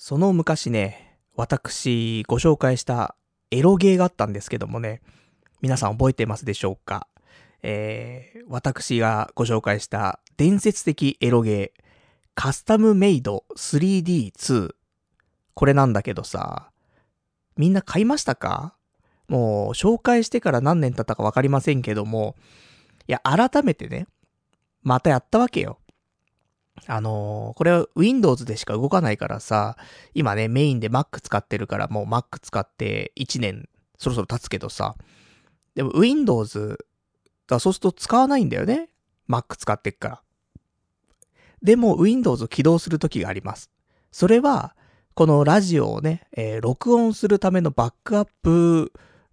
その昔ね、私ご紹介したエロゲーがあったんですけどもね、皆さん覚えてますでしょうか？私がご紹介した伝説的エロゲー、カスタムメイド 3D2。これなんだけどさ、みんな買いましたか？もう紹介してから何年経ったかわかりませんけども、いや、改めてね、またやったわけよ。これは Windows でしか動かないからさ、今ね、メインで Mac 使ってるからもう Mac 使って1年そろそろ経つけどさ、でも Windows、そうすると使わないんだよね。Mac 使ってっから。でも Windows を起動するときがあります。それは、このラジオをね、録音するためのバックアップ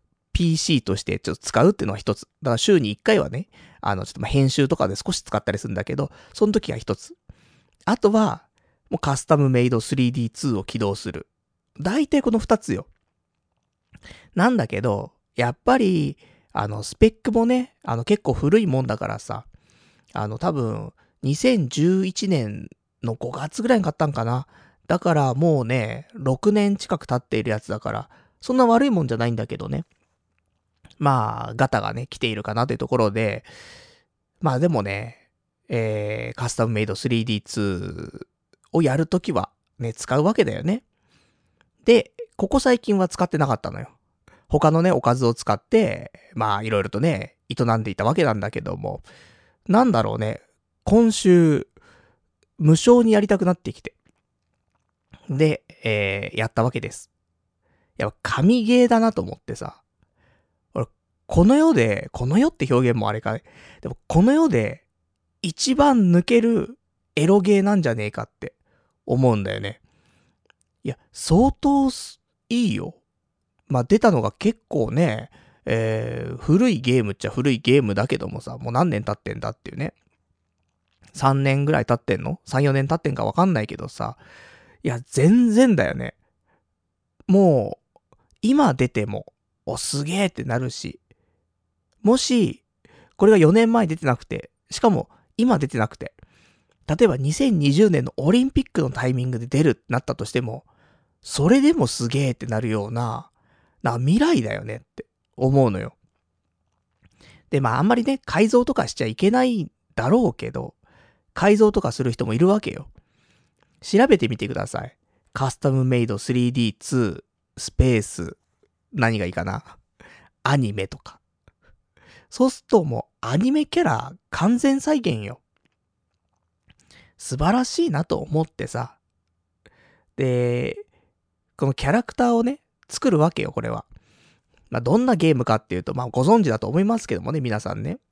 PC としてちょっと使うっていうのは一つ。だから週に1回はね、ちょっと編集とかで少し使ったりするんだけど、その時が一つ。あとは、もうカスタムメイド 3D2 を起動する。大体この二つよ。なんだけど、やっぱり、スペックもね、結構古いもんだからさ、多分、2011年の5月ぐらいに買ったんかな。だからもうね、6年近く経っているやつだから、そんな悪いもんじゃないんだけどね。まあ、ガタがね、来ているかなというところで、まあでもね、カスタムメイド 3D2 をやるときはね、使うわけだよね。で、ここ最近は使ってなかったのよ。他のね、おかずを使って、まあいろいろとね、営んでいたわけなんだけども、なんだろうね、今週、無償にやりたくなってきて。で、やったわけです。やっぱ神ゲーだなと思ってさ、俺、この世って表現もあれかね。でも、この世で一番抜けるエロゲーなんじゃねえかって思うんだよね。いや、相当いいよ。まあ、出たのが結構ね、古いゲームっちゃ古いゲームだけどもさ、もう何年経ってんだっていうね。3年ぐらい経ってんの？ 3、4年経ってんかわかんないけどさ。いや、全然だよね。もう、今出ても、すげーってなるし、もし、これが4年前出てなくて、しかも、今出てなくて、例えば2020年のオリンピックのタイミングで出るってなったとしても、それでもすげーってなるような、未来だよねって思うのよ。で、まああんまりね、改造とかしちゃいけないだろうけど、改造とかする人もいるわけよ。調べてみてください。カスタムメイド 3D2 スペース、何がいいかな。アニメとか。そうするともうアニメキャラ完全再現よ。素晴らしいなと思ってさ。で、このキャラクターをね、作るわけよ、これは。まあ、どんなゲームかっていうと、まあ、ご存知だと思いますけどもね、皆さんね。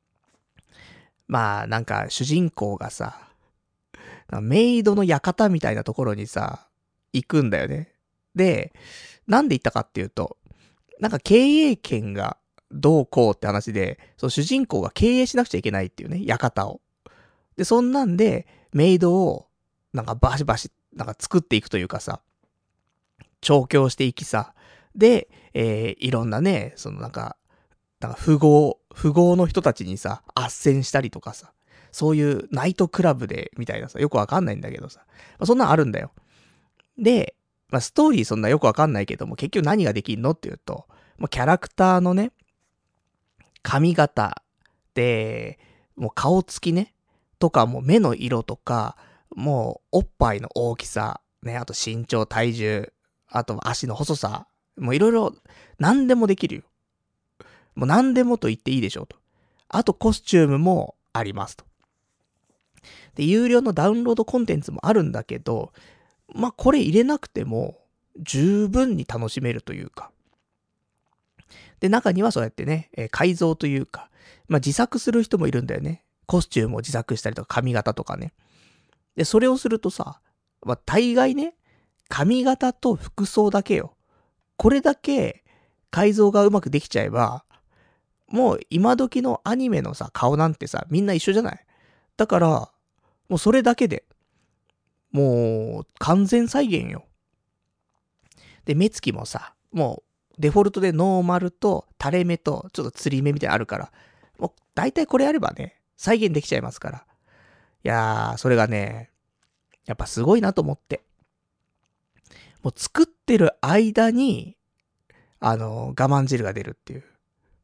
まあ、なんか、主人公がさ、メイドの館みたいなところにさ、行くんだよね。で、なんで行ったかっていうと、なんか経営権がどうこうって話で、そう主人公が経営しなくちゃいけないっていうね、館を。で、そんなんで、メイドを、なんかバシバシ、なんか作っていくというかさ、調教していきさ、で、いろんなね、そのなんか富豪の人たちにさ、斡旋したりとかさ、そういうナイトクラブで、みたいなさ、よくわかんないんだけどさ、まあ、そんなんあるんだよ。で、まあ、ストーリーそんなよくわかんないけども、結局何ができんのっていうと、もうキャラクターのね、髪型で、もう顔つきね、とかもう目の色とか、もうおっぱいの大きさ、ね、あと身長、体重、あと足の細さ、もういろいろ何でもできるよ。もう何でもと言っていいでしょうと。あとコスチュームもありますと。で、有料のダウンロードコンテンツもあるんだけど、まあこれ入れなくても十分に楽しめるというか。で、中にはそうやってね、改造というか、まあ自作する人もいるんだよね。コスチュームを自作したりとか髪型とかね。で、それをするとさ、まあ大概ね、髪型と服装だけよ。これだけ改造がうまくできちゃえば、もう今時のアニメのさ、顔なんてさ、みんな一緒じゃない？だから、もうそれだけで、もう完全再現よ。で、目つきもさ、もうデフォルトでノーマルと垂れ目とちょっと釣り目みたいなのあるから、もう大体これやればね、再現できちゃいますから。いやー、それがね、やっぱすごいなと思って。 もう作ってる間に、我慢汁が出るっていう。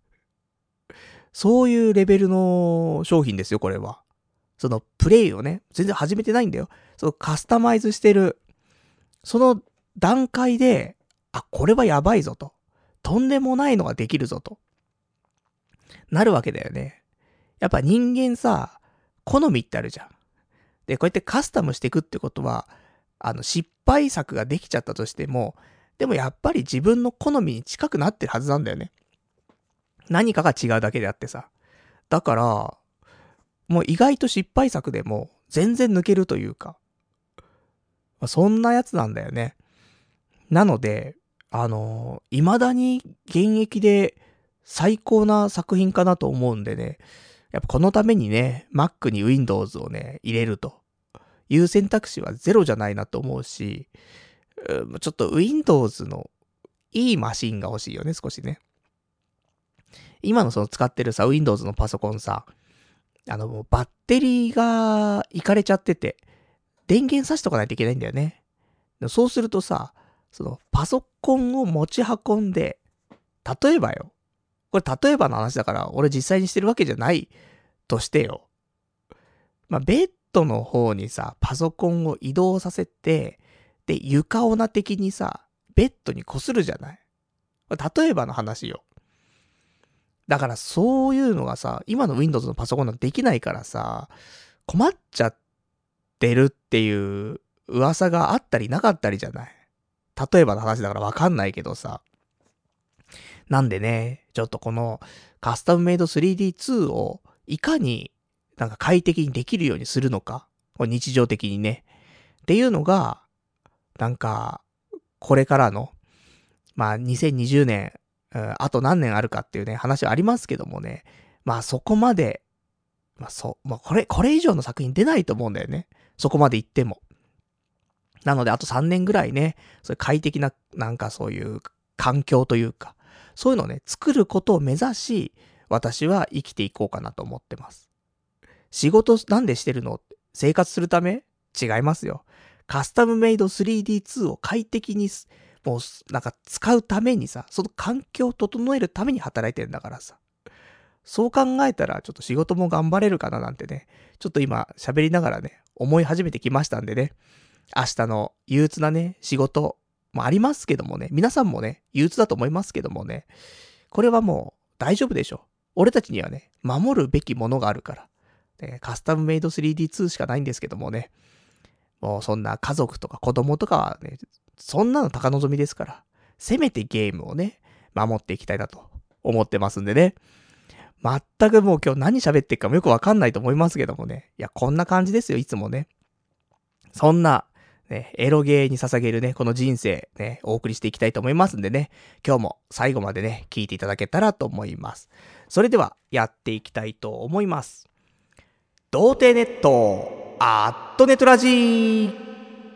そういうレベルの商品ですよ、これは。そのプレイをね、全然始めてないんだよ。そのカスタマイズしてる、その段階で、あ、これはやばいぞと。とんでもないのができるぞと。なるわけだよね。やっぱ人間さ、好みってあるじゃん。で、こうやってカスタムしていくってことは、失敗作ができちゃったとしても、でもやっぱり自分の好みに近くなってるはずなんだよね。何かが違うだけであってさ。だから、もう意外と失敗作でも全然抜けるというか、そんなやつなんだよね。なので、未だに現役で最高な作品かなと思うんでね、やっぱこのためにね、Mac に Windows をね、入れるという選択肢はゼロじゃないなと思うし、ちょっと Windows のいいマシンが欲しいよね、少しね。今のその使ってるさ、Windows のパソコンさ、バッテリーがいかれちゃってて、電源差しとかないといけないんだよね。そうするとさ、そのパソコンを持ち運んで、例えばよ。これ例えばの話だから、俺実際にしてるわけじゃないとしてよ。まあ、ベッドの方にさ、パソコンを移動させて、で、床オナ的にさ、ベッドに擦るじゃない。例えばの話よ。だからそういうのがさ、今の Windows のパソコンなんてできないからさ、困っちゃってるっていう噂があったりなかったりじゃない。例えばの話だからわかんないけどさ。なんでね、ちょっとこのカスタムメイド 3D2 をいかになんか快適にできるようにするのか。日常的にね。っていうのが、なんか、これからの、まあ2020年、あと何年あるかっていうね、話はありますけどもね。まあそこまで、まあこれ以上の作品出ないと思うんだよね。そこまで行っても。なのであと3年ぐらいね、そういう快適な、なんかそういう環境というか、そういうのをね、作ることを目指し、私は生きていこうかなと思ってます。仕事なんでしてるの？生活するため？違いますよ。カスタムメイド 3D2 を快適に、もうなんか使うためにさ、その環境を整えるために働いてるんだからさ。そう考えたらちょっと仕事も頑張れるかななんてね、ちょっと今喋りながらね、思い始めてきましたんでね。明日の憂鬱なね、仕事もありますけどもね、皆さんもね、憂鬱だと思いますけどもね、これはもう大丈夫でしょ。俺たちにはね、守るべきものがあるから。カスタムメイド 3D2 しかないんですけどもね、もうそんな家族とか子供とかはね、そんなの高望みですから、せめてゲームをね、守っていきたいなと思ってますんでね。全くもう今日何喋ってるかもよくわかんないと思いますけどもね。いや、こんな感じですよ、いつもね。そんな、ね、エロゲーに捧げるね、この人生、ね、お送りしていきたいと思いますんでね。今日も最後までね、聞いていただけたらと思います。それでは、やっていきたいと思います。童貞ネット、アットネトラジー。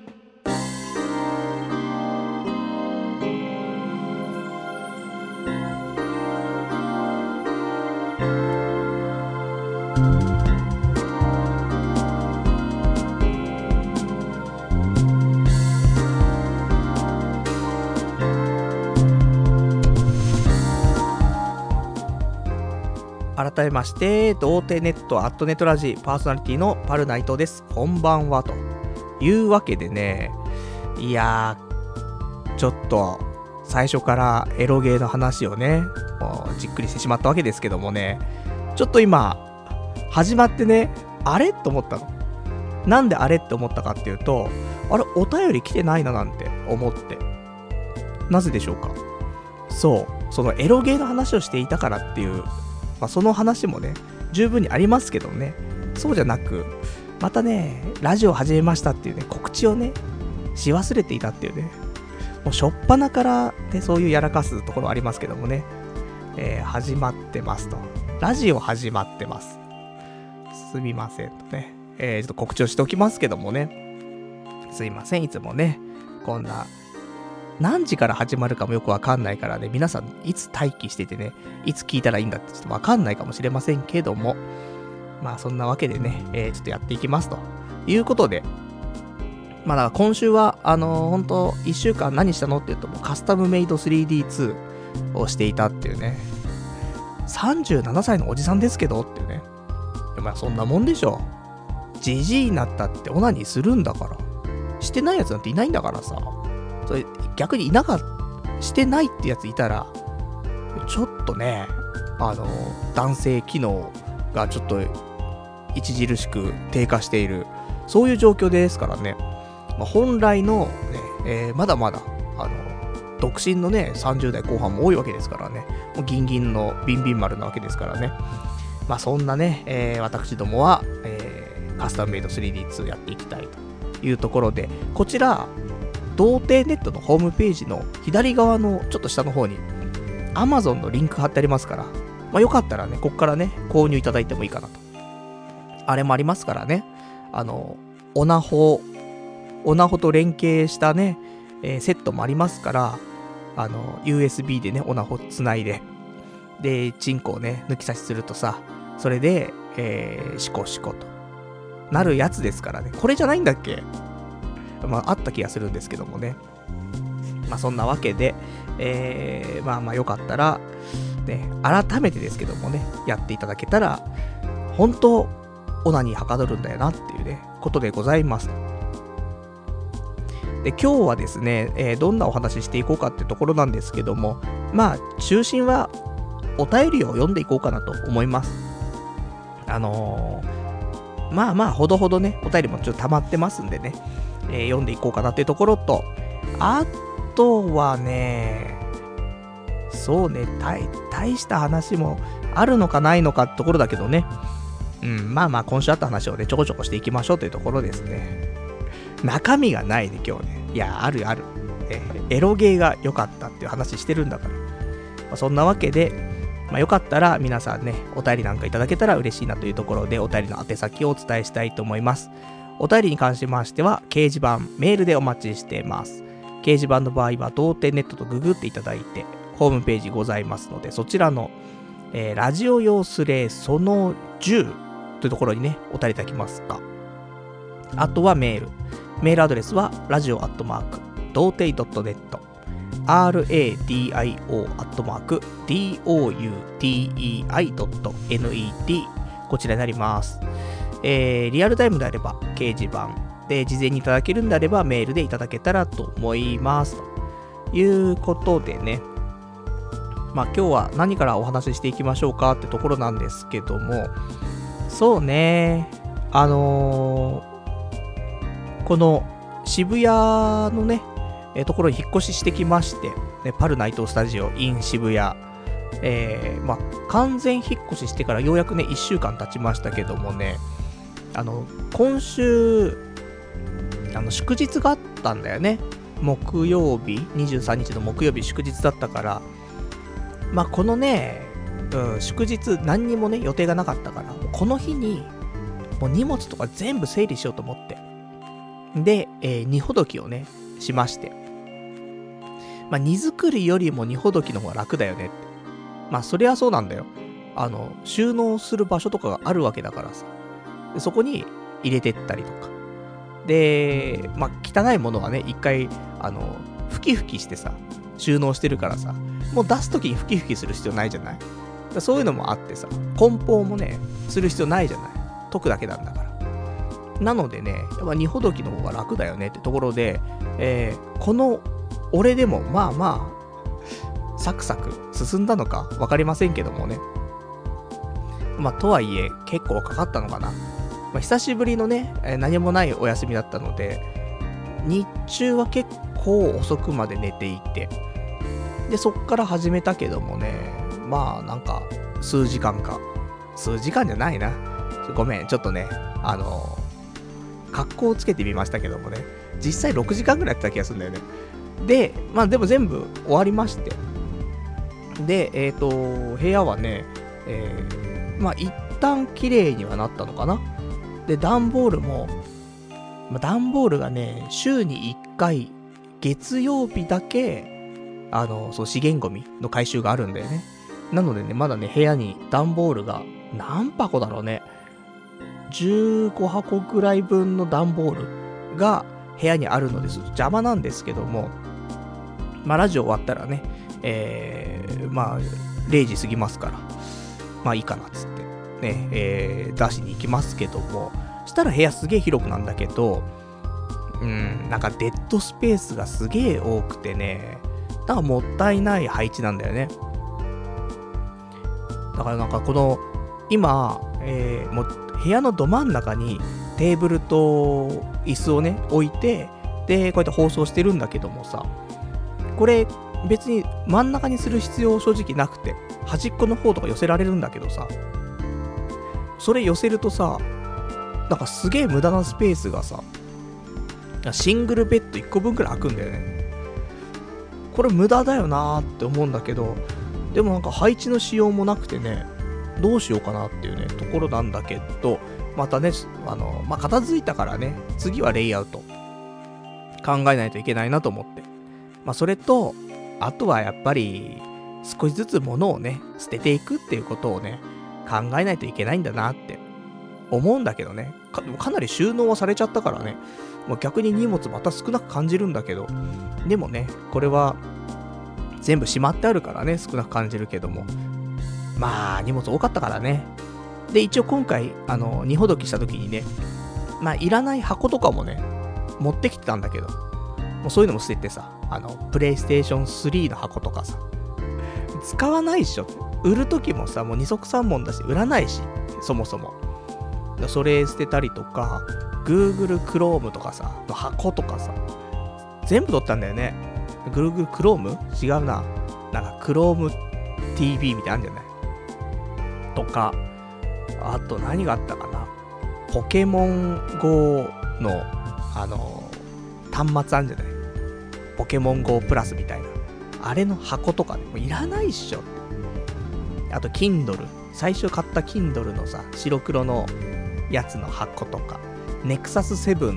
改めまして、童貞ネットアットネトラジパーソナリティのパルナイトです。こんばんはというわけでね、いやー、ちょっと最初からエロゲーの話をね、もうじっくりしてしまったわけですけどもね、ちょっと今始まってね、あれと思ったの。なんであれって思ったかっていうと、あれお便り来てないななんて思って、なぜでしょうか。そう、そのエロゲーの話をしていたからっていう、まあ、その話もね、十分にありますけどね、そうじゃなく、またね、ラジオ始めましたっていうね、告知をね、し忘れていたっていうね、もう初っ端からね、そういうやらかすところありますけどもね、始まってますと。ラジオ始まってます。すみませんとね、ちょっと告知をしておきますけどもね、すいません、いつもね、こんな、何時から始まるかもよくわかんないからね、皆さんいつ待機しててね、いつ聞いたらいいんだってちょっとわかんないかもしれませんけども、まあそんなわけでね、ちょっとやっていきますということで、 まあだから今週は、ほんと、1週間何したのって言うと、もうカスタムメイド 3D2 をしていたっていうね。37歳のおじさんですけどっていうね。まあそんなもんでしょ。ジジイになったってオナニーするんだから。してないやつなんていないんだからさ。それ逆にしてないってやついたら、ちょっとね、男性機能がちょっと著しく低下している、そういう状況ですからね。まあ、本来の、ね、まだまだ、独身のね、30代後半も多いわけですからね。もうギンギンのビンビン丸なわけですからね。まあそんなね、私どもは、カスタムメイド 3D2 やっていきたいというところで、こちら、童貞ネットのホームページの左側のちょっと下の方に Amazon のリンク貼ってありますから、まあよかったらね、こっからね、購入いただいてもいいかなと。あれもありますからね、オナホと連携したね、セットもありますから、USB でね、オナホつないで、で、チンコをね、抜き差しするとさ、それで、シコシコとなるやつですからね。これじゃないんだっけ？まあ、あった気がするんですけどもね。まあ、そんなわけで、まあまあよかったら、ね、改めてですけどもね、やっていただけたら、本当オナニーはかどるんだよなっていうね、ことでございます。で、今日はですね、どんなお話ししていこうかってところなんですけども、まあ、中心は、お便りを読んでいこうかなと思います。まあまあ、ほどほどね、お便りもちょっと溜まってますんでね、読んでいこうかなっていうところと、あとはね、そうね、大した話もあるのかないのかってところだけどね、まあまあ、今週あった話をね、ちょこちょこしていきましょうというところですね。中身がないね、今日ね。いや、ある。エロゲーが良かったっていう話してるんだから。まあ、そんなわけで、まあ、よかったら皆さんね、お便りなんかいただけたら嬉しいなというところで、お便りの宛先をお伝えしたいと思います。お便りに関しましては、掲示板、メールでお待ちしています。掲示板の場合は、童貞ネットとググっていただいて、ホームページございますので、そちらの、ラジオ用スレその10というところにね、お便りいただきますか。あとはメール。メールアドレスは、radio@ 童貞 .net radio@doutei.net こちらになります。リアルタイムであれば掲示板で事前にいただけるんであればメールでいただけたらと思いますということでね、まあ今日は何からお話ししていきましょうかってところなんですけども、そうね、この渋谷のねところに引っ越ししてきまして、ね、パルナイトスタジオ in 渋谷、まあ、完全引っ越ししてからようやくね、1週間経ちましたけどもね、今週、祝日があったんだよね。木曜日、23日の木曜日祝日だったから、まあ、このね、祝日何にもね、予定がなかったから、この日に、もう荷物とか全部整理しようと思って。で、荷ほどきをね、しまして。まあ、荷造りよりも荷ほどきの方が楽だよねって。まあ、そりゃそうなんだよ。収納する場所とかがあるわけだからさ。でそこに入れてったりとか。で、まあ、汚いものはね、一回、ふきふきしてさ、収納してるからさ、もう出すときにふきふきする必要ないじゃない。そういうのもあってさ、梱包もね、する必要ないじゃない。解くだけなんだから。なのでね、やっぱ荷ほどきの方が楽だよねってところで、この俺でもまあまあサクサク進んだのか分かりませんけどもね、まあとはいえ結構かかったのかな。まあ、久しぶりのね、何もないお休みだったので、日中は結構遅くまで寝ていて、でそっから始めたけどもね、まあなんか数時間じゃないな、ごめん、ちょっとね、格好をつけてみましたけどもね、実際6時間ぐらいやってた気がするんだよね。で、まあでも全部終わりまして。で、部屋はね、まあ一旦綺麗にはなったのかな。で、段ボールも、まあ、段ボールがね、週に1回、月曜日だけ、そう、資源ゴミの回収があるんだよね。なのでね、まだね、部屋に段ボールが何箱だろうね。15箱ぐらい分の段ボールが部屋にあるのです邪魔なんですけども、まあラジオ終わったらね、まあ0時過ぎますから、まあいいかなっつってね、出しに行きますけども、したら部屋すげえ広くなんだけど、なんかデッドスペースがすげえ多くてね、なんかもったいない配置なんだよね。だからなんかこの今、もう部屋のど真ん中にテーブルと椅子をね置いて、でこうやって放送してるんだけどもさ、これ別に真ん中にする必要正直なくて、端っこの方とか寄せられるんだけどさ、それ寄せるとさ、なんかすげえ無駄なスペースがさ、シングルベッド1個分くらい空くんだよね。これ無駄だよなーって思うんだけど、でもなんか配置のしようもなくてね、どうしようかなっていうねところなんだけど、またね、まあ、片付いたからね、次はレイアウト考えないといけないなと思って、まあそれと、あとはやっぱり少しずつ物をね捨てていくっていうことをね考えないといけないんだなって思うんだけどね。かなり収納はされちゃったからね、もう逆に荷物また少なく感じるんだけど、でもね、これは全部しまってあるからね、少なく感じるけども、まあ荷物多かったからね。で一応今回荷ほどきした時にね、まあいらない箱とかもね持ってきてたんだけど、もうそういうのも捨ててさ、プレイステーション3の箱とかさ、使わないっしょ。売る時もさ、もう二足三門だし売らないし、そもそもそれ捨てたりとか、Google Chrome とかさの箱とかさ、全部取ったんだよね。Google Chrome？ 違うな。なんか Chrome TV みたいなのあるんじゃないとか、あと何があったかな。ポケモン GO の端末あるんじゃない、ポケモン GO プラスみたいな。あれの箱とかね、もういらないっしょ。あと Kindle。最初買った Kindle のさ、白黒のやつの箱とか。Nexus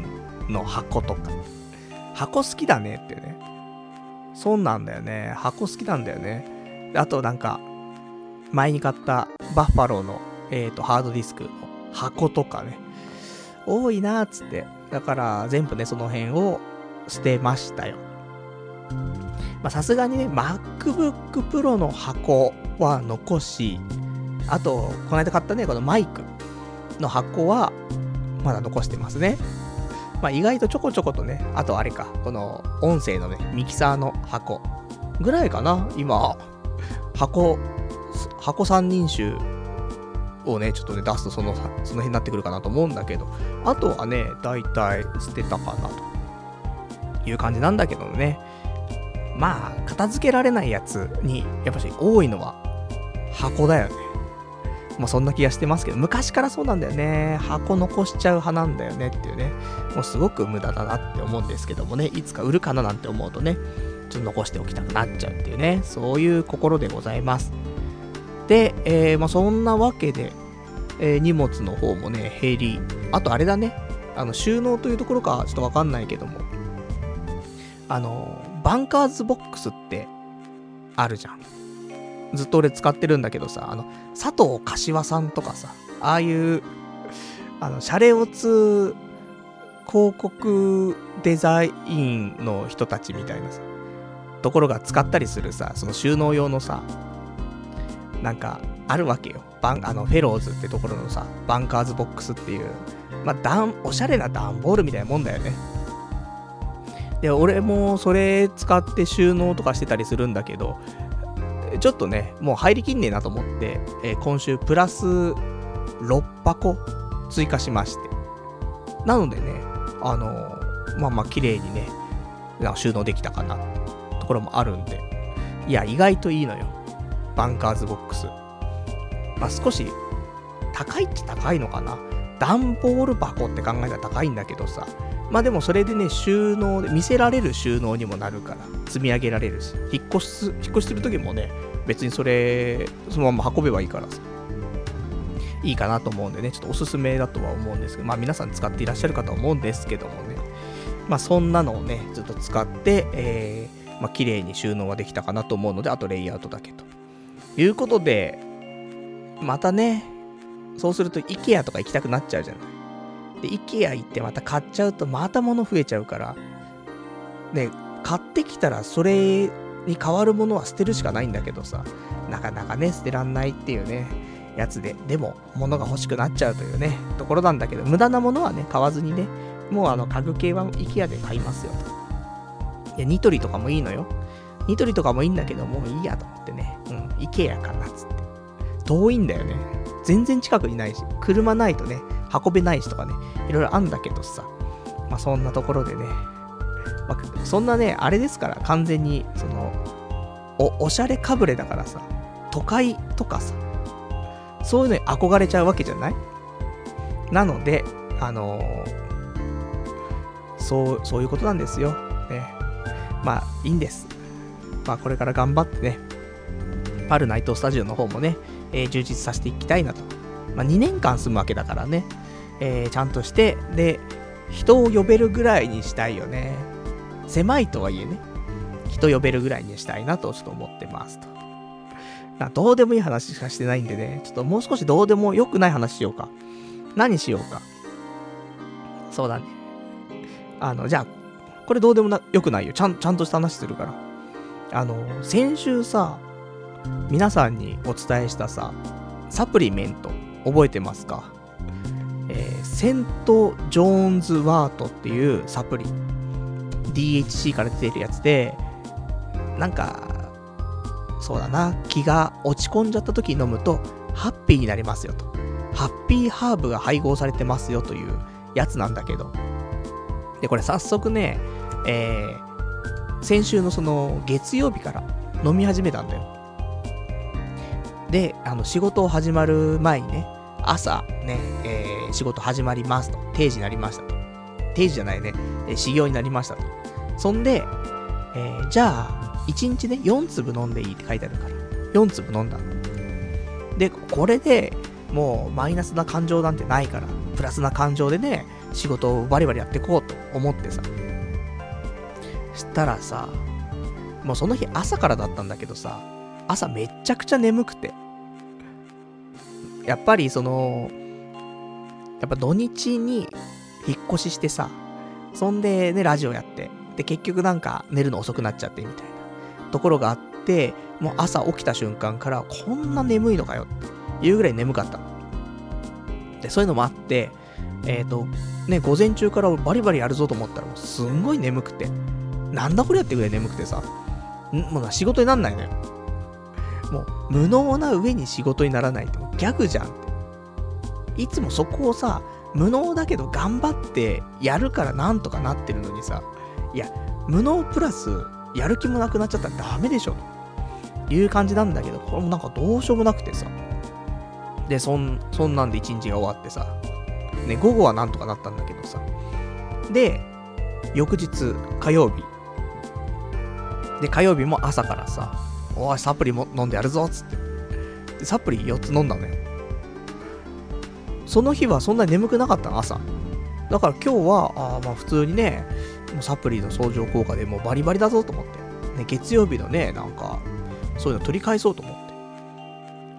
7の箱とか。箱好きだねってね。そうなんだよね。箱好きなんだよね。あとなんか、前に買ったバッファローの、ハードディスクの箱とかね。多いなーっつって。だから全部ね、その辺を捨てましたよ。まあさすがにね、MacBook Pro の箱は残し、あと、この間買ったね、このマイクの箱は、まだ残してますね。まあ意外とちょこちょことね、あとあれか、この音声のね、ミキサーの箱ぐらいかな、今、箱三人衆をね、ちょっとね、出すとその辺になってくるかなと思うんだけど、あとはね、だいたい捨てたかなという感じなんだけどね。まあ、片付けられないやつに、やっぱし多いのは箱だよね。もうそんな気がしてますけど、昔からそうなんだよね。箱残しちゃう派なんだよねっていうね。もうすごく無駄だなって思うんですけどもね、いつか売るかななんて思うとね、ちょっと残しておきたくなっちゃうっていうね、そういう心でございます。で、まあそんなわけで、荷物の方もね、減り、あとあれだね、収納というところかちょっとわかんないけども、バンカーズボックスってあるじゃん。ずっと俺使ってるんだけどさ、佐藤柏さんとかさ、ああいう、シャレオツ広告デザインの人たちみたいなさ、ところが使ったりするさ、その収納用のさ、なんか、あるわけよ。フェローズってところのさ、バンカーズボックスっていう、まあ、おしゃれな段ボールみたいなもんだよね。で、俺もそれ使って収納とかしてたりするんだけど、ちょっとね、もう入りきんねえなと思って、今週プラス6箱追加しまして。なのでね、まあ綺麗にね、収納できたかなってところもあるんで、いや、意外といいのよ。バンカーズボックス。まあ少し高いっちゃ高いのかな。段ボール箱って考えたら高いんだけどさ、まあでもそれでね、収納で見せられる収納にもなるから、積み上げられるし、引っ越しする時もね、別にそのまま運べばいいからさ、いいかなと思うんでね、ちょっとおすすめだとは思うんですけど、まあ皆さん使っていらっしゃるかと思うんですけどもね、まあそんなのをね、ずっと使って、まあ綺麗に収納はできたかなと思うので、あとレイアウトだけということで、またね、そうすると IKEA とか行きたくなっちゃうじゃない。 で、IKEA 行ってまた買っちゃうとまた物増えちゃうから、ね、買ってきたらそれに代わるものは捨てるしかないんだけどさ、なかなかね、捨てらんないっていうね、やつで、でも、物が欲しくなっちゃうというね、ところなんだけど、無駄なものはね、買わずにね、もう家具系は IKEA で買いますよと。いや、ニトリとかもいいのよ。ニトリとかもいいんだけど、もういいやと思ってね、IKEA かなっつって。遠いんだよね。全然近くにないし、車ないとね、運べないしとかね、いろいろあんだけどさ、まあそんなところでね、まあ、そんなね、あれですから、完全に、おしゃれかぶれだからさ、都会とかさ、そういうのに憧れちゃうわけじゃない？なので、そういうことなんですよ。ね。まあ、いいんです。まあ、これから頑張ってね、パルナイトスタジオの方もね、充実させていきたいなと。まあ、2年間住むわけだからね、ちゃんとして、で、人を呼べるぐらいにしたいよね。狭いとはいえね、人呼べるぐらいにしたいなとちょっと思ってますと。どうでもいい話しかしてないんでね、ちょっともう少しどうでもよくない話しようか。何しようか。そうだね。じゃあ、これどうでもよくないよ。ちゃんとした話するから。先週さ、皆さんにお伝えしたさ、サプリメント、覚えてますか？セント・ジョーンズ・ワートっていうサプリ。DHC から出てるやつで、なんか、そうだな、気が落ち込んじゃった時に飲むと、ハッピーになりますよと。ハッピーハーブが配合されてますよというやつなんだけど。で、これ早速ね、先週のその月曜日から飲み始めたんだよ。で、仕事始まる前にね、朝ね、仕事始まりますと。定時になりましたと。定時じゃないね、始業になりましたと。そんで、じゃあ、1日ね、4粒飲んでいいって書いてあるから、4粒飲んだの。で、これでもうマイナスな感情なんてないから、プラスな感情でね、仕事をバリバリやっていこうと思ってさ。したらさ、もうその日朝からだったんだけどさ、朝めっちゃくちゃ眠くて。やっぱりやっぱ土日に引っ越ししてさ、そんでね、ラジオやって、で、結局なんか寝るの遅くなっちゃってみたいなところがあって、もう朝起きた瞬間からこんな眠いのかよっていうぐらい眠かったの。で、そういうのもあって、ね、午前中からバリバリやるぞと思ったらもうすんごい眠くて、なんだこれやってぐらい眠くてさ、もう仕事になんないのよ。もう無能な上に仕事にならないってもうギャグじゃんって。いつもそこをさ、無能だけど頑張ってやるからなんとかなってるのにさ、いや、無能プラスやる気もなくなっちゃったらダメでしょという感じなんだけど、これもなんかどうしようもなくてさ。で、そんなんで一日が終わってさ、ね、午後はなんとかなったんだけどさ。で、翌日、火曜日。で、火曜日も朝からさ、おい、サプリも飲んでやるぞっつって。で、サプリ4つ飲んだのよ。その日はそんなに眠くなかったの、朝。だから今日は、まあ普通にね、もうサプリの相乗効果でもうバリバリだぞと思って。ね、月曜日のね、なんか、そういうの取り返そうと思って。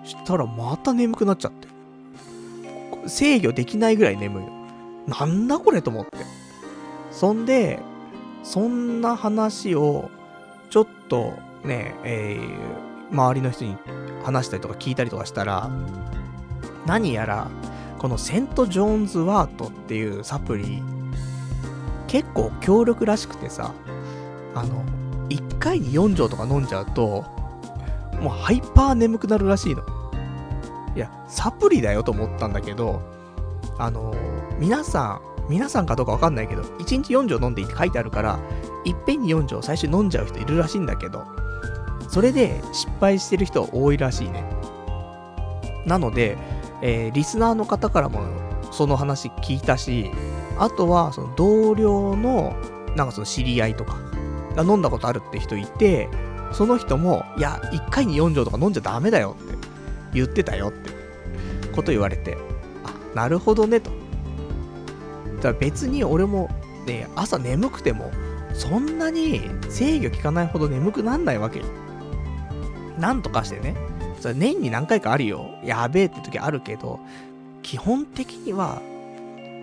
したらまた眠くなっちゃって。制御できないぐらい眠いの。なんだこれと思って。そんで、そんな話を、ちょっとね、周りの人に話したりとか聞いたりとかしたら、何やら、このセント・ジョーンズ・ワートっていうサプリ、結構強力らしくてさ、1回に4錠とか飲んじゃうと、もうハイパー眠くなるらしいの。いや、サプリだよと思ったんだけど、皆さんかどうかわかんないけど、1日4錠飲んでいいって書いてあるから、いっぺんに4錠最初に飲んじゃう人いるらしいんだけど、それで失敗してる人は多いらしいね。なので、リスナーの方からもその話聞いたし、あとはその同僚のなんかその知り合いとかが飲んだことあるって人いて、その人もいや1回に4錠とか飲んじゃダメだよって言ってたよってこと言われて、あ、なるほどねと。だから別に俺もね、朝眠くてもそんなに制御効かないほど眠くなんないわけよ。なんとかしてね、それ年に何回かあるよ、やべえって時あるけど、基本的には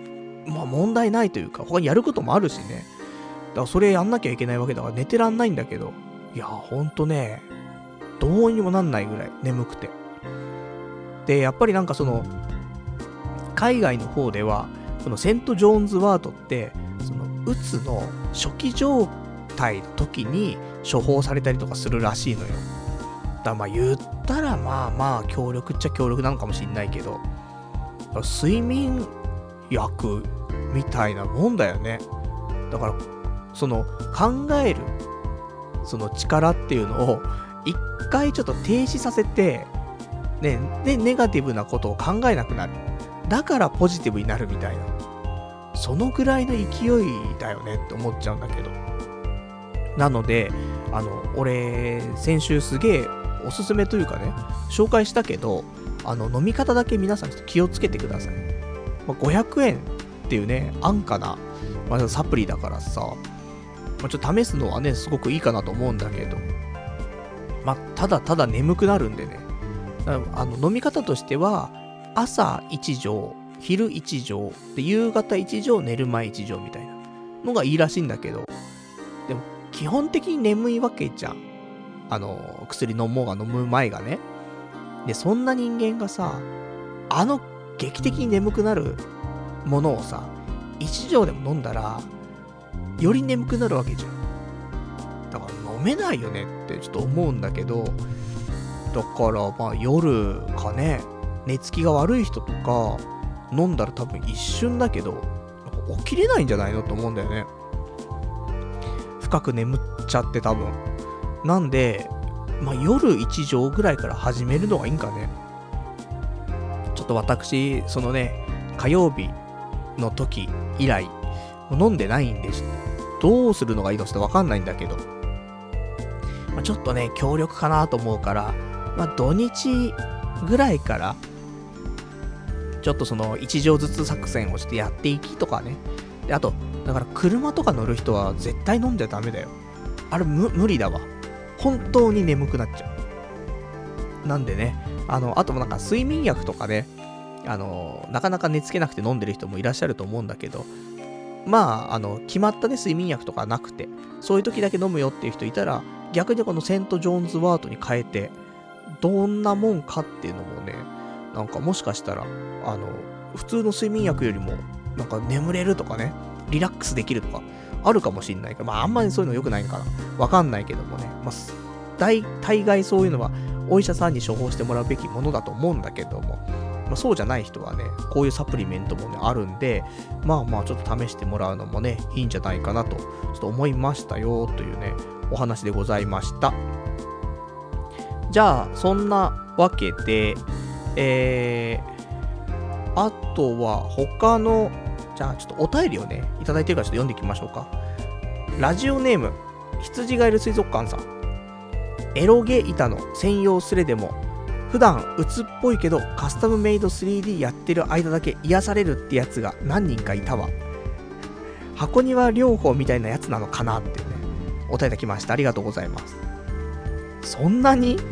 まあ問題ないというか、他にやることもあるしね。だからそれやんなきゃいけないわけだから寝てらんないんだけど、いやほんとね、どうにもなんないぐらい眠くて。で、やっぱりなんかその、海外の方では、そのセント・ジョーンズワートって、その、うつの初期状態の時に処方されたりとかするらしいのよ。だからまあ言ったらまあまあ強力っちゃ強力なのかもしんないけど、睡眠薬みたいなもんだよね。だから、その考える、その力っていうのを一回ちょっと停止させて、ね、で、ネガティブなことを考えなくなる。だからポジティブになるみたいな。そのぐらいの勢いだよねって思っちゃうんだけど。なので、俺、先週すげえおすすめというかね、紹介したけど、飲み方だけ皆さんちょっと気をつけてください。500円っていうね、安価な、サプリだからさ、ちょっと試すのはね、すごくいいかなと思うんだけど、ただただ眠くなるんでね、飲み方としては、朝1錠、昼1錠、で、夕方1錠、寝る前1錠みたいなのがいいらしいんだけど、でも、基本的に眠いわけじゃん。薬飲もうが飲む前がね。で、そんな人間がさ、劇的に眠くなるものをさ、1錠でも飲んだら、より眠くなるわけじゃん。だから飲めないよねってちょっと思うんだけど、だから夜かね、寝つきが悪い人とか、飲んだら多分一瞬だけど、起きれないんじゃないのと思うんだよね。深く眠っちゃって多分。なんで、夜1錠ぐらいから始めるのがいいんかね。ちょっと私、そのね、火曜日の時以来、飲んでないんで、どうするのがいいのってわかんないんだけど、ちょっとね、強力かなと思うから、土日ぐらいから、ちょっとその1錠ずつ作戦をしてやっていきとかね。で、あと、だから車とか乗る人は絶対飲んじゃダメだよ。あれ無理だわ。本当に眠くなっちゃう。なんでね、あともなんか睡眠薬とかね、なかなか寝つけなくて飲んでる人もいらっしゃると思うんだけど、決まったね、睡眠薬とかなくて、そういう時だけ飲むよっていう人いたら、逆にこのセント・ジョーンズワートに変えて、どんなもんかっていうのもね、なんかもしかしたら、普通の睡眠薬よりも、なんか眠れるとかね、リラックスできるとか、あるかもしんないから、あんまりそういうの良くないから、わかんないけどもね、大概そういうのは、お医者さんに処方してもらうべきものだと思うんだけども、そうじゃない人はね、こういうサプリメントもね、あるんで、ちょっと試してもらうのもね、いいんじゃないかなと、ちょっと思いましたよ、というね、お話でございました。じゃあ、そんなわけで、あとは他の、じゃあちょっとお便りをね、いただいてるからちょっと読んでいきましょうか。ラジオネーム、羊がいる水族館さん。エロゲ板の専用スレでも、普段鬱っぽいけどカスタムメイド 3D やってる間だけ癒されるってやつが何人かいたわ。箱庭療法みたいなやつなのかなってね、お便り来ました。ありがとうございます。そんなに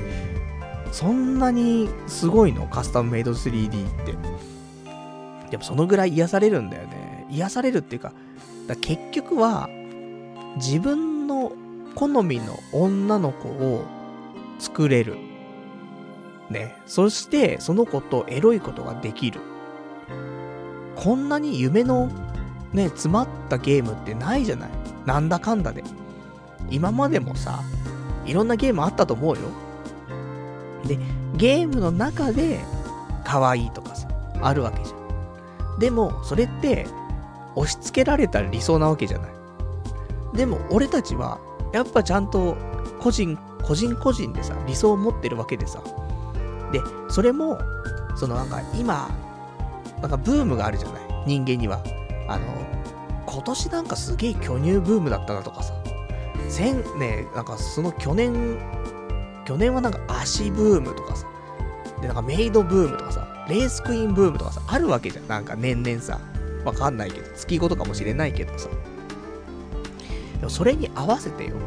すごいの？カスタムメイド 3D って。でもそのぐらい癒されるんだよね。癒されるっていうか、結局は自分の好みの女の子を作れる。ね。そしてその子とエロいことができる。こんなに夢のね、詰まったゲームってないじゃない。なんだかんだで。今までもさ、いろんなゲームあったと思うよ。で、ゲームの中で可愛いとかさ、あるわけじゃん。でも、それって、押し付けられた理想なわけじゃない。でも、俺たちは、やっぱちゃんと、個人でさ、理想を持ってるわけでさ。で、それも、なんか、今、なんかブームがあるじゃない。人間には。今年なんかすげえ巨乳ブームだったなとかさ。なんかその去年はなんか足ブームとかさ。で、なんかメイドブームとかさ。レースクイーンブームとかさ、あるわけじゃん。なんか年々さ、わかんないけど、月後とかもしれないけどさ。でもそれに合わせてよ、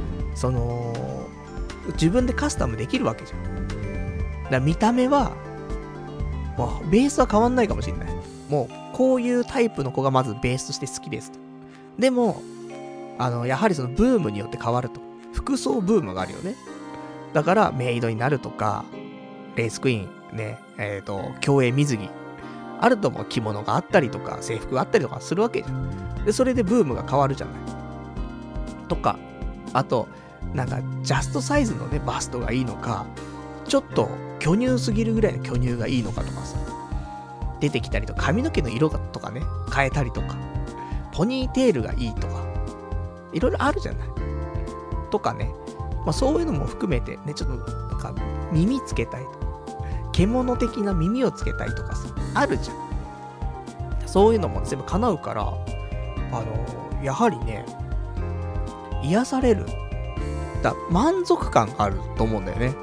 自分でカスタムできるわけじゃん。だから見た目は、ベースは変わんないかもしれない。もう、 こういうタイプの子がまずベースとして好きですと。でも、やはりそのブームによって変わると。服装ブームがあるよね。だからメイドになるとか、レースクイーン、ね、競泳水着。あるとも着物があったりとか、制服があったりとかするわけじゃん。で、それでブームが変わるじゃない。とか、あと、なんか、ジャストサイズのね、バストがいいのか、ちょっと巨乳すぎるぐらいの巨乳がいいのかとかさ、出てきたりとか、髪の毛の色とかね、変えたりとか、ポニーテールがいいとか、いろいろあるじゃない。とかね、まあそういうのも含めてね、ちょっと、なんか、耳つけたいとか、獣的な耳をつけたいとかさ、あるじゃん。そういうのも全部叶うから、やはりね、癒される。満足感があると思うんだよね。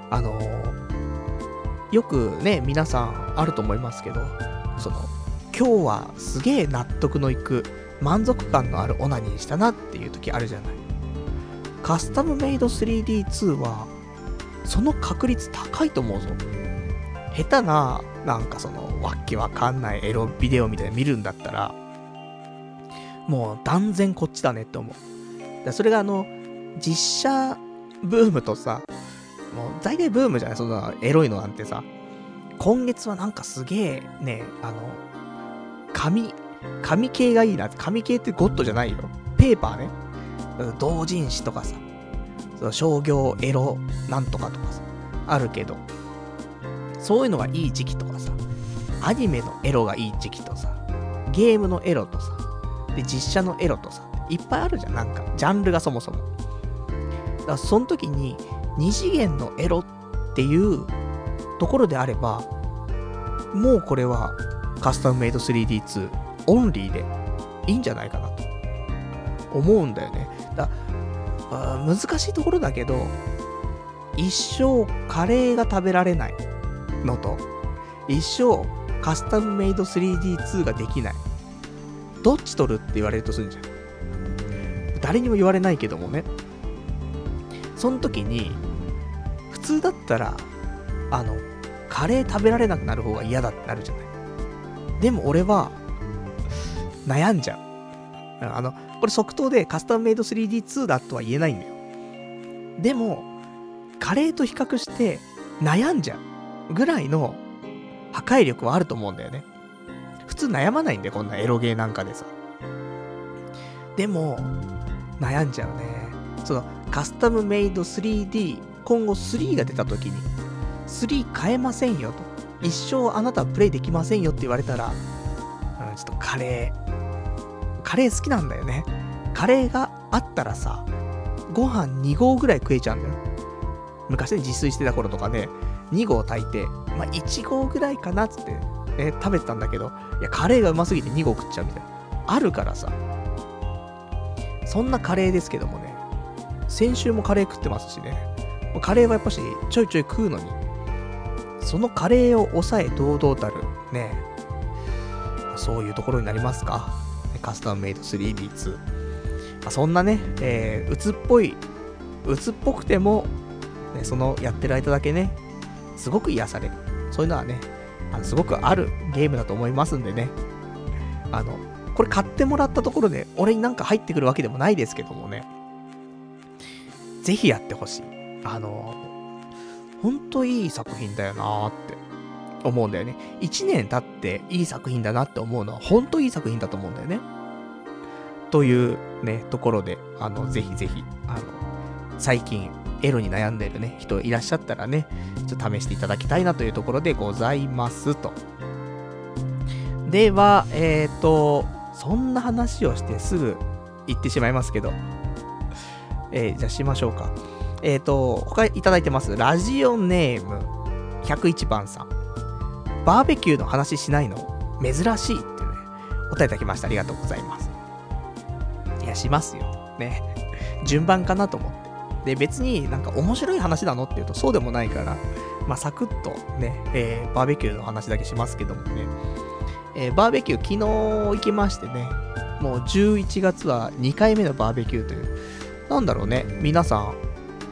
よくね、皆さんあると思いますけど、今日はすげえ納得のいく、満足感のあるオナニーしたなっていう時あるじゃない。カスタムメイド 3D2 は、その確率高いと思うぞ。下手な、なんかわけわかんないエロビデオみたいな見るんだったら、もう断然こっちだねって思う。それが実写ブームとさ、もう大体ブームじゃない、そんなエロいのなんてさ。今月はなんかすげえね、紙系がいいなって。紙系ってゴッドじゃないよ。ペーパーね。同人誌とかさ、商業エロなんとかとかさ、あるけど、そういうのがいい時期とかさ、アニメのエロがいい時期とさ、ゲームのエロとさ、で、実写のエロとさ、いっぱいあるじゃん、なんか、ジャンルがそもそも。だからその時に、二次元のエロっていうところであれば、もうこれはカスタムメイド 3D2 オンリーでいいんじゃないかなと思うんだよね。難しいところだけど、一生カレーが食べられないのと、一生カスタムメイド 3D2 ができない。どっち取るって言われるとするんじゃん。誰にも言われないけどもね。その時に、普通だったら、カレー食べられなくなる方が嫌だってなるじゃない。でも俺は、悩んじゃう。これ即答でカスタムメイド 3D2 だとは言えないんだよ。でも、カレーと比較して悩んじゃうぐらいの破壊力はあると思うんだよね。普通悩まないんだよ、こんなエロゲーなんかでさ。でも、悩んじゃうね。カスタムメイド 3D、今後3が出た時に、3変えませんよと。一生あなたはプレイできませんよって言われたら、ちょっとカレー好きなんだよね。カレーがあったらさ、ご飯2合ぐらい食えちゃうんだよ。昔ね、自炊してた頃とかね、2合炊いて、まあ、1合ぐらいかなっつって、ね、食べてたんだけど、いや、カレーがうますぎて2合食っちゃうみたいな。あるからさ。そんなカレーですけどもね、先週もカレー食ってますしね。カレーはやっぱしちょいちょい食うのに、そのカレーを抑え堂々たるね、そういうところになりますか。カスタムメイド 3D2。そんなね、鬱っぽくても、ね、そのやってる間だけね、すごく癒される。そういうのはね、すごくあるゲームだと思いますんでね。これ買ってもらったところで、俺になんか入ってくるわけでもないですけどもね。ぜひやってほしい。ほんといい作品だよなーって思うんだよね。1年経っていい作品だなって思うのは、ほんといい作品だと思うんだよね。というね、ところで、ぜひぜひ、最近、エロに悩んでいるね、人いらっしゃったらね、ちょっと試していただきたいなというところでございますと。では、そんな話をしてすぐ言ってしまいますけど、じゃあしましょうか。他いただいてます。ラジオネーム、101番さん。バーベキューの話しないの珍しいってね、お答えいただきました。ありがとうございます。いや、しますよ。ね。順番かなと思って。で、別になんか面白い話なのって言うとそうでもないから、まあ、サクッとね、バーベキューの話だけしますけどもね。バーベキュー昨日行きましてね、もう11月は2回目のバーベキューという、なんだろうね、皆さん、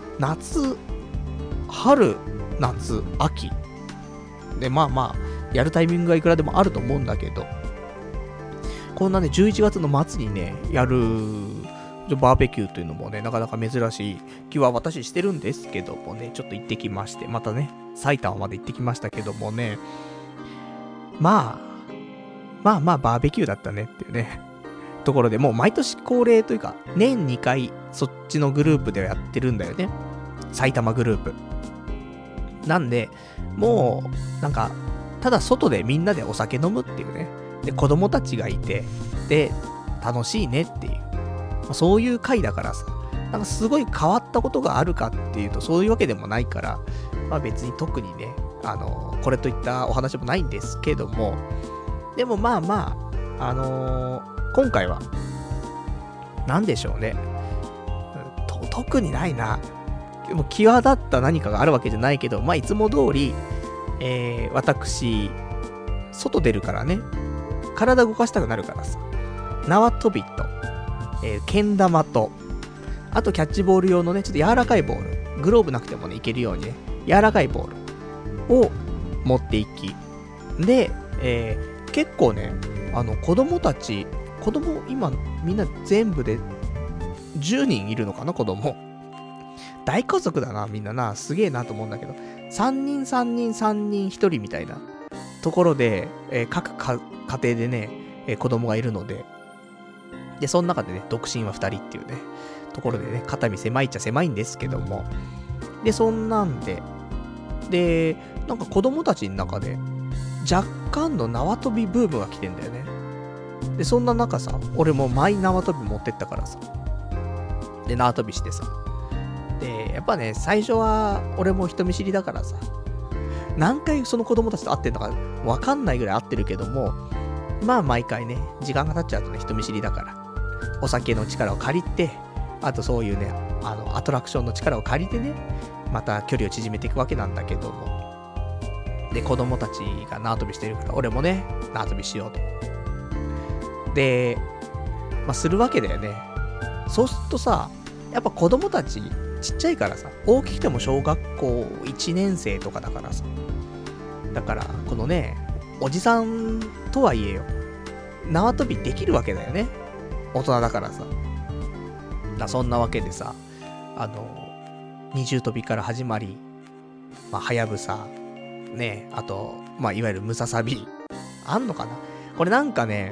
春、夏、秋。で、まあまあ、やるタイミングがいくらでもあると思うんだけど、 こんなね、11月の末にね、やるバーベキューというのもね、なかなか珍しい気は私してるんですけどもね、ちょっと行ってきまして、またね、埼玉まで行ってきましたけどもね、まあバーベキューだったねっていうね、ところでもう毎年恒例というか、年2回そっちのグループではやってるんだよね。埼玉グループ。なんで、もう、なんか、ただ外でみんなでお酒飲むっていうね。で、子供たちがいて、で、楽しいねっていう。そういう回だからさ、なんかすごい変わったことがあるかっていうと、そういうわけでもないから、まあ別に特にね、これといったお話もないんですけども、でもまあ、今回は、なんでしょうね。特にないな。もう際立った何かがあるわけじゃないけど、まあいつも通り、私、外出るからね、体動かしたくなるからさ、縄跳びと、けん玉と、あとキャッチボール用のね、ちょっと柔らかいボール、グローブなくてもね、いけるようにね、柔らかいボールを持っていき、で、結構ね、子供今、みんな全部で10人いるのかな、子供。大家族だな、みんなな。すげえなと思うんだけど。3人、3人、3人、1人みたいなところで、各家庭でね、子供がいるので、で、その中でね、独身は2人っていうね、ところでね、肩身狭いっちゃ狭いんですけども。で、そんなんで、で、なんか子供たちの中で、若干の縄跳びブームが来てんだよね。で、そんな中さ、俺もマイ縄跳び持ってったからさ。で、縄跳びしてさ。で、やっぱね、最初は俺も人見知りだからさ、何回その子供たちと会ってんのかわかんないぐらい会ってるけども、まあ毎回ね、時間が経っちゃうとね、人見知りだから、お酒の力を借りて、あとそういうね、アトラクションの力を借りてね、また距離を縮めていくわけなんだけども。で、子供たちが縄跳びしてるから、俺もね、縄跳びしようと。で、まあするわけだよね。そうするとさ、やっぱ子供たち、ちっちゃいからさ、大きくても小学校1年生とかだからさ。だから、このね、おじさんとはいえよ、縄跳びできるわけだよね。大人だからさ。そんなわけでさ、二重跳びから始まり、まあ、はやぶさ、ね、あと、まあ、いわゆるムササビ、あんのかな？これなんかね、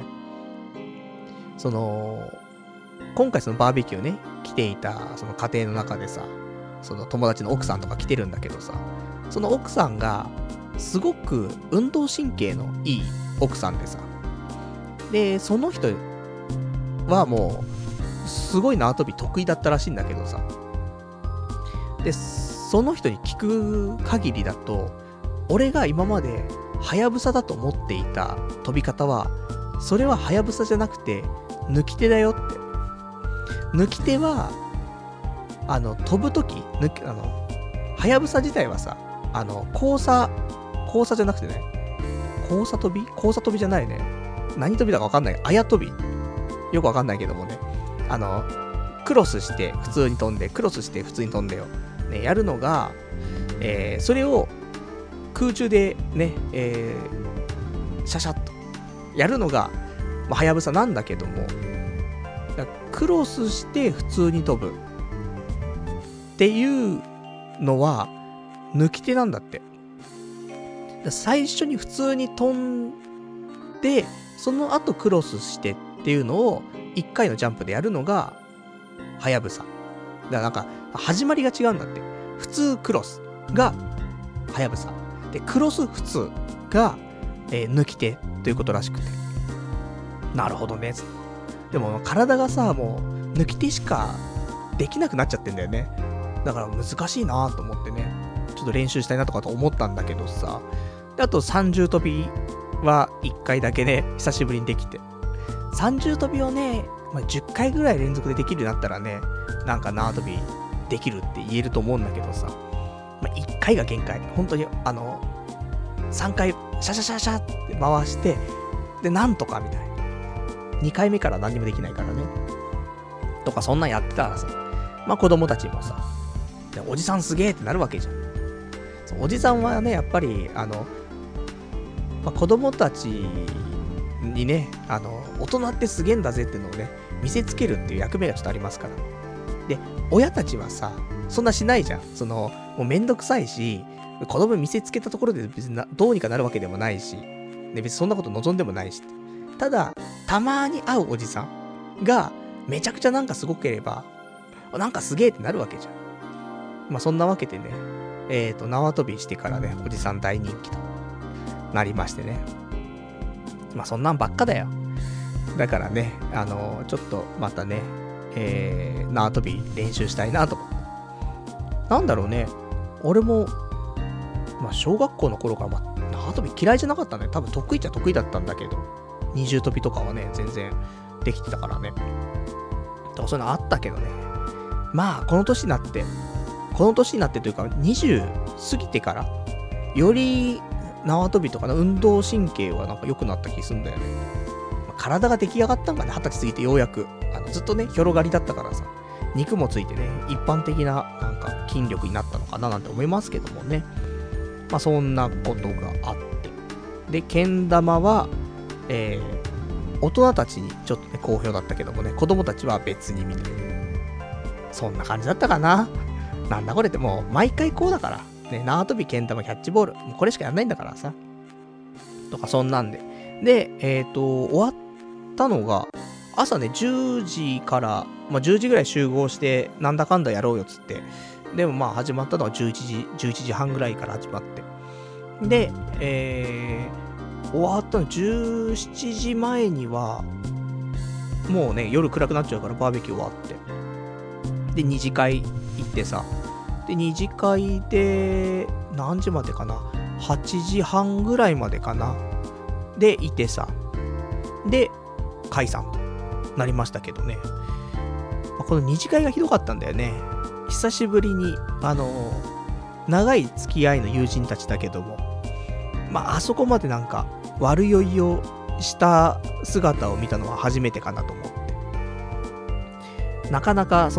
今回そのバーベキューね、来ていたその家庭の中でさ、その友達の奥さんとか来てるんだけどさ、その奥さんがすごく運動神経のいい奥さんでさ、で、その人はもうすごい縄跳び得意だったらしいんだけどさ、で、その人に聞く限りだと、俺が今まではやぶさだと思っていた飛び方は、それははやぶさじゃなくて抜き手だよって。抜き手は、飛ぶとき、はやぶさ自体はさ、交差じゃなくてね、交差飛びじゃないね。何飛びだかわかんない。あや飛び。よくわかんないけどもね。クロスして普通に飛んで、クロスして普通に飛んでよ。ね、やるのが、それを空中でね、シャシャッとやるのが、はやぶさなんだけども、クロスして普通に飛ぶっていうのは抜き手なんだって。最初に普通に飛んで、その後クロスしてっていうのを1回のジャンプでやるのがはやぶさ。だからなんか始まりが違うんだって。普通クロスがはやぶさで、クロス普通が、抜き手ということらしくて。なるほどね。でも体がさ、もう抜き手しかできなくなっちゃってんだよね。だから難しいなと思ってね、ちょっと練習したいなとかと思ったんだけどさ。で、あと三重跳びは1回だけね、久しぶりにできて。三重跳びをね、まあ、10回ぐらい連続でできるようになったらね、なんか縄跳びできるって言えると思うんだけどさ、まあ、1回が限界。本当に3回シャシャシャシャって回して、で、なんとかみたいな。2回目から何にもできないからね。とかそんなんやってたらさ、まあ子供たちもさ、おじさんすげーってなるわけじゃん。おじさんはね、やっぱり、まあ、子供たちにね、大人ってすげえんだぜっていうのをね、見せつけるっていう役目がちょっとありますから。で、親たちはさ、そんなしないじゃん。もうめんどくさいし、子供見せつけたところで別にどうにかなるわけでもないし、ね、別にそんなこと望んでもないし。ただ、たまに会うおじさんが、めちゃくちゃなんかすごければ、なんかすげえってなるわけじゃん。まあそんなわけでね、縄跳びしてからね、おじさん大人気となりましてね。まあそんなんばっかだよ。だからね、ちょっとまたね、縄跳び練習したいなと思って。なんだろうね、俺も、まあ小学校の頃から、縄跳び嫌いじゃなかったね。多分得意っちゃ得意だったんだけど、二重跳びとかはね、全然できてたからね。とかそういうのあったけどね。まあこの年になってというか、20過ぎてから、より縄跳びとかの運動神経はなんか良くなった気するんだよね。体が出来上がったんかね、20歳過ぎてようやく。ずっとね、広がりだったからさ、肉もついてね、一般的ななんか筋力になったのかななんて思いますけどもね。まあそんなことがあって。で、けん玉は、大人たちにちょっとね、好評だったけどもね、子供たちは別にみたいな。そんな感じだったかな。なんだこれってもう毎回こうだから。ね、縄跳び、けん玉、キャッチボール。もうこれしかやんないんだからさ。とかそんなんで。で、終わったのが、朝ね、10時から、まあ、10時ぐらい集合して、なんだかんだやろうよっつって。でもまあ始まったのは11時半ぐらいから始まって。で、終わったの17時前には、もうね、夜暗くなっちゃうからバーベキュー終わって。で、二次会行ってさ。で、二次会で、何時までかな ?8 時半ぐらいまでかなで、いてさ。で、解散となりましたけどね。この二次会がひどかったんだよね。久しぶりに、長い付き合いの友人たちだけども、まあ、あそこまでなんか、悪酔いをした姿を見たのは初めてかなと思って。なかなか、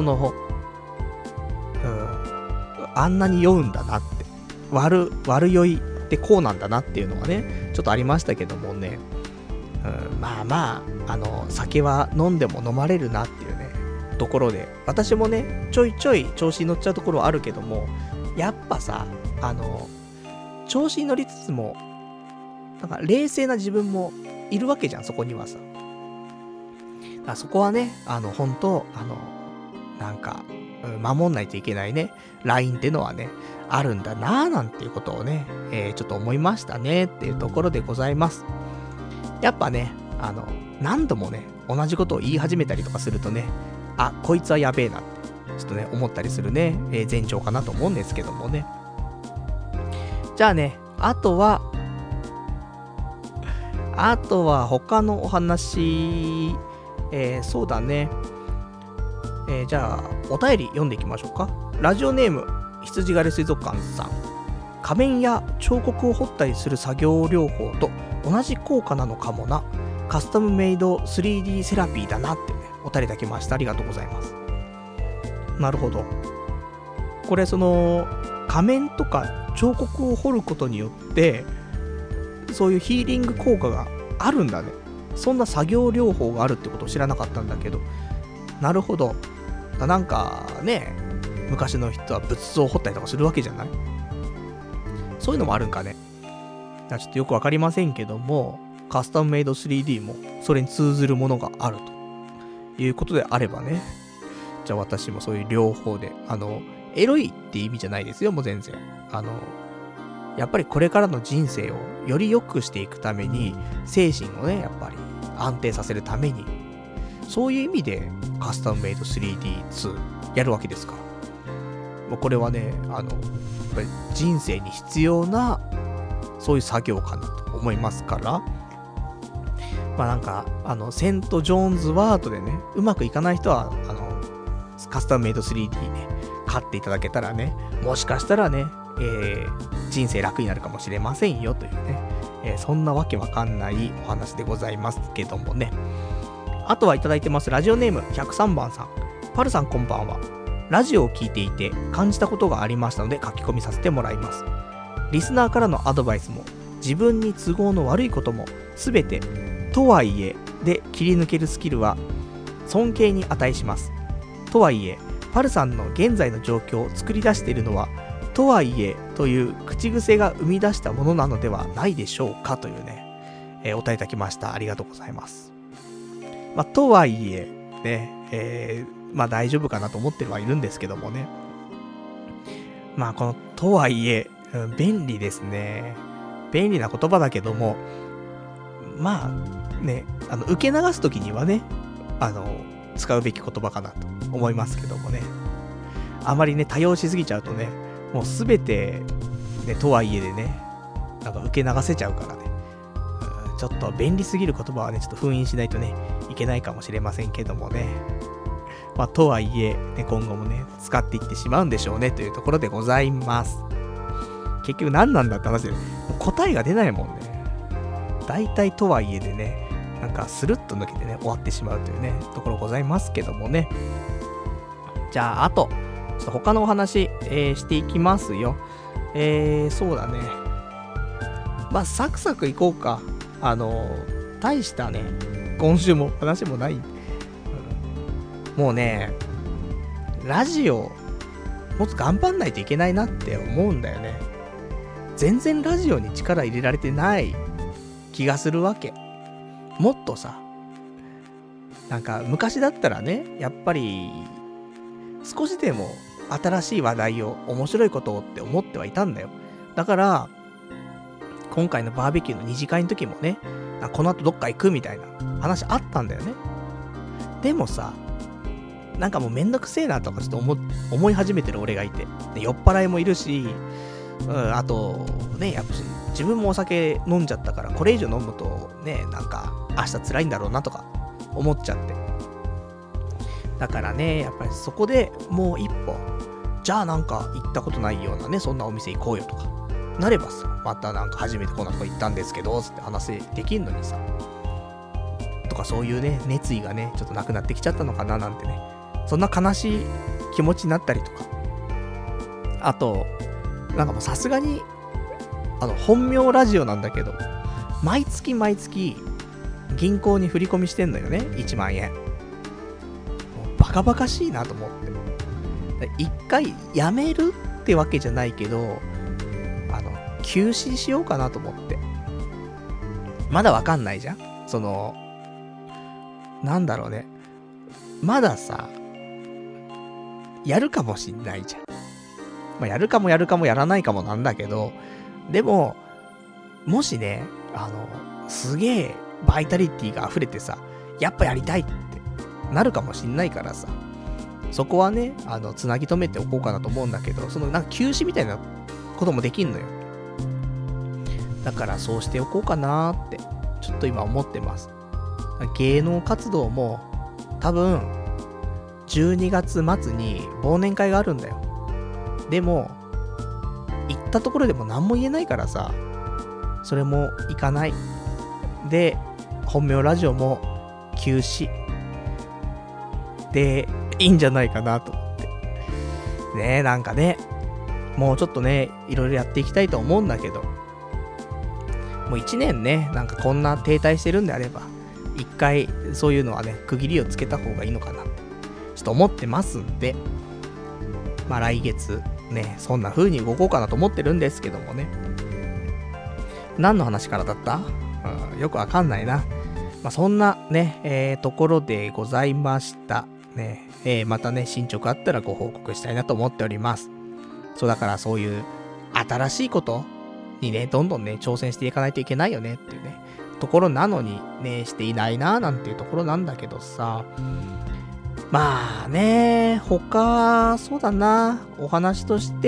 あんなに酔うんだなって。悪酔いってこうなんだなっていうのがね、ちょっとありましたけどもね。まあまあ、酒は飲んでも飲まれるなっていうね、ところで、私もね、ちょいちょい調子に乗っちゃうところはあるけども、やっぱさ、調子に乗りつつも、なんか冷静な自分もいるわけじゃん、そこにはさ。そこはね、本当なんか、守んないといけないね、ラインってのはね、あるんだなぁなんていうことをね、ちょっと思いましたねっていうところでございます。やっぱね、何度もね、同じことを言い始めたりとかするとね、あ、こいつはやべえなって、ちょっとね、思ったりするね、前兆かなと思うんですけどもね。じゃあね、あとは他のお話、そうだね。じゃあ、お便り読んでいきましょうか。ラジオネーム、羊狩り水族館さん。仮面や彫刻を彫ったりする作業療法と同じ効果なのかもな。カスタムメイド 3D セラピーだなってね、お便りいただきました。ありがとうございます。なるほど。これ仮面とか彫刻を彫ることによって、そういうヒーリング効果があるんだね。そんな作業療法があるってことを知らなかったんだけど。なるほど。なんかね、昔の人は仏像を彫ったりとかするわけじゃない？そういうのもあるんかね。ちょっとよくわかりませんけども、カスタムメイド 3D もそれに通ずるものがあるということであればね。じゃあ私もそういう療法で、エロいって意味じゃないですよ、もう全然。やっぱりこれからの人生をより良くしていくために、精神をね、やっぱり安定させるために、そういう意味でカスタムメイド 3D2 やるわけですから。もうこれはね、やっぱり人生に必要な、そういう作業かなと思いますから、まあなんか、セント・ジョーンズワードでね、うまくいかない人は、カスタムメイド 3D ね、買っていただけたらね、もしかしたらね、人生楽になるかもしれませんよというね、そんなわけわかんないお話でございますけどもね。あとはいただいてます。ラジオネーム103番さん。パルさんこんばんは。ラジオを聞いていて感じたことがありましたので書き込みさせてもらいます。リスナーからのアドバイスも自分に都合の悪いこともすべてとはいえで切り抜けるスキルは尊敬に値します。とはいえパルさんの現在の状況を作り出しているのはとはいえという口癖が生み出したものなのではないでしょうかというね、お答えいただきました。ありがとうございます。とはいえね、大丈夫かなと思ってはいるんですけどもね。このとはいえ、便利ですね。便利な言葉だけども、受け流すときにはね、使うべき言葉かなと思いますけどもね。あまりね、多用しすぎちゃうとね、もうすべて、ね、とはいえでね、受け流せちゃうからね、ちょっと便利すぎる言葉はね、ちょっと封印しないとね、いけないかもしれませんけどもね。とはいえ、ね、今後もね、使っていってしまうんでしょうね、というところでございます。結局何なんだって話で、答えが出ないもんね。大体とはいえでね、スルッと抜けてね、終わってしまうというね、ところございますけどもね。じゃあ、あと、ちょっと他のお話、していきますよ。そうだね。サクサクいこうか。大したね、今週も話もない。もうね、ラジオ、もっと頑張んないといけないなって思うんだよね。全然ラジオに力入れられてない気がするわけ。もっとさ、昔だったらね、やっぱり、少しでも新しい話題を、面白いことをって思ってはいたんだよ。だから、今回のバーベキューの二次会の時もね、この後どっか行くみたいな話あったんだよね。でもさ、もうめんどくせえなとかちょっと思い始めてる俺がいて。で酔っ払いもいるし、あと、ね、やっぱ自分もお酒飲んじゃったから、これ以上飲むとね、明日辛いんだろうなとか思っちゃって。だからね、やっぱりそこでもう一歩、じゃあ行ったことないようなね、そんなお店行こうよとか、なればさ、また初めてこんなとこ行ったんですけど、つって話できんのにさ、とかそういうね、熱意がね、ちょっとなくなってきちゃったのかななんてね、そんな悲しい気持ちになったりとか、あと、もうさすがに、本名ラジオなんだけど、毎月毎月、銀行に振り込みしてんのよね、1万円。もうバカバカしいなと思って。一回やめるってわけじゃないけど、休止しようかなと思って。まだわかんないじゃん？なんだろうね。まださ、やるかもしんないじゃん。やるかもやらないかもなんだけど、でも、もしね、すげえバイタリティが溢れてさ、やっぱやりたいってなるかもしんないからさ、そこはね、つなぎ止めておこうかなと思うんだけど、休止みたいなこともできんのよ。だからそうしておこうかなーって、ちょっと今思ってます。芸能活動も、多分、12月末に忘年会があるんだよ。でも、行ったところでも何も言えないからさ、それも行かない。で、本名ラジオも休止。で、いいんじゃないかなと思って。ねえ、もうちょっとね、いろいろやっていきたいと思うんだけど、もう1年ね、こんな停滞してるんであれば、一回そういうのはね、区切りをつけた方がいいのかなって、ちょっと思ってますんで、来月ね、そんな風に動こうかなと思ってるんですけどもね。何の話からだった？よくわかんないな。そんなね、ところでございました。ね、またね、進捗あったらご報告したいなと思っております。そうだからそういう新しいことにね、どんどんね、挑戦していかないといけないよねっていうね、ところなのにね、していないななんていうところなんだけどさ。他、そうだな、お話として、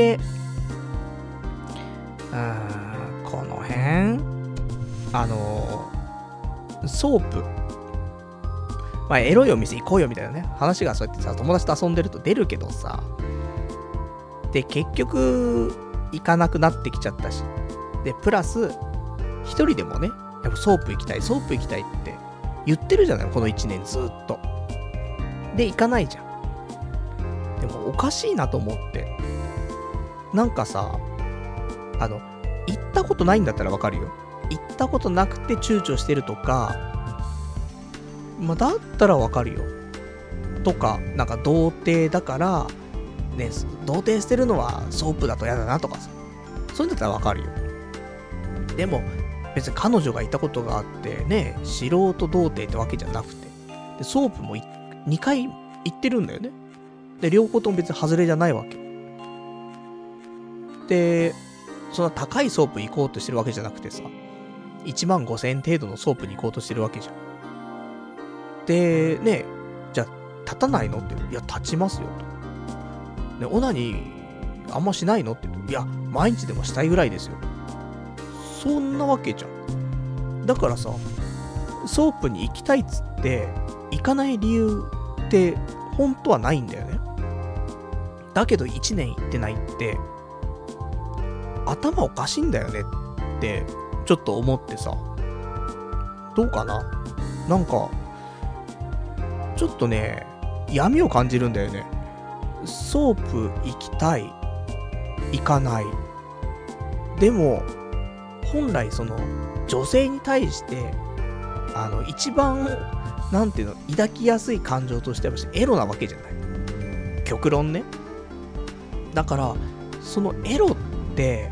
この辺ソープ。エロいお店行こうよみたいなね、話がそうやってさ、友達と遊んでると出るけどさ、で、結局、行かなくなってきちゃったし、で、プラス、一人でもね、やっぱソープ行きたいって言ってるじゃない、この1年ずっと。で、行かないじゃん。でも、おかしいなと思って。さ、行ったことないんだったらわかるよ。行ったことなくて躊躇してるとか、 まあ、だったらわかるよ。とか、なんか童貞だから、ね、童貞捨てるのはソープだと嫌だなとかさ。そういうんだったらわかるよ。でも、別に彼女がいたことがあってね、素人童貞ってわけじゃなくて。で、ソープも2回行ってるんだよね。で、両方とも別に外れじゃないわけ。で、そんな高いソープ行こうとしてるわけじゃなくてさ、15,000円程度のソープに行こうとしてるわけじゃん。で、ね、じゃあ、立たないのって言うと、いや、立ちますよと。で、オナニー、あんましないのって言うと、いや、毎日でもしたいぐらいですよ。そんなわけじゃん。だからさ、ソープに行きたいっつって、行かない理由って、本当はないんだよね。だけど1年行ってないって、頭おかしいんだよねって、ちょっと思ってさ、どうかな？なんか、ちょっとね、闇を感じるんだよね。ソープ行きたい、行かない。でも、本来その、女性に対して、一番、なんていうの、抱きやすい感情としては、エロなわけじゃない。極論ね。だから、そのエロって、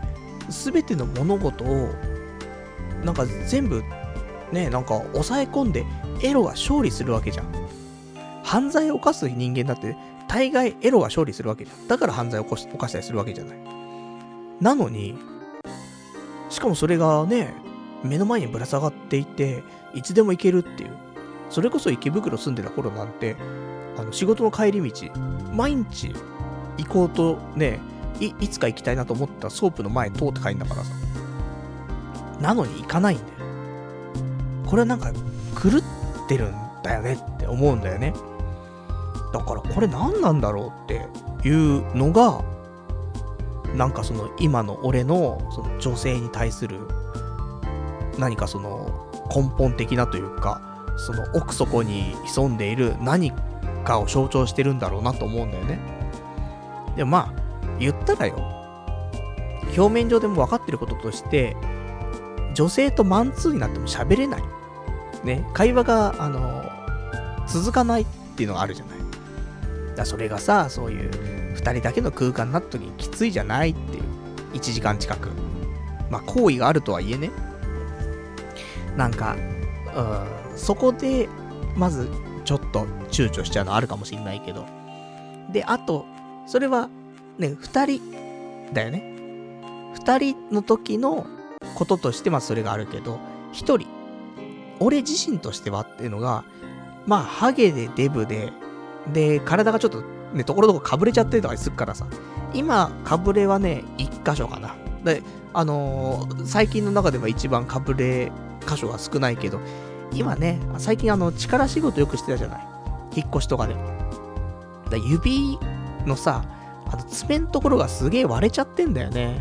すべての物事を、なんか全部、ね、なんか抑え込んで、エロが勝利するわけじゃん。犯罪を犯す人間だって、大概エロが勝利するわけじゃん。だから犯罪を犯したりするわけじゃない。なのに、しかもそれがね、目の前にぶら下がっていて、いつでも行けるっていう。それこそ池袋住んでた頃なんて、仕事の帰り道、毎日行こうとね、いつか行きたいなと思ったソープの前通って帰んだからさ。なのに行かないんだよ。これはなんか狂ってるんだよねって思うんだよね。だからこれ何なんだろうっていうのが、なんかその今の俺のその女性に対する何かその根本的なというか、その奥底に潜んでいる何かを象徴してるんだろうなと思うんだよね。でもまあ言ったらよ、表面上でも分かってることとして、女性とマンツーになっても喋れないね、会話が続かないっていうのがあるじゃない。だそれがさ、そういう2人だけの空間になった時にきついじゃないっていう。1時間近く、まあ行為があるとはいえね、なんかそこでまずちょっと躊躇しちゃうのあるかもしんないけど、であとそれはね、2人だよね。2人の時のこととしてまあそれがあるけど、1人俺自身としてはっていうのが、まあハゲでデブで体がちょっとね、ところどころかぶれちゃってるとかするからさ、今かぶれはね1箇所かな。で最近の中では一番かぶれ箇所が少ないけど、今ね、最近力仕事よくしてたじゃない、引っ越しとかで。指のさ、爪のところがすげえ割れちゃってんだよね。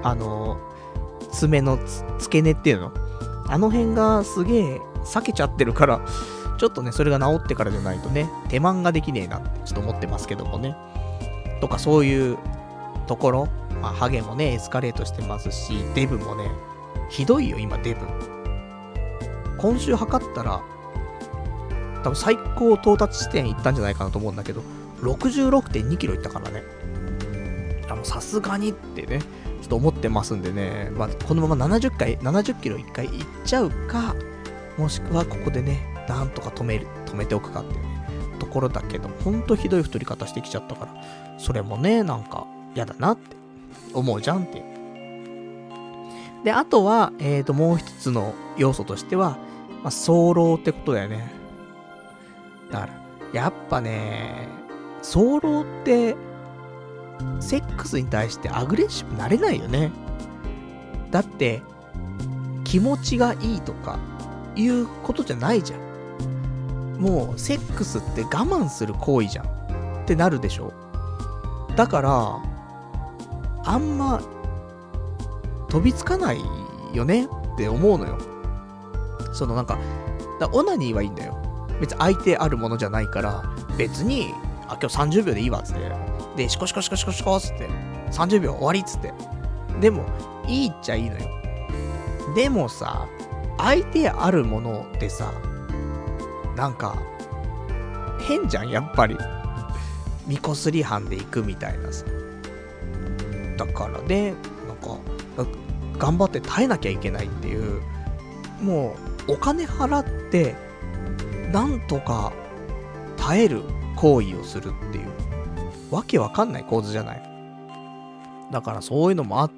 爪の付け根っていうの、あの辺がすげえ裂けちゃってるから、ちょっとね、それが治ってからじゃないとね、手間ができねえなってちょっと思ってますけどもね。とかそういうところ、まあ、ハゲもね、エスカレートしてますし、デブもね、ひどいよ、今、デブ。今週測ったら、多分最高到達地点行ったんじゃないかなと思うんだけど、66.2 キロ行ったからね。さすがにってね、ちょっと思ってますんでね、まあ、このまま70キロ1回行っちゃうか、もしくはここでね、なんとか止めておくかっていう、ね、ところだけど、ほんとひどい太り方してきちゃったから、それもね、なんか嫌だなって思うじゃんっていう。で、あとは、もう一つの要素としては、まあ、早漏ってことだよね。だから、やっぱね、早漏って、セックスに対してアグレッシブになれないよね。だって、気持ちがいいとか、いうことじゃないじゃん。もう、セックスって我慢する行為じゃん。ってなるでしょ。だから、あんま、飛びつかないよねって思うのよ。そのなんか、オナニーはいいんだよ。別に相手あるものじゃないから、別に、今日30秒でいいわっつって。で、シコシコシコシコシコっつって。30秒終わりっつって。でも、いいっちゃいいのよ。でもさ、相手あるものでさ、 なんか、変じゃん、やっぱり。みこすり班で行くみたいなさ。だからね、なんか、頑張って耐えなきゃいけないっていう、もう、お金払って、なんとか耐える行為をするっていう、わけわかんない構図じゃない。だからそういうのもあって、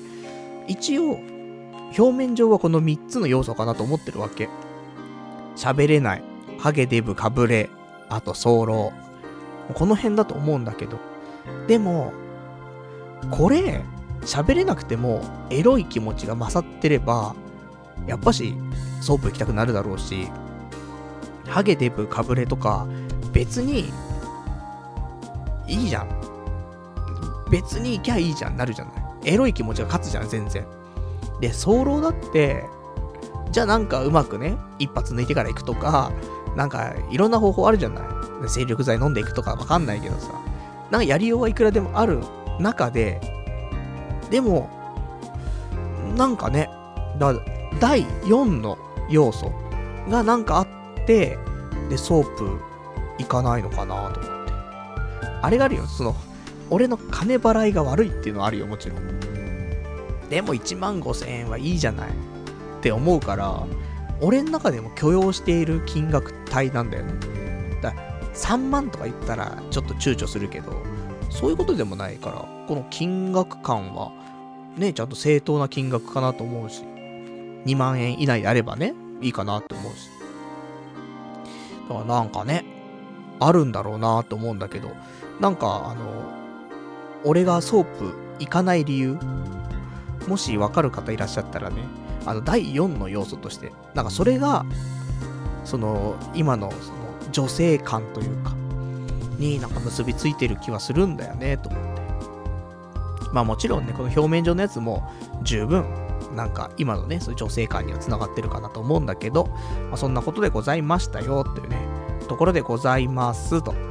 一応、表面上はこの3つの要素かなと思ってるわけ。喋れない、ハゲデブかぶれ、あと早漏。この辺だと思うんだけど。でも、これ、喋れなくてもエロい気持ちが勝ってれば、やっぱし、ソープ行きたくなるだろうし、ハゲデブかぶれとか、別に、いいじゃん。別に行きゃいいじゃん、なるじゃない。エロい気持ちが勝つじゃん、全然。で、早漏だって、じゃあなんかうまくね、一発抜いてから行くとか、なんかいろんな方法あるじゃない。精力剤飲んでいくとかわかんないけどさ、なんかやりようはいくらでもある中で、でも、なんかね、第4の要素がなんかあって、で、ソープ行かないのかなと思って。あれがあるよ、俺の金払いが悪いっていうのはあるよ、もちろん。でも15,000円はいいじゃないって思うから、俺の中でも許容している金額帯なんだよね。だから3万とか言ったらちょっと躊躇するけど、そういうことでもないから、この金額感はね、ちゃんと正当な金額かなと思うし、2万円以内であればね、いいかなって思うし。だからなんかね、あるんだろうなと思うんだけど、なんか俺がソープ行かない理由、もしわかる方いらっしゃったらね、第4の要素として、なんかそれが、今の女性感というか、になんか結びついてる気はするんだよね、と思って。まあもちろんね、この表面上のやつも十分、なんか今のね、そういう女性感には繋がってるかなと思うんだけど、まあ、そんなことでございましたよ、というね、ところでございますと。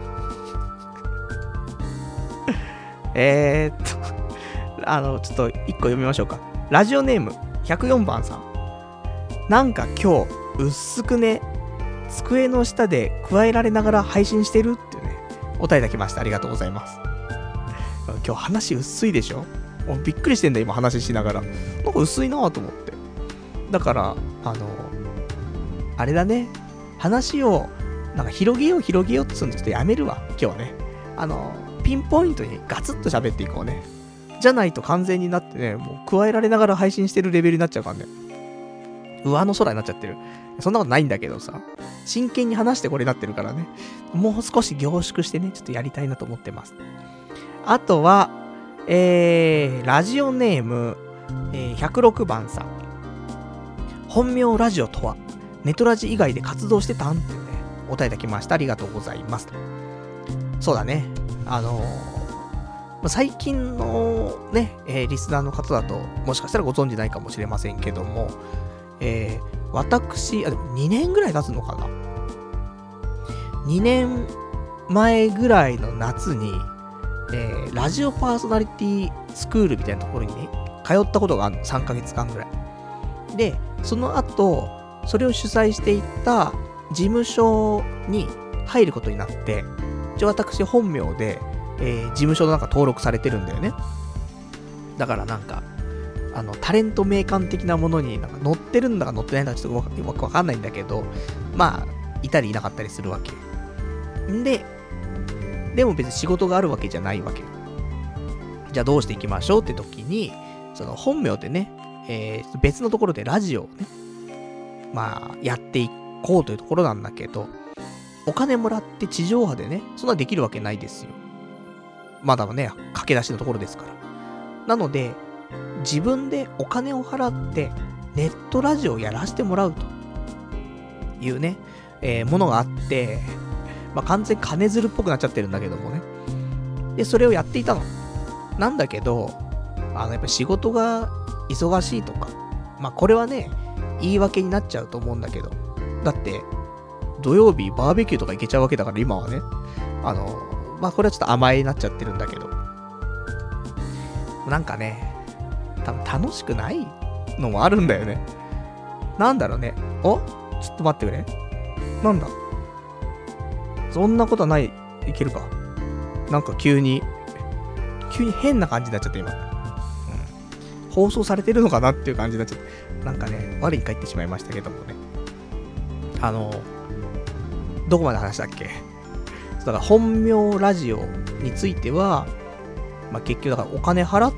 ちょっと一個読みましょうか。ラジオネーム104番さん。なんか今日薄くね、机の下で加えられながら配信してるっていうね、お便りいただきました。ありがとうございます。今日話薄いでしょ。びっくりしてんだ今話しながら。なんか薄いなぁと思って。だからあれだね。話をなんか広げようってするのちょっとやめるわ今日ね。ピンポイントにガツッと喋っていこうね。じゃないと完全になってね、もう加えられながら配信してるレベルになっちゃうからね。上の空になっちゃってる。そんなことないんだけどさ、真剣に話してこれになってるからね。もう少し凝縮してね、ちょっとやりたいなと思ってます。あとは、ラジオネーム、106番さん。本名ラジオとは、ネトラジ以外で活動してたんっていうね、お便りいただきました。ありがとうございます。そうだね。最近のね、リスナーの方だと、もしかしたらご存知ないかもしれませんけども、私、でも2年ぐらい経つのかな。2年前ぐらいの夏に、ラジオパーソナリティスクールみたいなところにね、通ったことがあるの。3ヶ月間ぐらい。で、その後、それを主催していた事務所に入ることになって、一応私本名で、事務所の中登録されてるんだよね。だからなんか、タレント名鑑的なものになんか載ってるんだか載ってないんだかちょっとわかんないんだけど、まあ、いたりいなかったりするわけ。でも別に仕事があるわけじゃないわけ。じゃあどうしていきましょうって時に、その本名でね、別のところでラジオをね、まあ、やっていこうというところなんだけど、お金もらって地上波でね、そんなできるわけないですよ。まだね、駆け出しのところですから。なので、自分でお金を払ってネットラジオをやらせてもらうというね、ものがあって、まあ、完全金づるっぽくなっちゃってるんだけどもね。で、それをやっていたの。なんだけど、やっぱり仕事が忙しいとか、まあ、これはね、言い訳になっちゃうと思うんだけど、だって、土曜日バーベキューとか行けちゃうわけだから今はね、まあ、これはちょっと甘えになっちゃってるんだけど、なんかね、多分楽しくないのもあるんだよね。なんだろうね。ちょっと待ってくれ。なんだそんなことはない、いけるか。なんか急に変な感じになっちゃって今。放送されてるのかなっていう感じになっちゃって。なんかね、我に返ってしまいましたけどもね。どこまで話したっけ？だから本名ラジオについては、まあ、結局だからお金払って、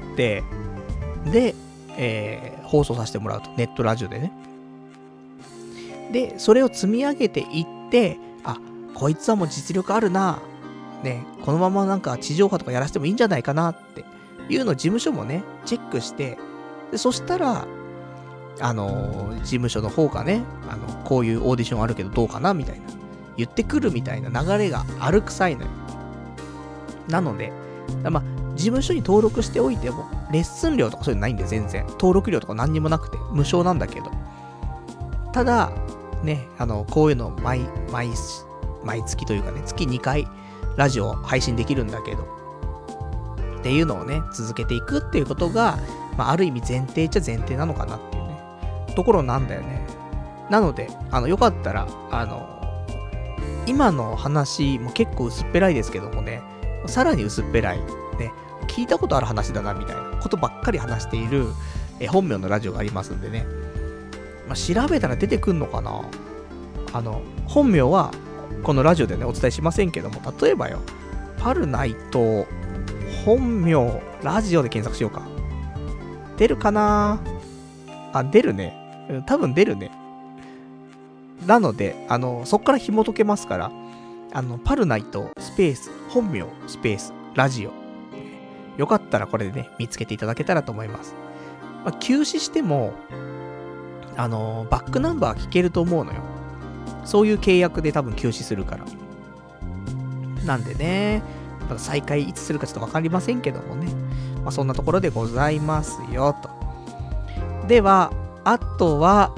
で、放送させてもらうと。ネットラジオでね。で、それを積み上げていって、あ、こいつはもう実力あるな。ね、このままなんか地上波とかやらせてもいいんじゃないかなっていうのを事務所もね、チェックして、でそしたら、事務所の方がね、こういうオーディションあるけどどうかなみたいな。言ってくるみたいな流れがあるくさいのよ。なので、まあ、事務所に登録しておいても、レッスン料とかそういうのないんで全然。登録料とか何にもなくて、無償なんだけど。ただ、ね、こういうの毎月というかね、月2回ラジオ配信できるんだけど、っていうのをね、続けていくっていうことが、まあ、ある意味前提っちゃ前提なのかなっていうね、ところなんだよね。なので、よかったら、今の話も結構薄っぺらいですけどもね、さらに薄っぺらい、ね、聞いたことある話だなみたいなことばっかり話している、本名のラジオがありますんでね、まあ、調べたら出てくんのかな。本名はこのラジオでねお伝えしませんけども、例えばよ、パルナイト本名ラジオで検索しようか。出るかなあ、出るね。多分出るね。なので、そっから紐解けますから、パルナイトスペース本名スペースラジオ、よかったらこれでね見つけていただけたらと思います。まあ、休止してもバックナンバー聞けると思うのよ。そういう契約で多分休止するから。なんでね、まだ再開いつするかちょっとわかりませんけどもね、まあ、そんなところでございますよと。では、あとは、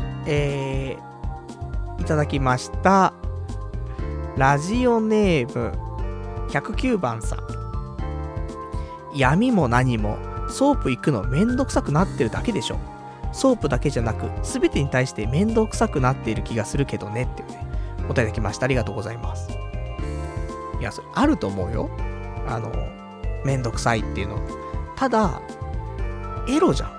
いただきました。ラジオネーム109番さん。闇も何もソープ行くのめんどくさくなってるだけでしょ。ソープだけじゃなく全てに対してめんどくさくなっている気がするけどねっていうね、お答えいただきました。ありがとうございます。いや、それあると思うよ。めんどくさいっていうの。ただエロじゃん。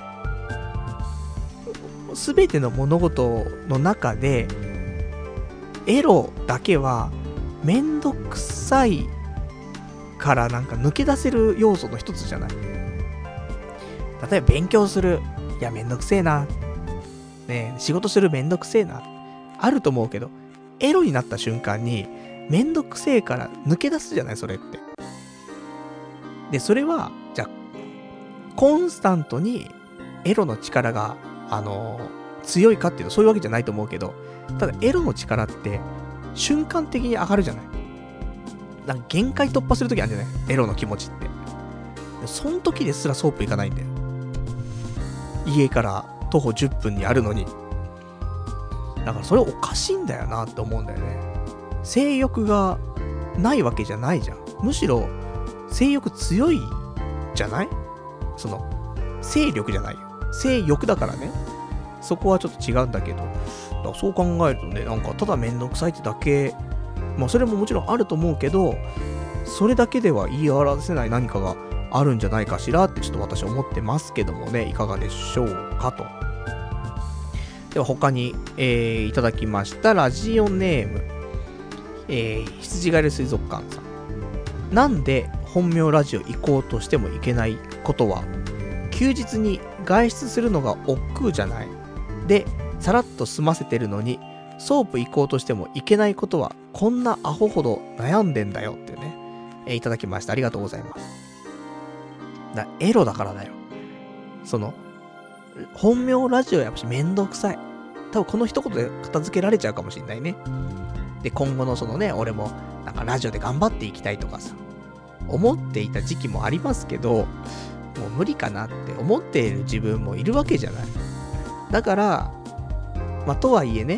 全ての物事の中でエロだけはめんどくさいからなんか抜け出せる要素の一つじゃない。例えば勉強する、いやめんどくせえな、ね、仕事するめんどくせえな、あると思うけど、エロになった瞬間にめんどくせえから抜け出すじゃない、それって。で、それはじゃあコンスタントにエロの力が強いかっていうとそういうわけじゃないと思うけど、ただエロの力って瞬間的に上がるじゃない。なんか限界突破するときあるんじゃない、エロの気持ちって。その時ですらソープ行かないんだよ。家から徒歩10分にあるのに。だからそれおかしいんだよなって思うんだよね。性欲がないわけじゃないじゃん。むしろ性欲強いじゃない？その性力じゃないよ、性欲だからね。そこはちょっと違うんだけど、だからそう考えるとね、なんかただめんどくさいってだけ、まあそれももちろんあると思うけど、それだけでは言い表せない何かがあるんじゃないかしらってちょっと私は思ってますけどもね、いかがでしょうかと。では他に、いただきましたラジオネーム、羊狩り水族館さん。なんで本名ラジオ行こうとしてもいけないことは、休日に外出するのが億劫じゃない。で、さらっと済ませてるのに、ソープ行こうとしてもいけないことは、こんなアホほど悩んでんだよっていうね、いただきました。ありがとうございます。エロだからだよ。その、本名ラジオやっぱしめんどくさい。多分この一言で片付けられちゃうかもしれないね。で、今後のそのね、俺もなんかラジオで頑張っていきたいとかさ、思っていた時期もありますけど、もう無理かなって思っている自分もいるわけじゃない。だから、まあ、とはいえね、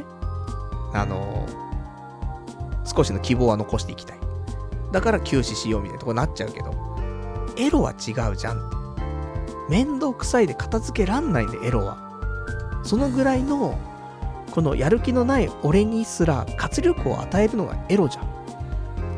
少しの希望は残していきたい。だから休止しようみたいなとこになっちゃうけど、エロは違うじゃんって。めんどくさいで片付けらんないんで、エロは。そのぐらいの、このやる気のない俺にすら活力を与えるのがエロじゃん。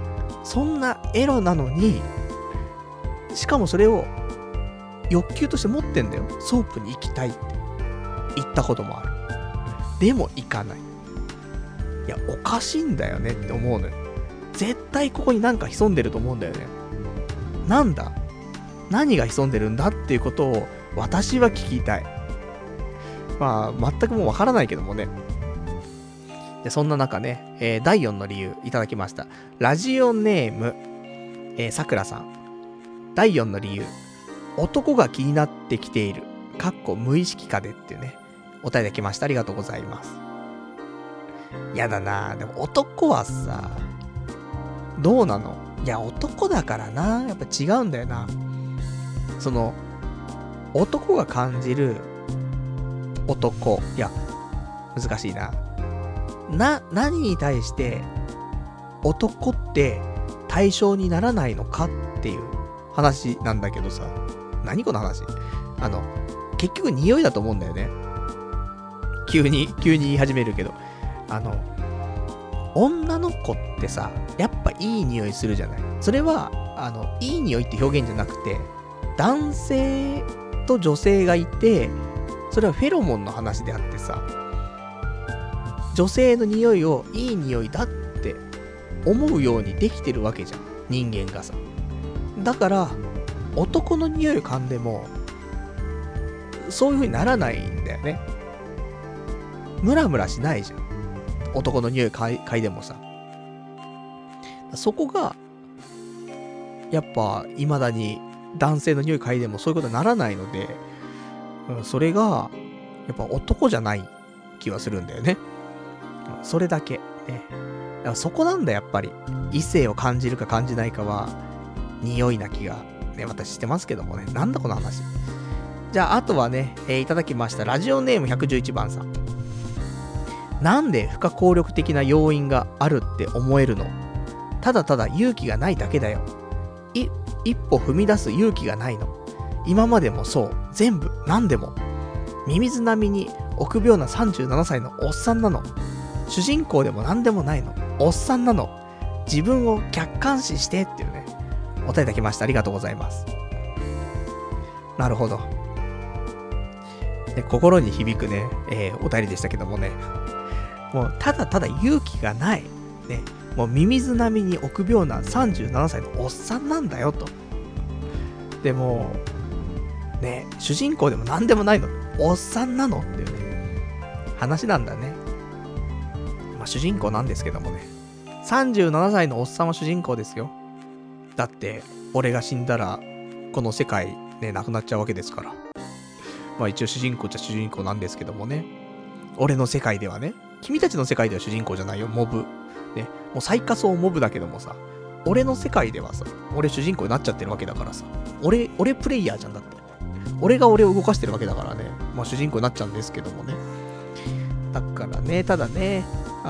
そんなエロなのに、しかもそれを欲求として持ってんだよ。ソープに行きたいって言ったこともある。でも行かない。いや、おかしいんだよねって思うのよ。絶対ここになんか潜んでると思うんだよね。なんだ？何が潜んでるんだっていうことを私は聞きたい。まあ、全くもうわからないけどもね。で、そんな中ね、第4の理由いただきました。ラジオネーム、さくらさん。第4の理由。男が気になってきている。かっこ無意識化でっていうね、お便りいただきました。ありがとうございます。やだなぁ。でも男はさ、どうなの？いや、男だからな。やっぱ違うんだよな。その、男が感じる男。いや、難しいな。何に対して男って対象にならないのかっていう話なんだけどさ。何この話？結局匂いだと思うんだよね。急に言い始めるけど。女の子ってさ、やっぱいい匂いするじゃない。それは、いい匂いって表現じゃなくて、男性と女性がいて、それはフェロモンの話であってさ、女性の匂いをいい匂いだって思うようにできてるわけじゃん。人間がさ。だから、男の匂いを嗅んでも、そういう風にならないんだよね。ムラムラしないじゃん。男の匂い嗅いでもさ。そこが、やっぱ、未だに男性の匂い嗅いでもそういうことにならないので、それが、やっぱ男じゃない気はするんだよね。それだけ。ね。だからそこなんだ、やっぱり。異性を感じるか感じないかは、匂いな気が、ね、私してますけどもね。なんだこの話。じゃあ、あとはね、いただきました。ラジオネーム111番さん。なんで不可抗力的な要因があるって思えるの？ただただ勇気がないだけだよ。一歩踏み出す勇気がないの。今までもそう。全部。何でも。ミミズ並みに臆病な37歳のおっさんなの。主人公でも何でもないの。おっさんなの。自分を客観視してっていうね、お便りいただきました。ありがとうございます。なるほど。心に響くね、お便りでしたけどもね。もうただただ勇気がない。ね。もうミミズ並みに臆病な37歳のおっさんなんだよと。でも、ね、主人公でも何でもないの。おっさんなのっていうね、話なんだね。まあ主人公なんですけどもね。37歳のおっさんは主人公ですよ。だって、俺が死んだら、この世界ね、なくなっちゃうわけですから。まあ一応主人公っちゃ主人公なんですけどもね。俺の世界ではね。君たちの世界では主人公じゃないよ、モブ。ね。もう最下層モブだけどもさ。俺の世界ではさ、俺主人公になっちゃってるわけだからさ。俺プレイヤーじゃんだって。俺が俺を動かしてるわけだからね。まあ主人公になっちゃうんですけどもね。だからね、ただね、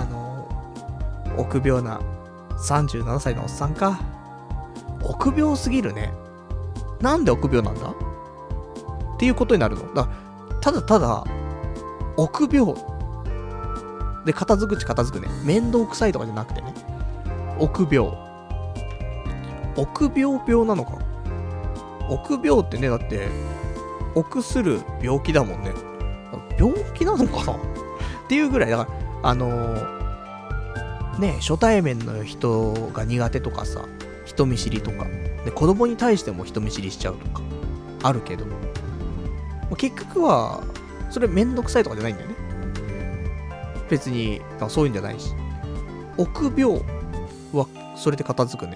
臆病な37歳のおっさんか。臆病すぎるね。なんで臆病なんだっていうことになるの。だからただただ、臆病。で、片付くね。面倒くさいとかじゃなくてね。臆病。臆病病なのか。臆病ってね、だって、臆する病気だもんね。病気なのかなっていうぐらい、だから、ね、初対面の人が苦手とかさ、人見知りとか。で、子供に対しても人見知りしちゃうとか、あるけど。結局は、それめんどくさいとかじゃないんだよね。別に、そういうんじゃないし。臆病は、それで片付くね。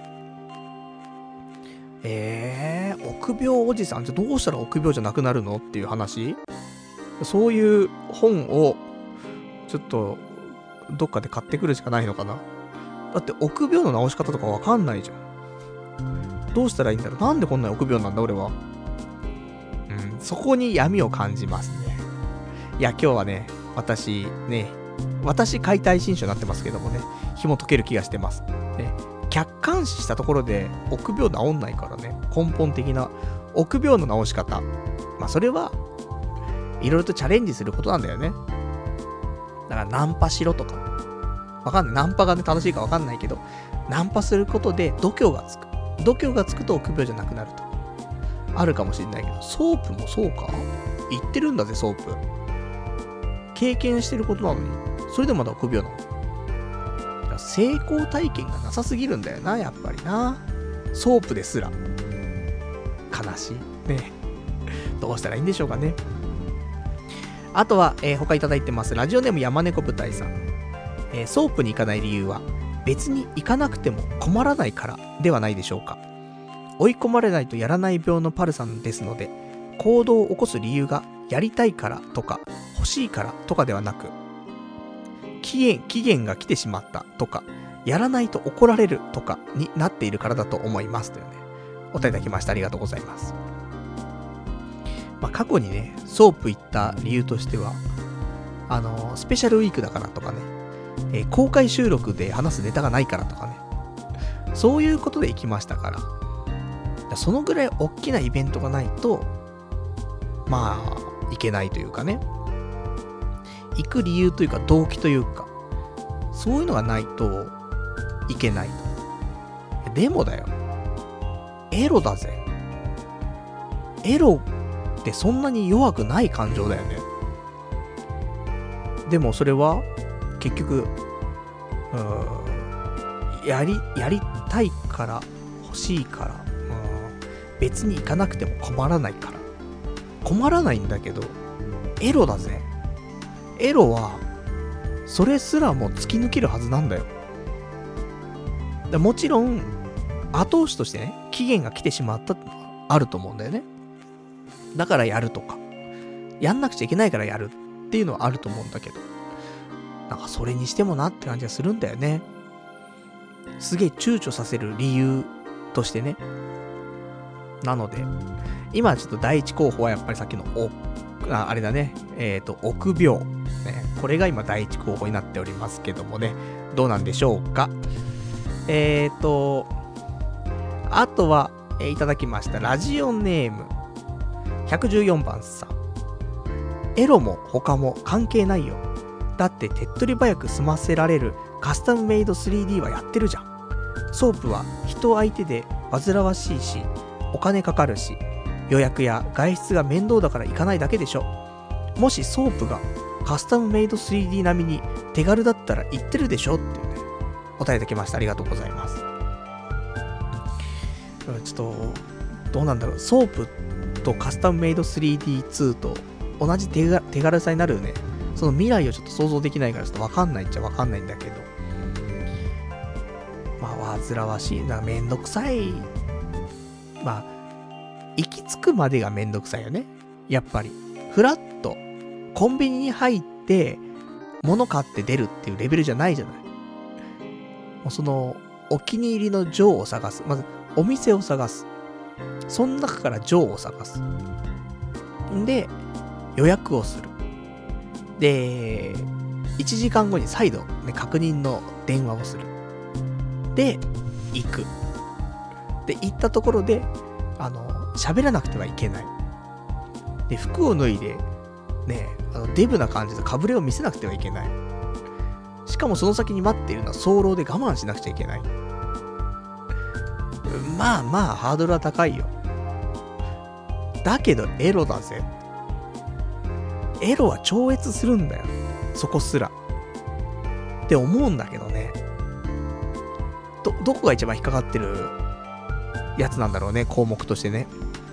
臆病おじさん、じゃどうしたら臆病じゃなくなるのっていう話？そういう本を、ちょっと、どっかで買ってくるしかないのかな。だって、臆病の治し方とかわかんないじゃん。どうしたらいいんだろう。なんでこんなに臆病なんだ、俺は。そこに闇を感じますね。いや、今日はね、私解体新書になってますけどもね、紐解ける気がしてます。ね、客観視したところで臆病治んないからね、根本的な臆病の治し方。まあそれはいろいろとチャレンジすることなんだよね。だからナンパしろとか、 わかんない。ナンパがね、楽しいかわかんないけど、ナンパすることで度胸がつく。度胸がつくと臆病じゃなくなると。あるかもしれないけど、ソープもそうか？言ってるんだぜ、ソープ。経験してることなのに、それでまだ臆病なの。成功体験がなさすぎるんだよな、やっぱりな。ソープですら。悲しい。ね。どうしたらいいんでしょうかね。あとは、他いただいてます。ラジオネーム山猫舞台さん。ソープに行かない理由は、別に行かなくても困らないからではないでしょうか。追い込まれないとやらない病のパルさんですので、行動を起こす理由がやりたいからとか、欲しいからとかではなく、期限が来てしまったとか、やらないと怒られるとかになっているからだと思いますというね、お答えいただきました。ありがとうございます。過去にね、ソープ行った理由としては、スペシャルウィークだからとかね、公開収録で話すネタがないからとかね、そういうことで行きましたから、そのぐらい大きなイベントがないと、行けないというかね、行く理由というか動機というか、そういうのがないといけないと。でもだよ、エロだぜ。エロってそんなに弱くない感情だよね。でもそれは結局やりたいから欲しいから、別に行かなくても困らないから。困らないんだけど、エロだぜ。エロはそれすらも突き抜けるはずなんだよ。もちろん後押しとしてね、期限が来てしまったってのはあると思うんだよね。だからやるとか、やんなくちゃいけないからやるっていうのはあると思うんだけど、なんかそれにしてもなって感じがするんだよね。すげえ躊躇させる理由としてね。なので今ちょっと第一候補はやっぱりさっきのあれだね、臆病、ね、これが今第一候補になっておりますけどもね、どうなんでしょうか。あとは、いただきましたラジオネーム114番さん。エロも他も関係ないよ。だって手っ取り早く済ませられるカスタムメイド 3D はやってるじゃん。ソープは人相手で煩わしいし、お金かかるし、予約や外出が面倒だから行かないだけでしょ。もしソープがカスタムメイド 3D 並みに手軽だったら行ってるでしょっていうね、お答えいただきました。ありがとうございます。ちょっとどうなんだろう。ソープとカスタムメイド 3D2 と同じ手軽さになるよね。その未来をちょっと想像できないからちょっとわかんないっちゃわかんないんだけど、煩わしいな、めんどくさい。行き着くまでがめんどくさいよね。やっぱりフラッとコンビニに入って物買って出るっていうレベルじゃないじゃない。もうそのお気に入りのジョーを探す。まずお店を探す。その中からジョーを探す。で予約をする。で1時間後に再度、ね、確認の電話をする。で行く。で行ったところで喋らなくてはいけない。で服を脱いでね、デブな感じでかぶれを見せなくてはいけない。しかもその先に待っているのは早漏で我慢しなくちゃいけない。ハードルは高いよ。だけどエロだぜ。エロは超越するんだよ、そこすらって思うんだけどね。どこが一番引っかかってるやつなんだろうね、項目としてね。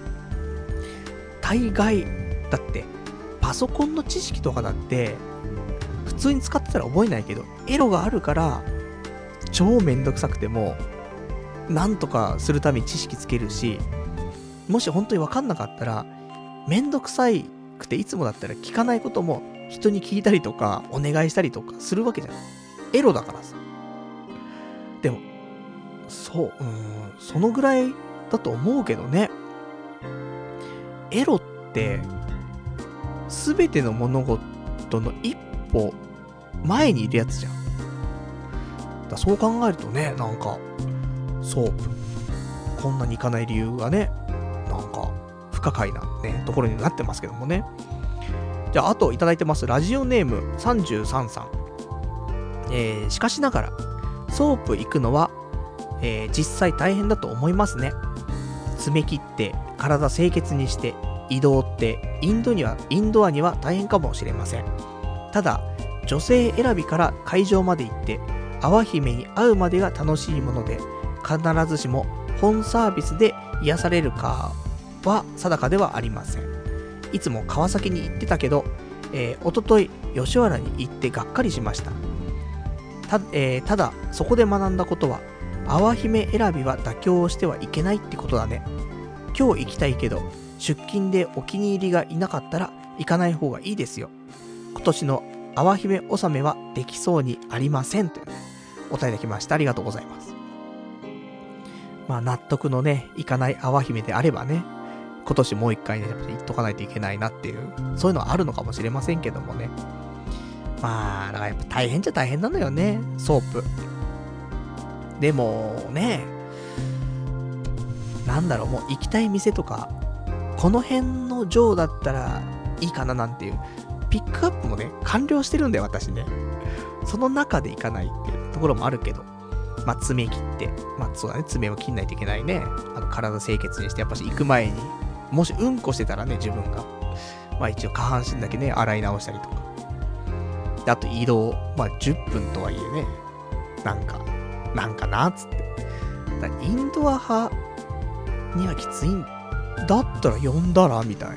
大概だってパソコンの知識とかだって普通に使ってたら覚えないけど、エロがあるから超めんどくさくてもなんとかするために知識つけるし、もし本当に分かんなかったらめんどくさくていつもだったら聞かないことも人に聞いたりとかお願いしたりとかするわけじゃん。エロだからさ。でもそのぐらいだと思うけどね。エロって全ての物事の一歩前にいるやつじゃん。だそう考えるとね、なんかソープこんなにいかない理由がね、なんか不可解なねところになってますけどもね。じゃああといただいてます。ラジオネーム33さん。 しかしながら、ソープ行くのは、実際大変だと思いますね。爪切って体清潔にして移動ってインドアには大変かもしれません。ただ女性選びから会場まで行って淡姫に会うまでが楽しいもので、必ずしも本サービスで癒されるかは定かではありません。いつも川崎に行ってたけど、おととい吉原に行ってがっかりしました。ただそこで学んだことは、淡姫選びは妥協してはいけないってことだね。今日行きたいけど出勤でお気に入りがいなかったら行かない方がいいですよ。今年の淡姫納めはできそうにありませんというね、お答えいただきました。ありがとうございます。まあ納得のねいかない淡姫であればね、今年もう一回ね行っとかないといけないなっていう、そういうのはあるのかもしれませんけどもね。まあだからやっぱ大変じゃ大変なのよね、ソープ。でもね、なんだろう、もう行きたい店とかこの辺の上だったらいいかななんていうピックアップもね完了してるんだよ私ね。その中で行かないっていうところもあるけど、まあ爪切って、まあそうだね、爪を切んないといけないね。体清潔にして、やっぱし行く前にもしうんこしてたらね、自分がまあ一応下半身だけね洗い直したりとかで、あと移動、まあ10分とはいえね、なんかなっつって、だインドア派にはきついんだったら呼んだらみたい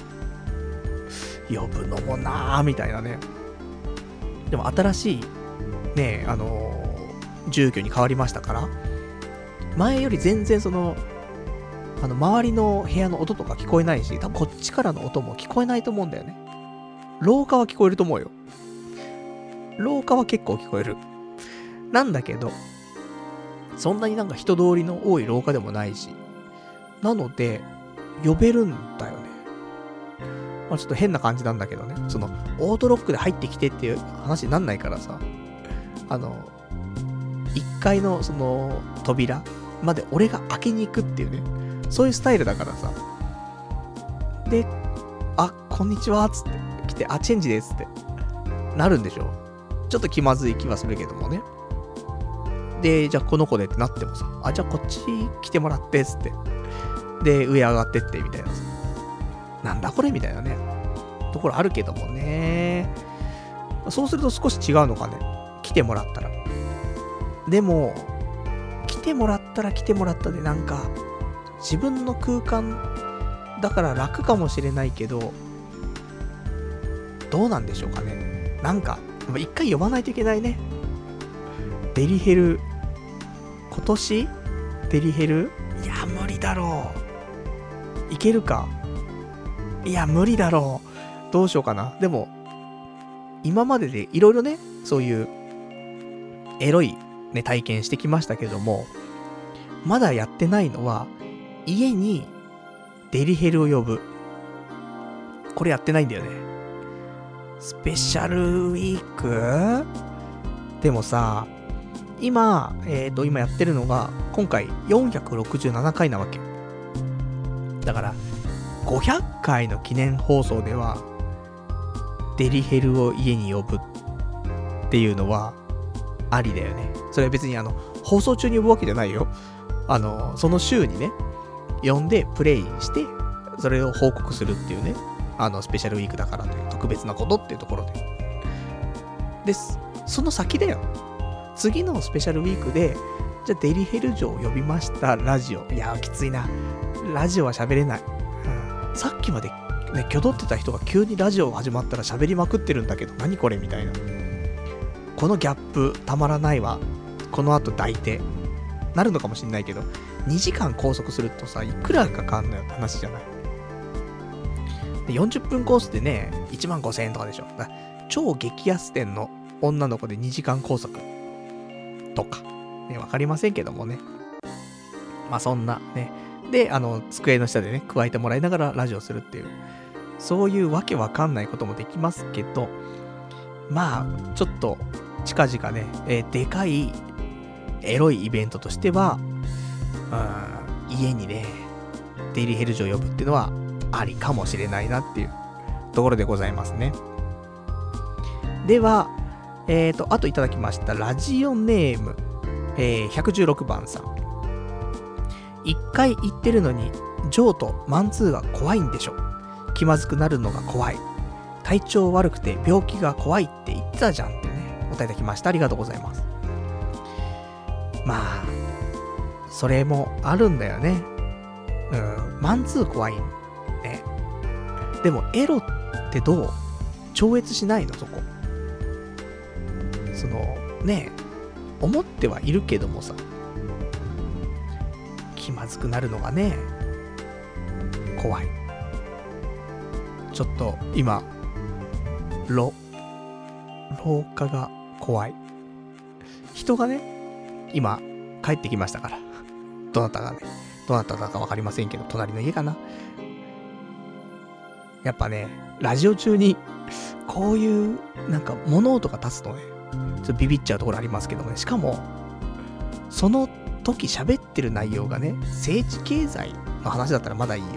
な、呼ぶのもなーみたいなね。でも新しいね、住居に変わりましたから、前より全然その周りの部屋の音とか聞こえないし、多分こっちからの音も聞こえないと思うんだよね。廊下は聞こえると思うよ。廊下は結構聞こえる。なんだけど、そんなになんか人通りの多い廊下でもないし、なので呼べるんだよね。まあちょっと変な感じなんだけどね。そのオートロックで入ってきてっていう話になんないからさ、1階のその扉まで俺が開けに行くっていうね、そういうスタイルだからさ。で、あ、こんにちはっつって来て、あ、チェンジですってなるんでしょ。ちょっと気まずい気はするけどもね。で、じゃあこの子でってなってもさ、あ、じゃあこっち来てもらってっつって、で上上がってってみたいなさ、なんだこれみたいなねところあるけどもね。そうすると少し違うのかね、来てもらったら。でも来てもらったで、なんか自分の空間だから楽かもしれないけど、どうなんでしょうかね。なんか一回呼ばないといけないね。デリヘル、今年デリヘル、いや無理だろう。いけるか、いや無理だろう。どうしようかな。でも今まででいろいろね、そういうエロいね体験してきましたけども、まだやってないのは家にデリヘルを呼ぶ。これやってないんだよね。スペシャルウィークでもさ、今やってるのが今回467回なわけだから、500回の記念放送ではデリヘルを家に呼ぶっていうのはありだよね。それは別に放送中に呼ぶわけじゃないよ。その週にね呼んでプレイして、それを報告するっていうね、スペシャルウィークだからという特別なことっていうところでその先だよ。次のスペシャルウィークで、じゃあデリヘル嬢を呼びました、ラジオ。いやきついな、ラジオは喋れない、さっきまでね挙動ってた人が急にラジオ始まったら喋りまくってるんだけど、何これみたいな。このギャップたまらないわ。この後抱いてなるのかもしんないけど、2時間拘束するとさ、いくらかかんのよって話じゃない。で40分コースでね15,000円とかでしょ。だから超激安店の女の子で2時間拘束とかね、わかりませんけどもね。まあそんなね、で机の下でね加えてもらいながらラジオするっていう、そういうわけわかんないこともできますけど、まあちょっと近々ね、でかいエロいイベントとしては、家にねデリヘル嬢を呼ぶっていうのはありかもしれないなっていうところでございますね。では、 あといただきました。ラジオネーム、116番さん。一回言ってるのに、ジョーとマンツーが怖いんでしょ。気まずくなるのが怖い。体調悪くて病気が怖いって言ってたじゃんってね、お答えいただきました。ありがとうございます。まあ、それもあるんだよね。マンツー怖いね。でもエロってどう？超越しないのそこ。そのね、思ってはいるけどもさ、気まずくなるのがね、怖い。ちょっと今廊下が怖い。人がね、今帰ってきましたから。どなただかわかりませんけど、隣の家かな。やっぱね、ラジオ中にこういうなんか物音が立つとね、ちょっとビビっちゃうところありますけどもね。しかもその時喋ってる内容がね、政治経済の話だったらまだいいよ。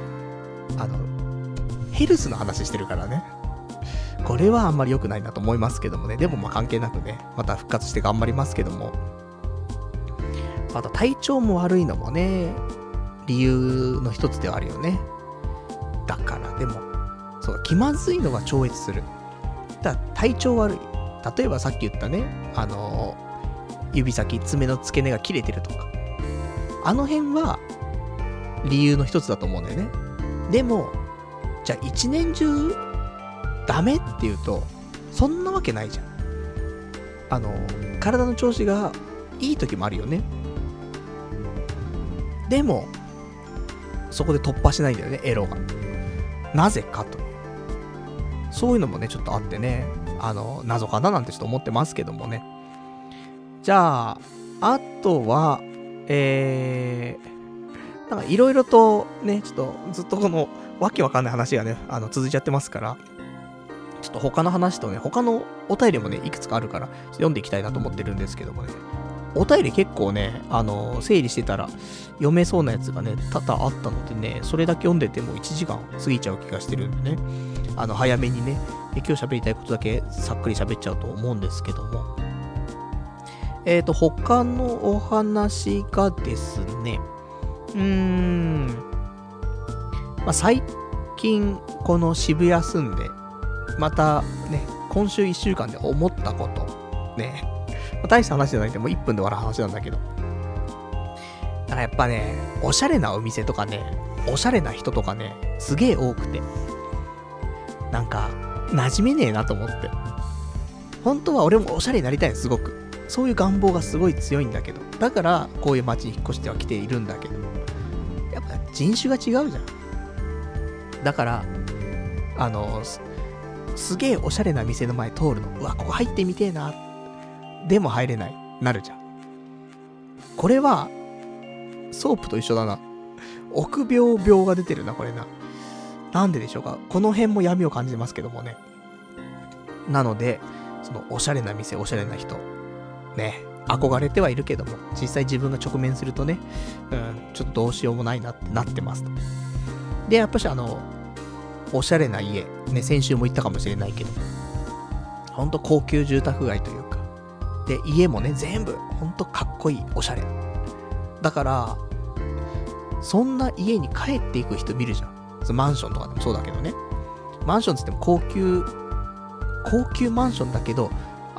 ヘルスの話してるからね。これはあんまり良くないなと思いますけどもね。でもまあ関係なくね、また復活して頑張りますけども。あと体調も悪いのもね、理由の一つではあるよね。だからでも、そう気まずいのは超越する。だから体調悪い。例えばさっき言ったね、指先、爪の付け根が切れてるとか。あの辺は理由の一つだと思うんだよね。でも、じゃあ一年中ダメっていうと、そんなわけないじゃん。体の調子がいい時もあるよね。でも、そこで突破しないんだよね、エロが。なぜかと。そういうのもね、ちょっとあってね、謎かななんてちょっと思ってますけどもね。じゃあ、あとは、なんかいろいろとね、ちょっとずっとこのわけわかんない話がね、続いちゃってますから、ちょっと他の話とね、他のお便りもね、いくつかあるから、読んでいきたいなと思ってるんですけどもね。お便り結構ね、整理してたら読めそうなやつがね、多々あったのでね、それだけ読んでても1時間過ぎちゃう気がしてるんでね、早めにね、今日喋りたいことだけさっくり喋っちゃうと思うんですけども。他のお話がですね、まあ、最近、この渋谷住んで、またね、今週1週間で思ったこと、ね、まあ、大した話じゃないんで、もう1分で終わる話なんだけど。だからやっぱね、おしゃれなお店とかね、おしゃれな人とかね、すげえ多くて、なんか、馴染めねえなと思って。本当は俺もおしゃれになりたいの、すごく。そういう願望がすごい強いんだけど。だから、こういう街に引っ越しては来ているんだけど。やっぱ人種が違うじゃん。だから、すげえおしゃれな店の前通るの。うわ、ここ入ってみてえな。でも入れない。なるじゃん。これは、ソープと一緒だな。臆病病が出てるな、これな。なんででしょうか。この辺も闇を感じますけどもね。なので、そのおしゃれな店、おしゃれな人。ね。憧れてはいるけども、実際自分が直面するとね、ちょっとどうしようもないなってなってますと。で、やっぱしおしゃれな家、ね、先週も言ったかもしれないけど、ほんと高級住宅街というか、で、家もね、全部、ほんとかっこいい、おしゃれ。だから、そんな家に帰っていく人見るじゃん。マンションとかでもそうだけどね。マンションつっても高級マンションだけど、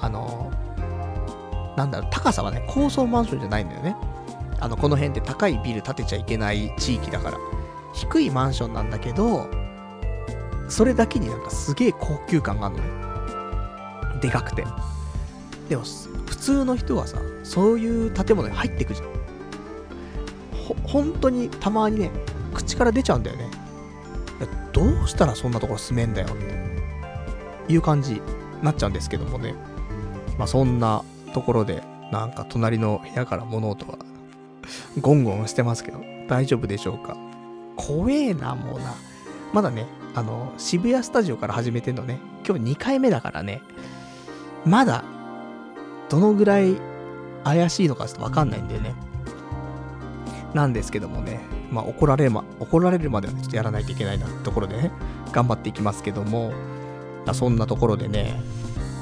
なんだろう、高さはね、高層マンションじゃないんだよね。この辺で高いビル建てちゃいけない地域だから。低いマンションなんだけど、それだけになんかすげえ高級感があるのね。でかくて。でも、普通の人はさ、そういう建物に入ってくじゃん。本当にたまにね、口から出ちゃうんだよね。どうしたらそんなところ住めんだよっていう感じになっちゃうんですけどもね。まあそんなところで、なんか隣の部屋から物音がゴンゴンしてますけど、大丈夫でしょうか。怖えな、もうな。まだね、渋谷スタジオから始めてんのね。今日2回目だからね。まだ、どのぐらい怪しいのかちょっとわかんないんだよね。なんですけどもね。まあ怒られるまではね、ちょっとやらないといけないなってところでね、頑張っていきますけども、そんなところでね、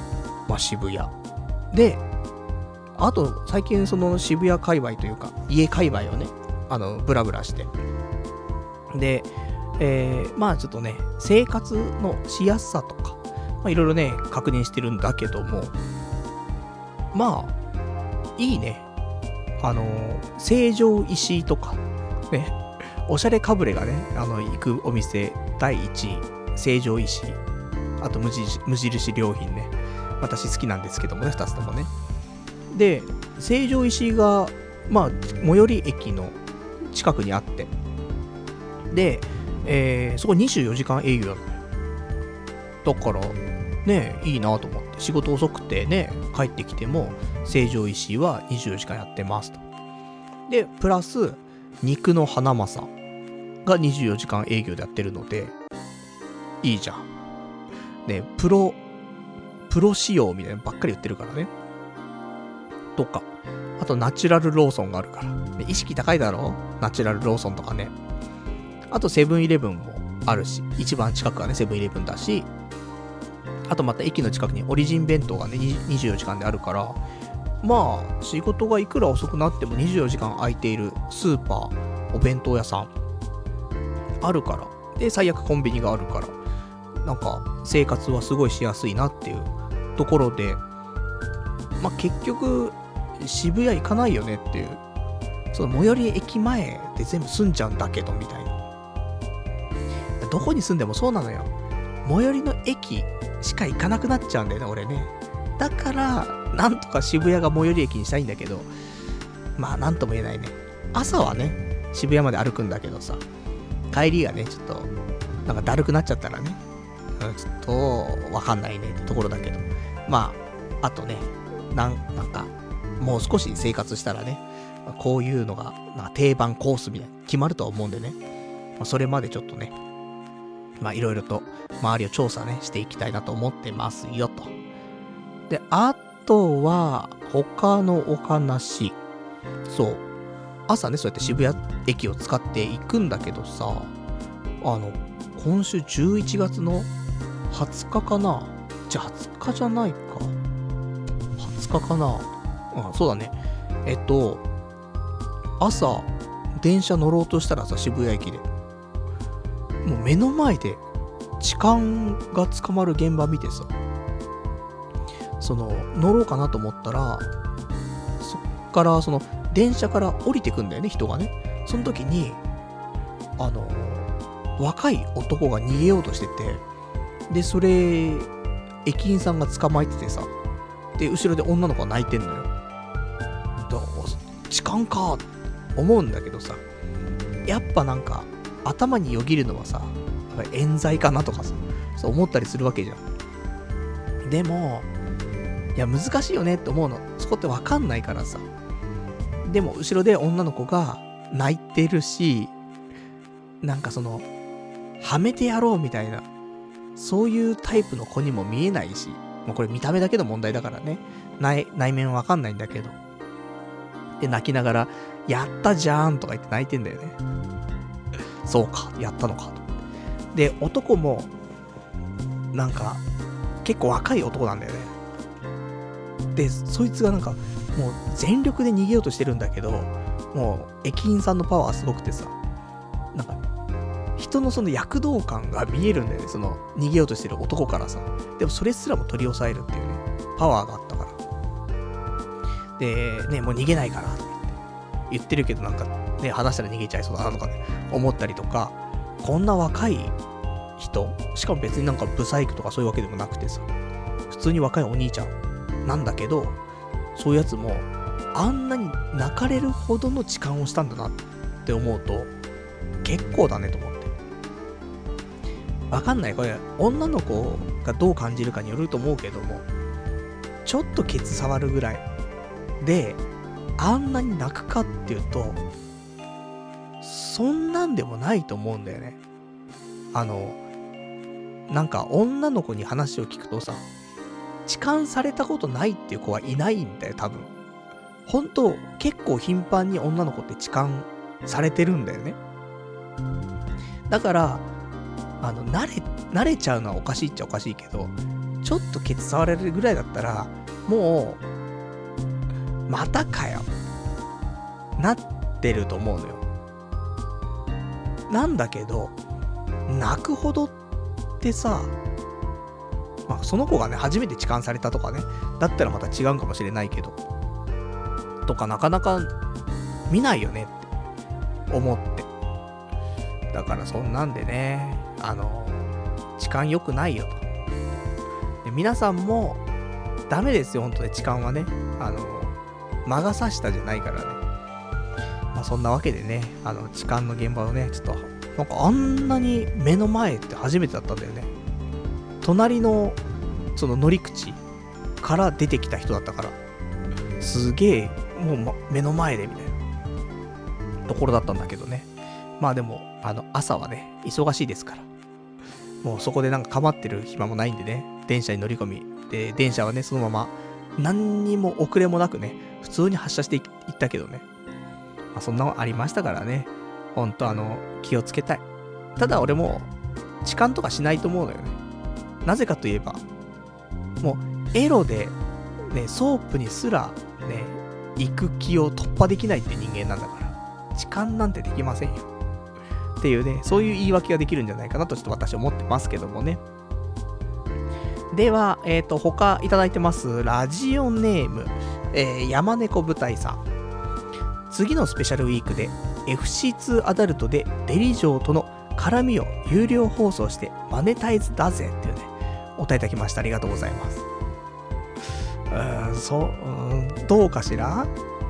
まあ渋谷。で、あと最近その渋谷界隈というか、家界隈をね、ブラブラして。で、まあちょっとね、生活のしやすさとか、まあいろいろね、確認してるんだけども、まあ、いいね。成城石井とか、ね、おしゃれかぶれがね、行くお店、第1位、成城石井。あと無印良品ね。私好きなんですけどもね、2つともね。で、成城石井が、まあ、最寄り駅の近くにあって、で、そこ24時間営業なのよ。だから、ね、いいなと思って。仕事遅くてね、帰ってきても、成城石井は24時間やってますと。で、プラス、肉のハナマサが24時間営業でやってるので、いいじゃん。ね、プロ仕様みたいなのばっかり言ってるからね。とか。あと、ナチュラルローソンがあるから。意識高いだろ？ナチュラルローソンとかね。あと、セブンイレブンもあるし、一番近くはね、セブンイレブンだし、あとまた駅の近くにオリジン弁当がね、24時間であるから、まあ、仕事がいくら遅くなっても24時間空いているスーパー、お弁当屋さん、あるから。で、最悪コンビニがあるから。なんか、生活はすごいしやすいなっていうところで、まあ結局、渋谷行かないよねっていう。その最寄り駅前で全部住んじゃうんだけど、みたいな。どこに住んでもそうなのよ。最寄りの駅しか行かなくなっちゃうんだよね、俺ね。だから、なんとか渋谷が最寄り駅にしたいんだけど、まあなんとも言えないね。朝はね、渋谷まで歩くんだけどさ、帰りがね、ちょっと、なんかだるくなっちゃったらね、ちょっと、わかんないねってところだけど。まあ、あとね、なんか、もう少し生活したらね、こういうのが、なんか定番コースみたいに決まるとは思うんでね。まあ、それまでちょっとね、まあいろいろと周りを調査ね、していきたいなと思ってますよと。で、あとは、他のお話。そう。朝ね、そうやって渋谷駅を使っていくんだけどさ、今週11月の20日かな？じゃあ20日じゃないか。20日かな？うん、そうだね。朝、電車乗ろうとしたらさ、渋谷駅で。もう目の前で、痴漢が捕まる現場見てさ、乗ろうかなと思ったら、そっから、電車から降りてくんだよね、人がね。その時に、若い男が逃げようとしてて、で、それ、駅員さんが捕まえててさ、で、後ろで女の子が泣いてんのよ。痴漢かーって思うんだけどさ、やっぱなんか、頭によぎるのはさ、やっぱり冤罪かなとかさ、そう思ったりするわけじゃん。でも、いや、難しいよねって思うの。そこってわかんないからさ。でも、後ろで女の子が泣いてるし、なんかはめてやろうみたいな、そういうタイプの子にも見えないし、もうこれ見た目だけの問題だからね。内面わかんないんだけど。で、泣きながら、やったじゃーんとか言って泣いてんだよね。そうか、やったのかと。で、男も、なんか、結構若い男なんだよね。で、そいつがなんか、もう全力で逃げようとしてるんだけど、もう駅員さんのパワーすごくてさ、なんか、人の躍動感が見えるんだよね、逃げようとしてる男からさ。でもそれすらも取り押さえるっていうね、パワーがあったから。で、ね、もう逃げないから、と言ってるけどなんか、ね、話したら逃げちゃいそうだなとかね、思ったりとか、こんな若い人、しかも別になんかブサイクとかそういうわけでもなくてさ、普通に若いお兄ちゃんなんだけど、そういうやつも、あんなに泣かれるほどの痴漢をしたんだなって思うと、結構だねと思って。わかんない。これ、女の子がどう感じるかによると思うけども、ちょっとケツ触るぐらいで、あんなに泣くかっていうと、そんなんでもないと思うんだよね。なんか女の子に話を聞くとさ、痴漢されたことないっていう子はいないんだよ、多分。本当結構頻繁に女の子って痴漢されてるんだよね。だから、慣れちゃうのはおかしいっちゃおかしいけど、 ちょっとケツ触れるぐらいだったら、もう、またかよ。なってると思うのよ。なんだけど、泣くほどってさ、まあその子がね、初めて痴漢されたとかね、だったらまた違うかもしれないけど、とかなかなか見ないよねって思って。だからそんなんでね、痴漢良くないよと。で皆さんもダメですよ、本当に痴漢はね。魔が差したじゃないからね。まあそんなわけでね、痴漢の現場をね、ちょっと、なんかあんなに目の前って初めてだったんだよね。隣の、その乗り口から出てきた人だったから、すげえ、もう、目の前でみたいなところだったんだけどね。まあでも、朝はね、忙しいですから。もうそこでなんか構ってる暇もないんでね、電車に乗り込み。で、電車はね、そのまま、何にも遅れもなくね、普通に発車していったけどね。まあそんなのありましたからね。ほんと気をつけたい。ただ俺も、痴漢とかしないと思うのよね。なぜかといえば、もう、エロで、ね、ソープにすら、ね、行く気を突破できないって人間なんだから、痴漢なんてできませんよ。っていうね、そういう言い訳ができるんじゃないかなとちょっと私は思ってますけどもね。では、他いただいてます。ラジオネーム、山猫舞台さん。次のスペシャルウィークで FC2 アダルトでデリジョーとの絡みを有料放送してマネタイズだぜっていうね、お答えいただきました。ありがとうございます。どうかしら？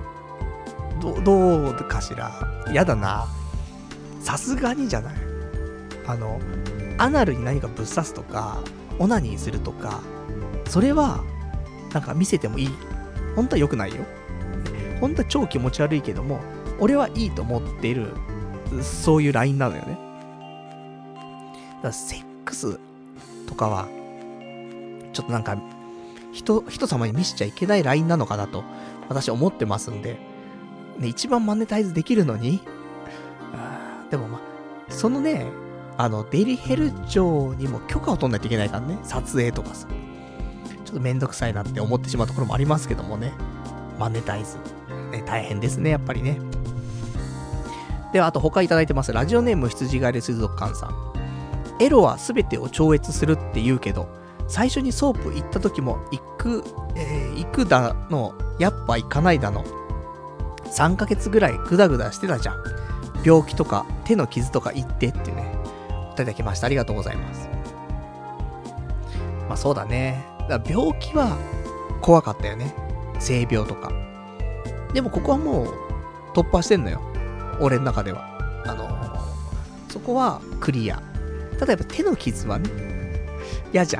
どうかしら？やだな。さすがにじゃない。アナルに何かぶっ刺すとか、オナニーするとか、それは、なんか見せてもいい。本当は良くないよ。本当は超気持ち悪いけども、俺はいいと思っている、そういうラインなのよね。だからセックスとかは、ちょっとなんか、人様に見せちゃいけないラインなのかなと、私は思ってますんで、ね、一番マネタイズできるのに、でもまあ、そのね、デリヘル庁にも許可を取んないといけないからね、撮影とかさ。ちょっとめんどくさいなって思ってしまうところもありますけどもね。マネタイズ。ね、大変ですね、やっぱりね。では、あと他いただいてます。ラジオネーム羊ガエル水族館さん。エロは全てを超越するって言うけど、最初にソープ行った時も行くだの、やっぱ行かないだの。3ヶ月ぐらいグダグダしてたじゃん。病気とか手の傷とか言ってっていうね、いただきました。ありがとうございます。まあそうだね。だから病気は怖かったよね。性病とか。でもここはもう突破してんのよ。俺の中では。そこはクリア。ただやっぱ手の傷はね、嫌じゃん。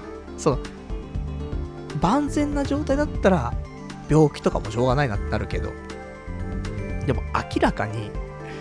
万全な状態だったら病気とかもしょうがないなってなるけど、でも明らかに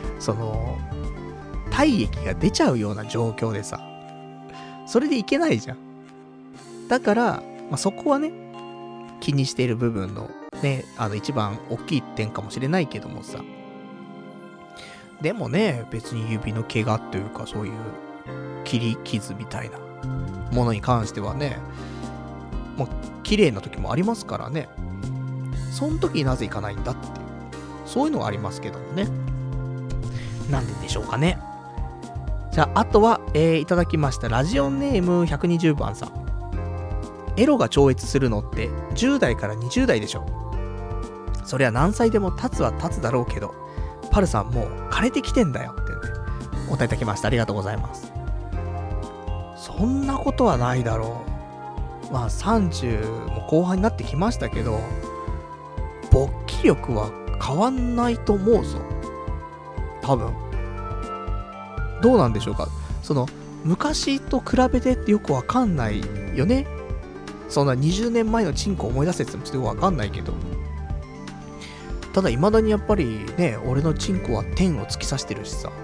体液が出ちゃうような状況でさ、それでいけないじゃん。だから、まあ、そこはね、気にしている部分のね、一番大きい点かもしれないけどもさ。でもね、別に指の怪我というか、そういう切り傷みたいなものに関してはね、もう綺麗な時もありますからね。その時になぜいかないんだっていう、そういうのがありますけどもね。なんででしょうかね。じゃあ、あとは、いただきました。ラジオネーム120番さん。エロが超越するのって10代から20代でしょ。そりゃ何歳でも経つは経つだろうけど、パルさんもう枯れてきてんだよってね、お答えいただきました。ありがとうございます。そんなことはないだろう。まあ30も後半になってきましたけど、勃起力は変わんないと思うぞ。多分。どうなんでしょうか。昔と比べてってよくわかんないよね。そんな20年前のチンコ思い出せって言ってもちょっとよくわかんないけど。ただ未だにやっぱりね、俺のチンコは天を突き刺してるしさ。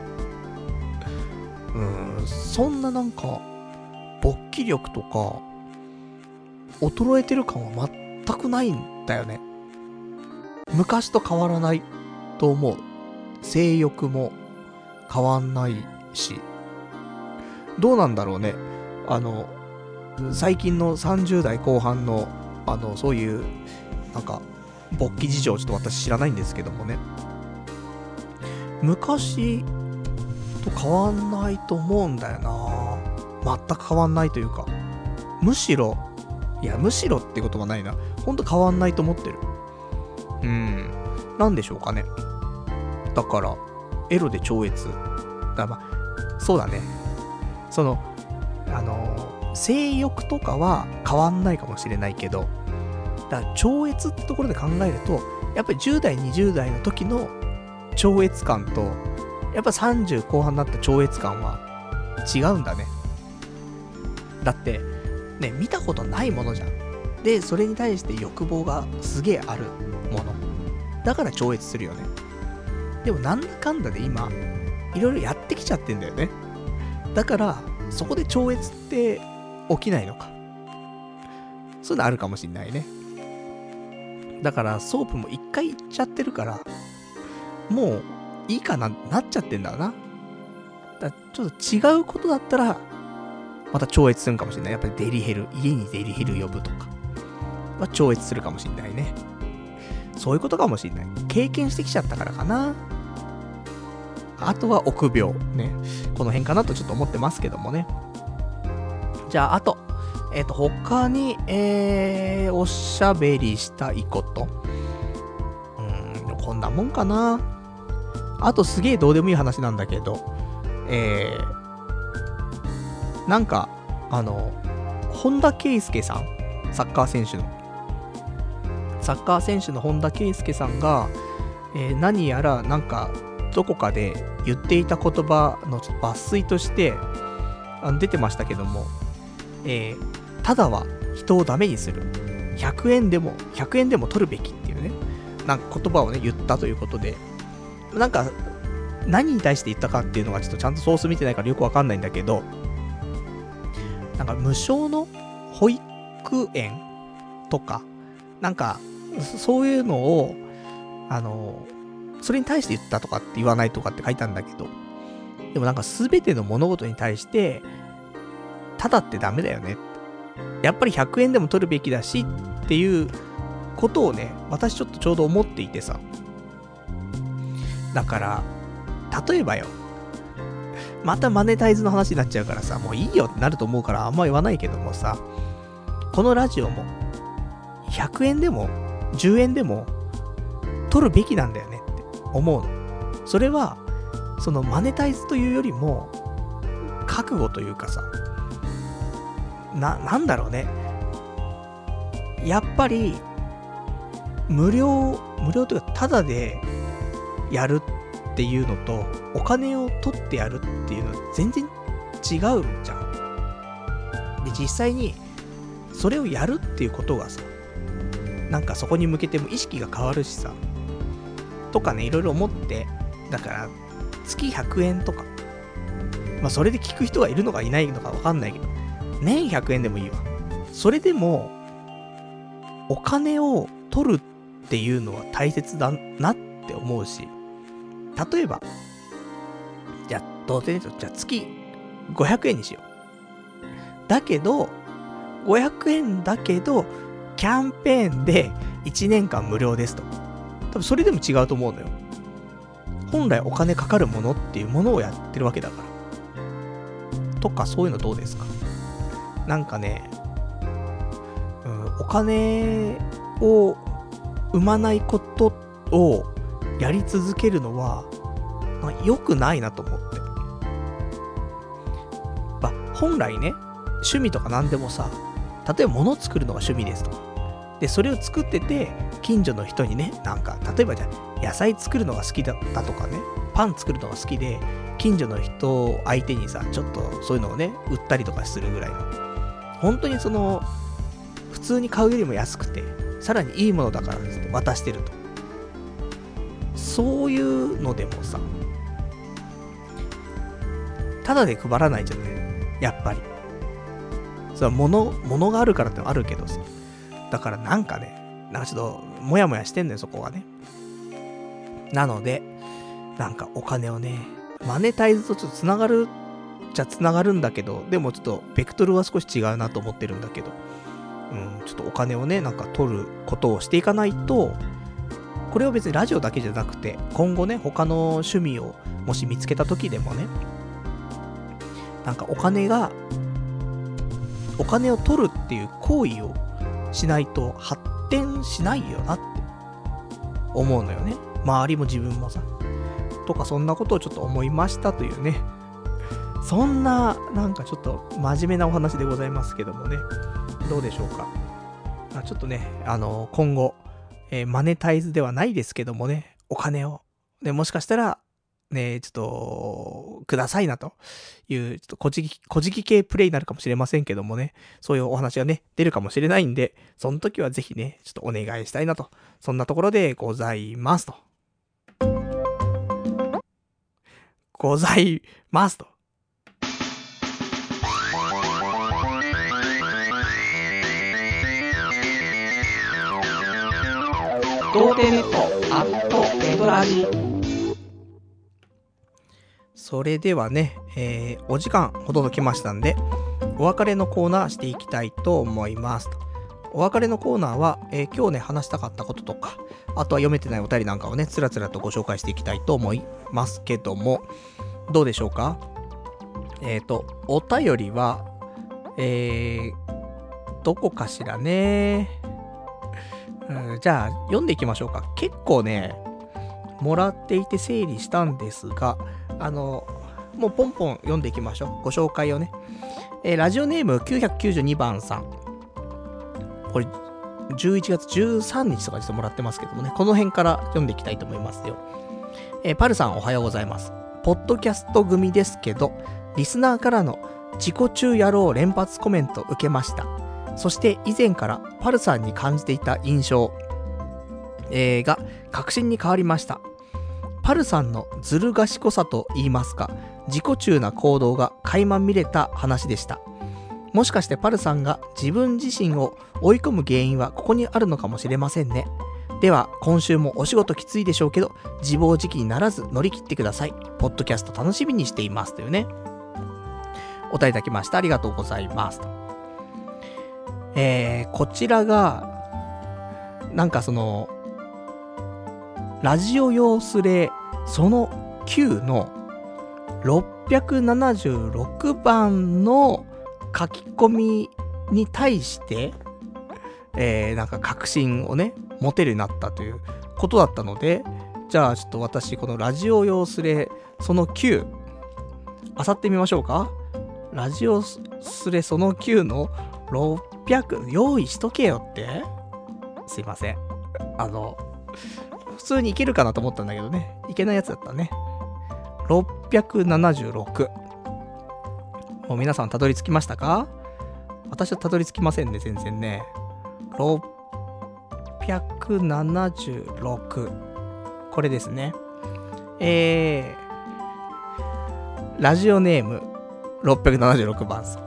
そんななんか、勃起力とか、衰えてる感は全くないんだよね。昔と変わらないと思う。性欲も変わんないし。どうなんだろうね。 最近の30代後半の、そういう、なんか、勃起事情、ちょっと私知らないんですけどもね。昔と変わんないと思うんだよな。全く変わんないというか。むしろってことはないな。ほんと変わんないと思ってる。なんでしょうかね。だから、エロで超越。そうだね。性欲とかは変わんないかもしれないけど、だから超越ってところで考えると、やっぱり10代、20代の時の超越感と、やっぱ30後半になった超越感は違うんだね。だって、ね、見たことないものじゃん。で、それに対して欲望がすげえあるもの。だから超越するよね。でもなんだかんだで今、いろいろやってきちゃってんだよね。だから、そこで超越って起きないのか。そういうのあるかもしんないね。だから、ソープも一回行っちゃってるから、もういいかなっちゃってんだろうな。だちょっと違うことだったら、また超越するかもしれない。やっぱりデリヘル、家にデリヘル呼ぶとか。超越するかもしれないね。そういうことかもしれない。経験してきちゃったからかな。あとは臆病。ね。この辺かなとちょっと思ってますけどもね。じゃあ、あと。他に、おしゃべりしたいこと。こんなもんかな。あとすげえどうでもいい話なんだけど、なんか、本田圭佑さん、サッカー選手の本田圭佑さんが、何やらなんかどこかで言っていた言葉のちょっと抜粋として出てましたけども、ただは人をダメにする、100円でも取るべきっていうね、なんか言葉をね言ったということで、なんか何に対して言ったかっていうのがちょっとちゃんとソース見てないからよくわかんないんだけど、なんか無償の保育園とかなんかそういうのをそれに対して言ったとかって言わないとかって書いたんだけど、でもなんか全ての物事に対してただってダメだよね、やっぱり100円でも取るべきだしっていうことをね、私ちょっとちょうど思っていてさ。だから例えばよ、またマネタイズの話になっちゃうからさ、もういいよってなると思うからあんま言わないけどもさ、このラジオも100円でも10円でも取るべきなんだよねって思うの。それはそのマネタイズというよりも覚悟というかさ、なんだろうね、やっぱり無料というかタダでやるっていうのとお金を取ってやるっていうのは全然違うじゃん。で実際にそれをやるっていうことがさ、なんかそこに向けても意識が変わるしさとかね、いろいろ思って、だから月100円とか、まあそれで聞く人がいるのかいないのかわかんないけど、年100円でもいいわ。それでもお金を取るっていうのは大切だなって思うし、例えばじゃあどうせね、じゃあ月500円にしよう。だけど500円だけどキャンペーンで1年間無料ですと。多分それでも違うと思うのよ。本来お金かかるものっていうものをやってるわけだから。とかそういうのどうですか？なんかね、お金を生まないことをやり続けるのは良くないなと思って。本来ね、趣味とかなんでもさ、例えば物を作るのが趣味ですと。で、それを作ってて、近所の人にね、なんか、例えばじゃあ、野菜作るのが好きだったとかね、パン作るのが好きで、近所の人相手にさ、ちょっとそういうのをね、売ったりとかするぐらいの。本当にその、普通に買うよりも安くて、さらにいいものだからって渡してると。そういうのでもさ、ただで配らないじゃんね。やっぱり。それは物があるからってのあるけどさ。だからなんかね、なんかちょっと、もやもやしてんのよ、そこはね。なので、なんかお金をね、マネタイズとちょっとつながるちゃ繋がるんだけど、でもちょっとベクトルは少し違うなと思ってるんだけど、ちょっとお金をね、なんか取ることをしていかないと、これは別にラジオだけじゃなくて、今後ね、他の趣味をもし見つけた時でもね、なんかお金を取るっていう行為をしないと発展しないよなって思うのよね。周りも自分もさ。とかそんなことをちょっと思いましたというね。そんな、なんかちょっと真面目なお話でございますけどもね。どうでしょうか。ちょっとね、今後、マネタイズではないですけどもね、お金を、ね、もしかしたら、ね、ちょっと、くださいなという、ちょっと小じき系プレイになるかもしれませんけどもね、そういうお話がね、出るかもしれないんで、その時はぜひね、ちょっとお願いしたいなと。そんなところでございますと。ございますと。童貞ネットアットネトラジ。それではね、お時間ほどときましたんで、お別れのコーナーしていきたいと思います。お別れのコーナーは、今日ね話したかったこととか、あとは読めてないお便りなんかをねつらつらとご紹介していきたいと思いますけども、どうでしょうか。お便りはどこかしらね。じゃあ読んでいきましょうか。結構ねもらっていて整理したんですが、もうポンポン読んでいきましょう。ご紹介をね。ラジオネーム992番さん。これ11月13日とかしてもらってますけどもね、この辺から読んでいきたいと思いますよ。パルさんおはようございます。ポッドキャスト組ですけど、リスナーからの自己中野郎連発コメント受けました。そして以前からパルさんに感じていた印象、が確信に変わりました。パルさんのずる賢さと言いますか、自己中な行動が垣間見れた話でした。もしかしてパルさんが自分自身を追い込む原因はここにあるのかもしれませんね。では今週もお仕事きついでしょうけど、自暴自棄にならず乗り切ってください。ポッドキャスト楽しみにしていますというね、お答えいただきました。ありがとうございます。こちらがなんかそのラジオ用スレその9の676番の書き込みに対して、なんか確信をね持てるようになったということだったので、じゃあちょっと私このラジオ用スレその9漁ってみましょうか。ラジオスレその9の600用意しとけよって、すいません、普通にいけるかなと思ったんだけどね、いけないやつだったね。676、もう皆さんたどり着きましたか？私はたどり着きませんね、全然ね。676、これですね。ラジオネーム676番さん。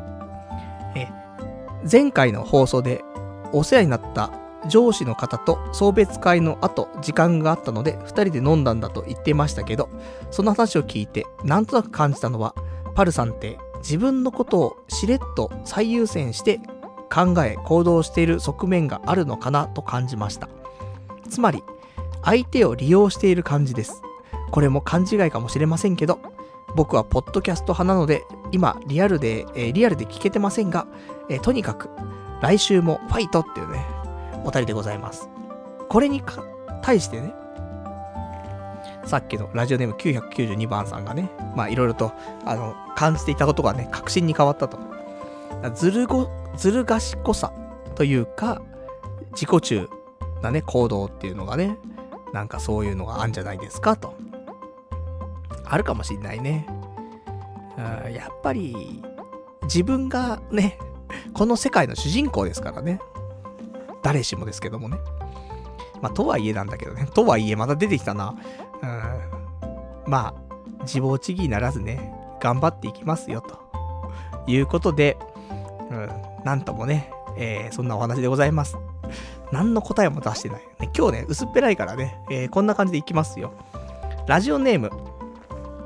前回の放送でお世話になった上司の方と送別会の後時間があったので2人で飲んだんだと言ってましたけど、その話を聞いてなんとなく感じたのは、パルさんって自分のことをしれっと最優先して考え行動している側面があるのかなと感じました。つまり相手を利用している感じです。これも勘違いかもしれませんけど、僕はポッドキャスト派なので今リアルで聞けてませんが、とにかく来週もファイトっていうねお便りでございます。これに対してね、さっきのラジオネーム992番さんがね、まあいろいろと感じていたことがね確信に変わったと。ずる賢さというか自己中なね行動っていうのがね、なんかそういうのがあるんじゃないですかと。あるかもしれないね。やっぱり自分がねこの世界の主人公ですからね、誰しもですけどもね。まあとはいえなんだけどね、とはいえまた出てきたな。まあ自暴自棄にならずね頑張っていきますよということで、なんともね、そんなお話でございます。何の答えも出してない、ね、今日ね薄っぺらいからね、こんな感じでいきますよ。ラジオネーム、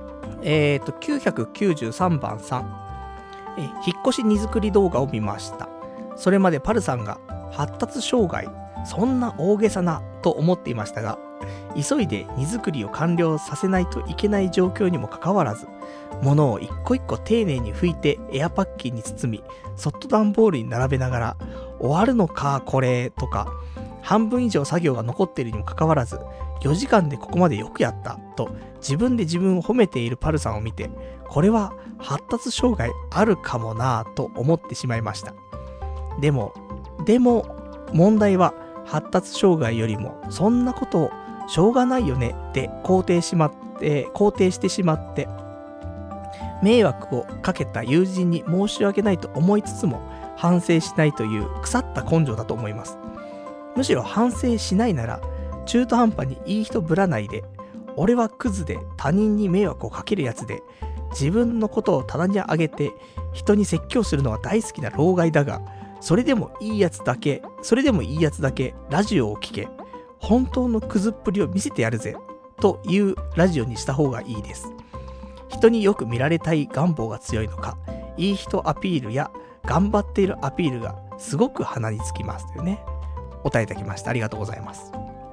993番さん。引っ越し荷造り動画を見ました。それまでパルさんが発達障害、そんな大げさなと思っていましたが、急いで荷造りを完了させないといけない状況にもかかわらず、物を一個一個丁寧に拭いてエアパッキンに包み、そっと段ボールに並べながら、終わるのかこれとか、半分以上作業が残っているにもかかわらず、4時間でここまでよくやったと自分で自分を褒めているパルさんを見て、これは発達障害あるかもなぁと思ってしまいました。でも問題は発達障害よりもそんなことをしょうがないよねって肯定してしまって迷惑をかけた友人に申し訳ないと思いつつも反省しないという腐った根性だと思います。むしろ反省しないなら中途半端にいい人ぶらないで、俺はクズで他人に迷惑をかけるやつで、自分のことを棚に上げて人に説教するのは大好きな老害だが、それでもいいやつだけラジオを聞け、本当のクズっぷりを見せてやるぜというラジオにした方がいいです。人によく見られたい願望が強いのか、いい人アピールや頑張っているアピールがすごく鼻につきますというね、お答えいただきました。ありがとうございます。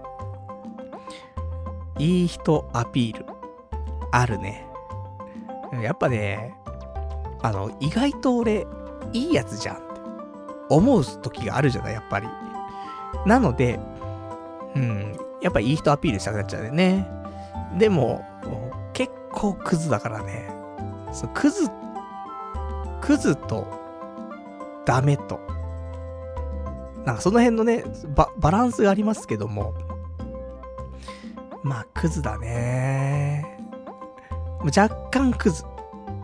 いい人アピールあるね。やっぱね、意外と俺いいやつじゃんって思う時があるじゃない、やっぱり。なのでやっぱいい人アピールしたくなっちゃうよね。でも結構クズだからね。クズとダメとなんかその辺のねバランスがありますけども、まあクズだね。若干クズ。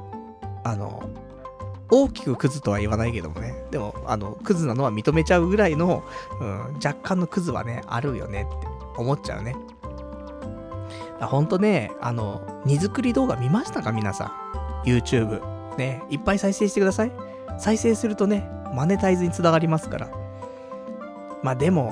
大きくクズとは言わないけどもね。でもクズなのは認めちゃうぐらいの、若干のクズはねあるよねって思っちゃうね。ほんとね、荷造り動画見ましたか皆さん。YouTube ね、いっぱい再生してください。再生するとねマネタイズにつながりますから。まあでも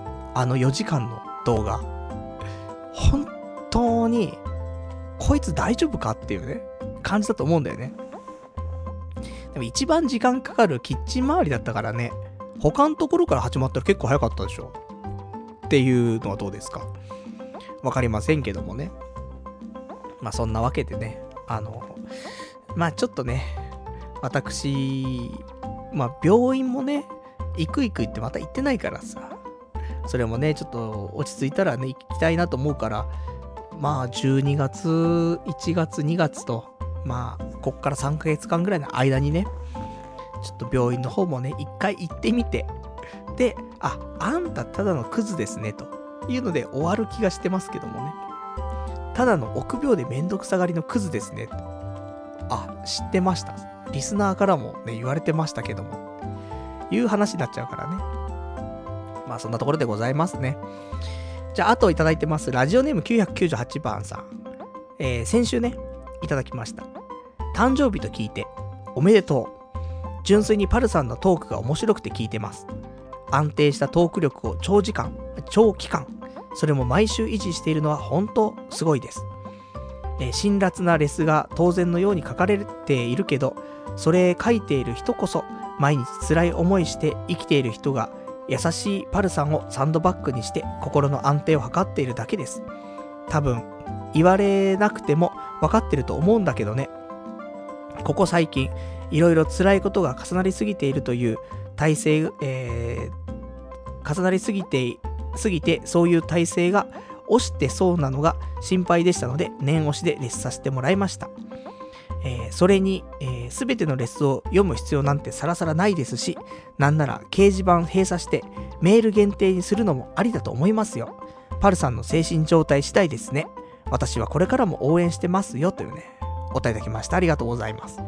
4時間の動画本当にこいつ大丈夫かっていうね感じだと思うんだよね。でも一番時間かかるキッチン周りだったからね、他のところから始まったら結構早かったでしょっていうのはどうですか。わかりませんけどもね。まあそんなわけでね、まあちょっとね、私まあ病院もね行くってまた行ってないからさ、それもねちょっと落ち着いたらね行きたいなと思うから、まあ12月1月2月とまあこっから3ヶ月間ぐらいの間にねちょっと病院の方もね一回行ってみて、であんたただのクズですねというので終わる気がしてますけどもね。ただの臆病でめんどくさがりのクズですねと、知ってました、リスナーからもね言われてましたけどもいう話になっちゃうからね。まあそんなところでございますね。じゃあ、あといただいてます。ラジオネーム998番さん。先週ね、いただきました。誕生日と聞いて、おめでとう。純粋にパルさんのトークが面白くて聞いてます。安定したトーク力を長期間、それも毎週維持しているのは本当すごいです。辛辣なレスが当然のように書かれているけど、それ書いている人こそ、毎日辛い思いして生きている人が、優しいパルさんをサンドバッグにして心の安定を図っているだけです。多分言われなくても分かってると思うんだけどね。ここ最近いろいろ辛いことが重なりすぎているという体制、重なりすぎてそういう体制が押してそうなのが心配でしたので念押しでレスさせてもらいました。それに、全てのレスを読む必要なんてさらさらないですし、なんなら掲示板閉鎖してメール限定にするのもありだと思いますよ。パルさんの精神状態次第ですね。私はこれからも応援してますよというね、お答えいただきました。ありがとうございます。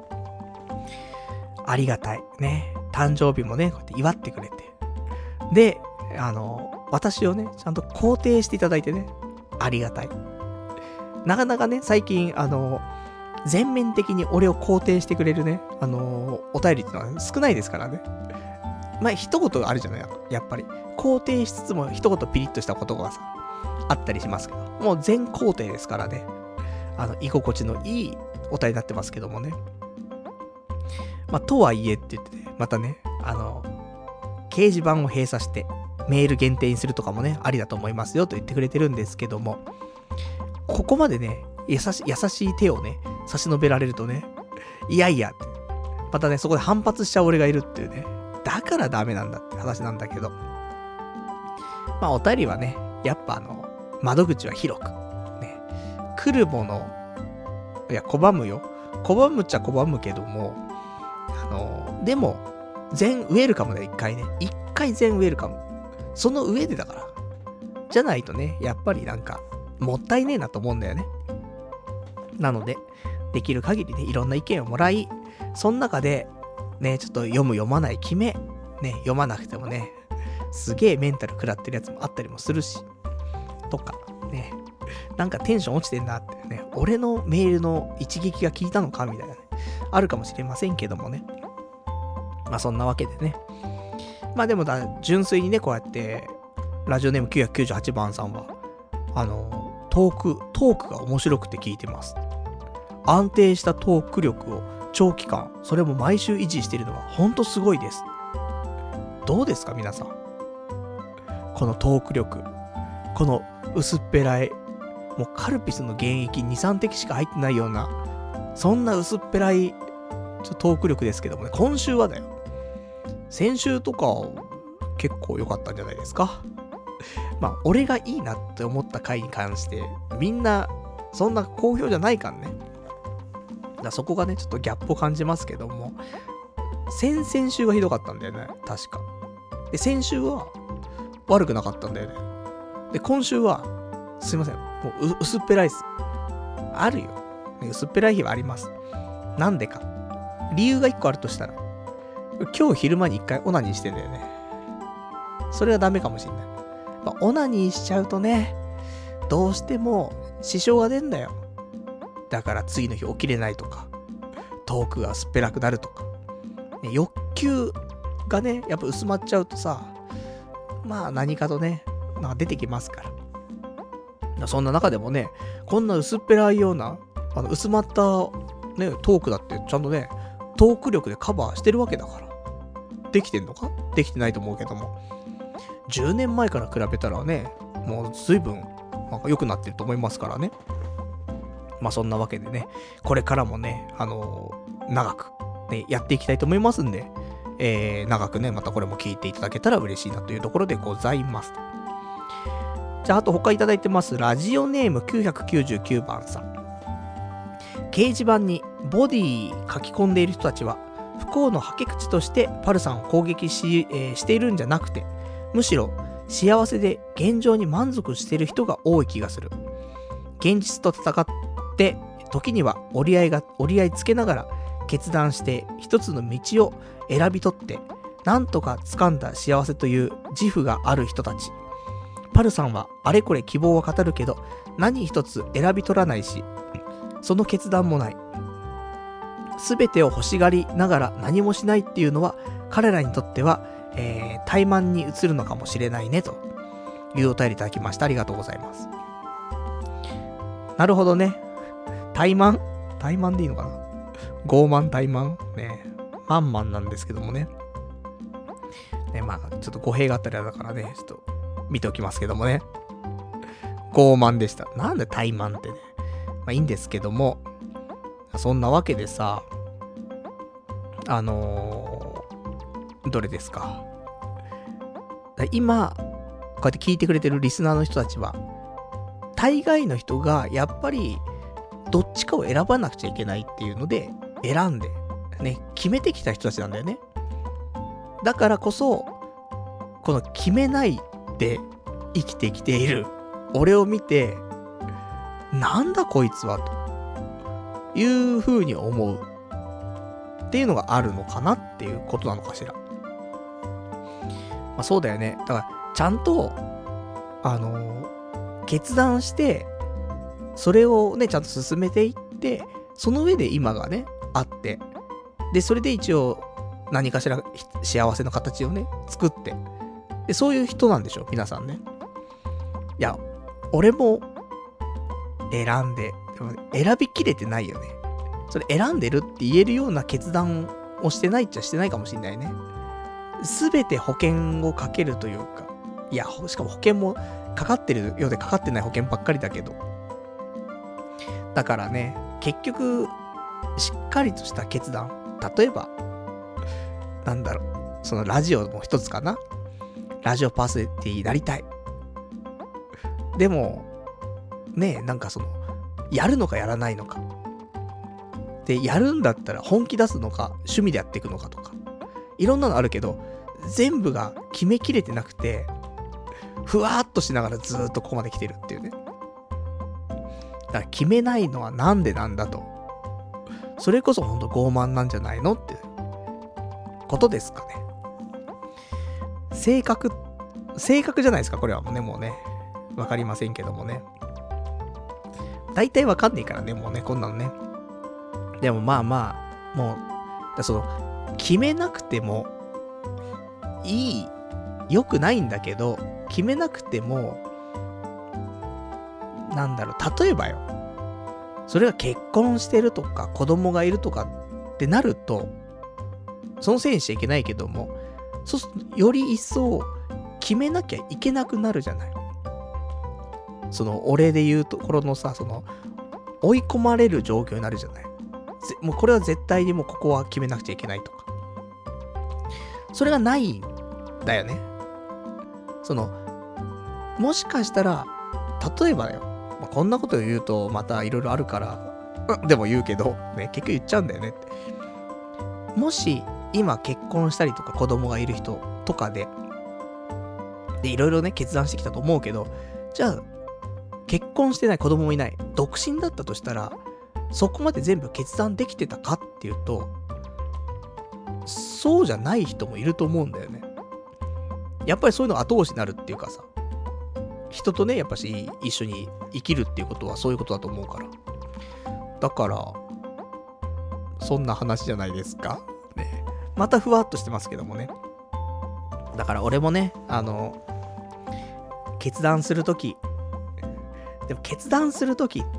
ありがたいね。誕生日もねこうやって祝ってくれて、で私をねちゃんと肯定していただいてね、ありがたい。なかなかね最近全面的に俺を肯定してくれるね、お便りってのは少ないですからね。まあ、一言あるじゃない、やっぱり。肯定しつつも一言ピリッとしたことがさ、あったりしますけど、もう全肯定ですからね。 居心地のいいお便りになってますけどもね。まあ、とはいえって言ってね、またね、掲示板を閉鎖して、メール限定にするとかもね、ありだと思いますよと言ってくれてるんですけども、ここまでね、優しい手をね、差し伸べられるとね、いやいやって、またね、そこで反発しちゃう俺がいるっていうね、だからダメなんだって話なんだけど、まあ、お便りはね、やっぱ窓口は広く、ね、来るもの、いや、拒むよ。拒むっちゃ拒むけども、でも、全ウェルカムで一回全ウェルカム。その上でだから。じゃないとね、やっぱりなんか、もったいねえなと思うんだよね。なので、できる限りね、いろんな意見をもらい、その中で、ね、ちょっと読む読まない決め、ね、読まなくてもね、すげえメンタル食らってるやつもあったりもするし、とか、ね、なんかテンション落ちてんなってね、俺のメールの一撃が効いたのかみたいなね、あるかもしれませんけどもね。まあそんなわけでね。まあでも純粋にね、こうやって、ラジオネーム998番さんは、トークが面白くて聞いてます。安定したトーク力を長期間、それも毎週維持しているのはほんとすごいです。どうですか皆さん。このトーク力。この薄っぺらい、もうカルピスの原液2、3滴しか入ってないような、そんな薄っぺらいトーク力ですけどもね、今週はだよ。先週とか結構良かったんじゃないですか。まあ、俺がいいなって思った回に関して、みんなそんな好評じゃないからね。そこがね、ちょっとギャップを感じますけども、先々週がひどかったんだよね、確か。で、先週は悪くなかったんだよね。で、今週は、すいません、もう薄っぺらいっす。あるよ。薄っぺらい日はあります。なんでか。理由が一個あるとしたら、今日昼間に一回オナニーしてんだよね。それはダメかもしんない。まあ、オナニーしちゃうとね、どうしても支障が出んだよ。だから次の日起きれないとか、トークがすっぺらくなるとか、ね、欲求がね、やっぱ薄まっちゃうとさ、まあ何かとね、なんか出てきますから。そんな中でもね、こんな薄っぺらいような、薄まったね、トークだってちゃんとね、トーク力でカバーしてるわけだから。できてんのか？できてないと思うけども。10年前から比べたらね、もう随分なんか良くなってると思いますからね。まあそんなわけでね、これからもね、長く、ね、やっていきたいと思いますんで、長くね、またこれも聞いていただけたら嬉しいなというところでございます。じゃあ、あと他いただいてます。ラジオネーム999番さん。掲示板にボディ書き込んでいる人たちは、不幸のはけ口としてパルさんを攻撃しているんじゃなくて、むしろ幸せで現状に満足している人が多い気がする。現実と戦って、時には折り合いつけながら決断して一つの道を選び取って、なんとか掴んだ幸せという自負がある人たち。パルさんはあれこれ希望は語るけど、何一つ選び取らないし、その決断もない。すべてを欲しがりながら何もしないっていうのは、彼らにとっては、怠慢に移るのかもしれないね、というお便りいただきました。ありがとうございます。なるほどね。怠慢でいいのかな？傲慢怠慢ね。マンマンなんですけどもね。ね、まあ、ちょっと語弊があったりだからね、ちょっと見ておきますけどもね。傲慢でした。なんで怠慢ってね。まあいいんですけども、そんなわけでさ、どれですか。今、こうやって聞いてくれてるリスナーの人たちは、大概の人がやっぱりどっちかを選ばなくちゃいけないっていうので選んでね、決めてきた人たちなんだよね。だからこそこの決めないで生きてきている俺を見て、なんだこいつはという風に思うっていうのがあるのかなっていうことなのかしら。まあそうだよね。だからちゃんと決断して、それをね、ちゃんと進めていって、その上で今がね、あって、で、それで一応、何かしら幸せの形をね、作って、で、そういう人なんでしょ、皆さんね。いや、俺も、選んで、 選びきれてないよね。それ選んでるって言えるような決断をしてないっちゃしてないかもしんないね。すべて保険をかけるというか、いや、しかも保険もかかってるようでかかってない保険ばっかりだけど。だからね、結局、しっかりとした決断。例えば、なんだろう、そのラジオも一つかな。ラジオパーソナリティになりたい。でも、ねえ、なんかその、やるのかやらないのか。で、やるんだったら本気出すのか、趣味でやっていくのかとか。いろんなのあるけど、全部が決めきれてなくて、ふわーっとしながらずーっとここまで来てるっていうね。だから決めないのはなんでなんだと。それこそほんと傲慢なんじゃないのってことですかね。性格じゃないですか、これはもうね。わかりませんけどもね。大体わかんねえからね、もうね、こんなのね。でもまあまあ、もう、その、決めなくても良くないんだけど、決めなくても、なんだろう、例えばよ。それが結婚してるとか、子供がいるとかってなると、そのせいにしちゃいけないけども、そうすると、より一層、決めなきゃいけなくなるじゃない。その、俺で言うところのさ、その、追い込まれる状況になるじゃない。もうこれは絶対にもうここは決めなくちゃいけないとか。それがないんだよね。その、もしかしたら、例えばだよ。こんなことを言うとまたいろいろあるから、でも言うけど、ね、結局言っちゃうんだよねって。もし、今結婚したりとか子供がいる人とかで、いろいろね、決断してきたと思うけど、じゃあ、結婚してない子供もいない、独身だったとしたら、そこまで全部決断できてたかっていうと、そうじゃない人もいると思うんだよね。やっぱりそういうの後押しになるっていうかさ、人とね、やっぱし一緒に生きるっていうことはそういうことだと思うから。だから、そんな話じゃないですか。ね、またふわっとしてますけどもね。だから俺もね、決断するとき、でも決断するとき、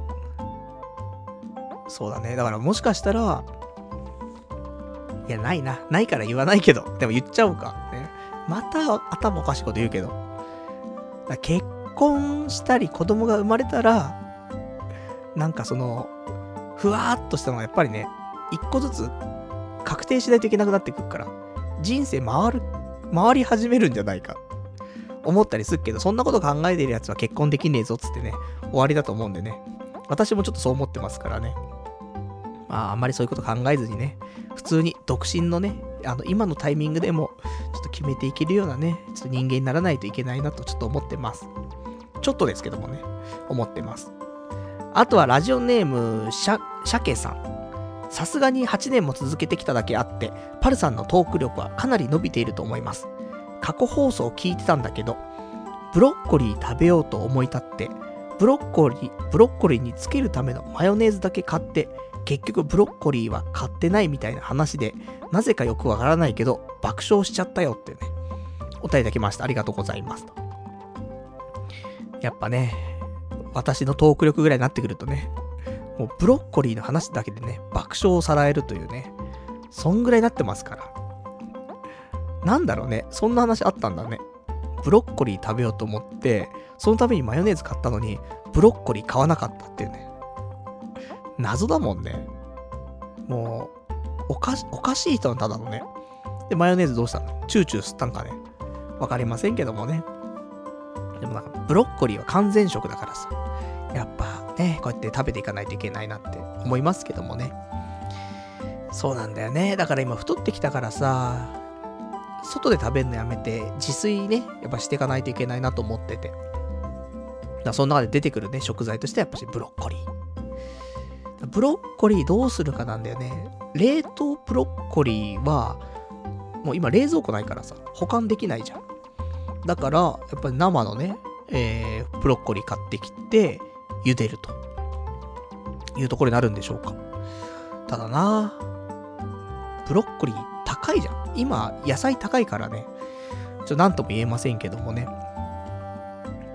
そうだね。だからもしかしたら、いや、ないから言わないけど、でも言っちゃおうか。ね、また頭おかしいこと言うけど。結婚したり子供が生まれたら、なんかその、ふわーっとしたのがやっぱりね、一個ずつ確定しないといけなくなってくるから、人生回り始めるんじゃないか。思ったりするけど、そんなこと考えてるやつは結婚できねえぞっつってね、終わりだと思うんでね。私もちょっとそう思ってますからね。まあ、あんまりそういうこと考えずにね、普通に独身のね、今のタイミングでも、ちょっと決めていけるようなね、ちょっと人間にならないといけないなとちょっと思ってます。ちょっとですけどもね、思ってます。あとはラジオネーム、シャケさん。さすがに8年も続けてきただけあって、パルさんのトーク力はかなり伸びていると思います。過去放送を聞いてたんだけど、ブロッコリー食べようと思い立って、ブロッコリーにつけるためのマヨネーズだけ買って、結局ブロッコリーは買ってないみたいな話で、なぜかよくわからないけど、爆笑しちゃったよってね、お便りいただきました。ありがとうございます。やっぱね、私のトーク力ぐらいになってくるとね、もうブロッコリーの話だけでね、爆笑をさらえるというね、そんぐらいになってますから。なんだろうね、そんな話あったんだね。ブロッコリー食べようと思って、そのためにマヨネーズ買ったのに、ブロッコリー買わなかったっていうね。謎だもんね。もう、おかしい人のただのね。で、マヨネーズどうしたの？チューチュー吸ったんかね。わかりませんけどもね。でもなんか、ブロッコリーは完全食だからさ。やっぱね、こうやって食べていかないといけないなって思いますけどもね。そうなんだよね。だから今太ってきたからさ、外で食べるのやめて、自炊ね、やっぱしていかないといけないなと思ってて。だからその中で出てくるね、食材としてはやっぱしブロッコリー。ブロッコリーどうするかなんだよね。冷凍ブロッコリーは、もう今冷蔵庫ないからさ、保管できないじゃん。だから、やっぱり生のね、ブロッコリー買ってきて、茹でるというところになるんでしょうか。ただな、ブロッコリー高いじゃん。今、野菜高いからね、なんとも言えませんけどもね。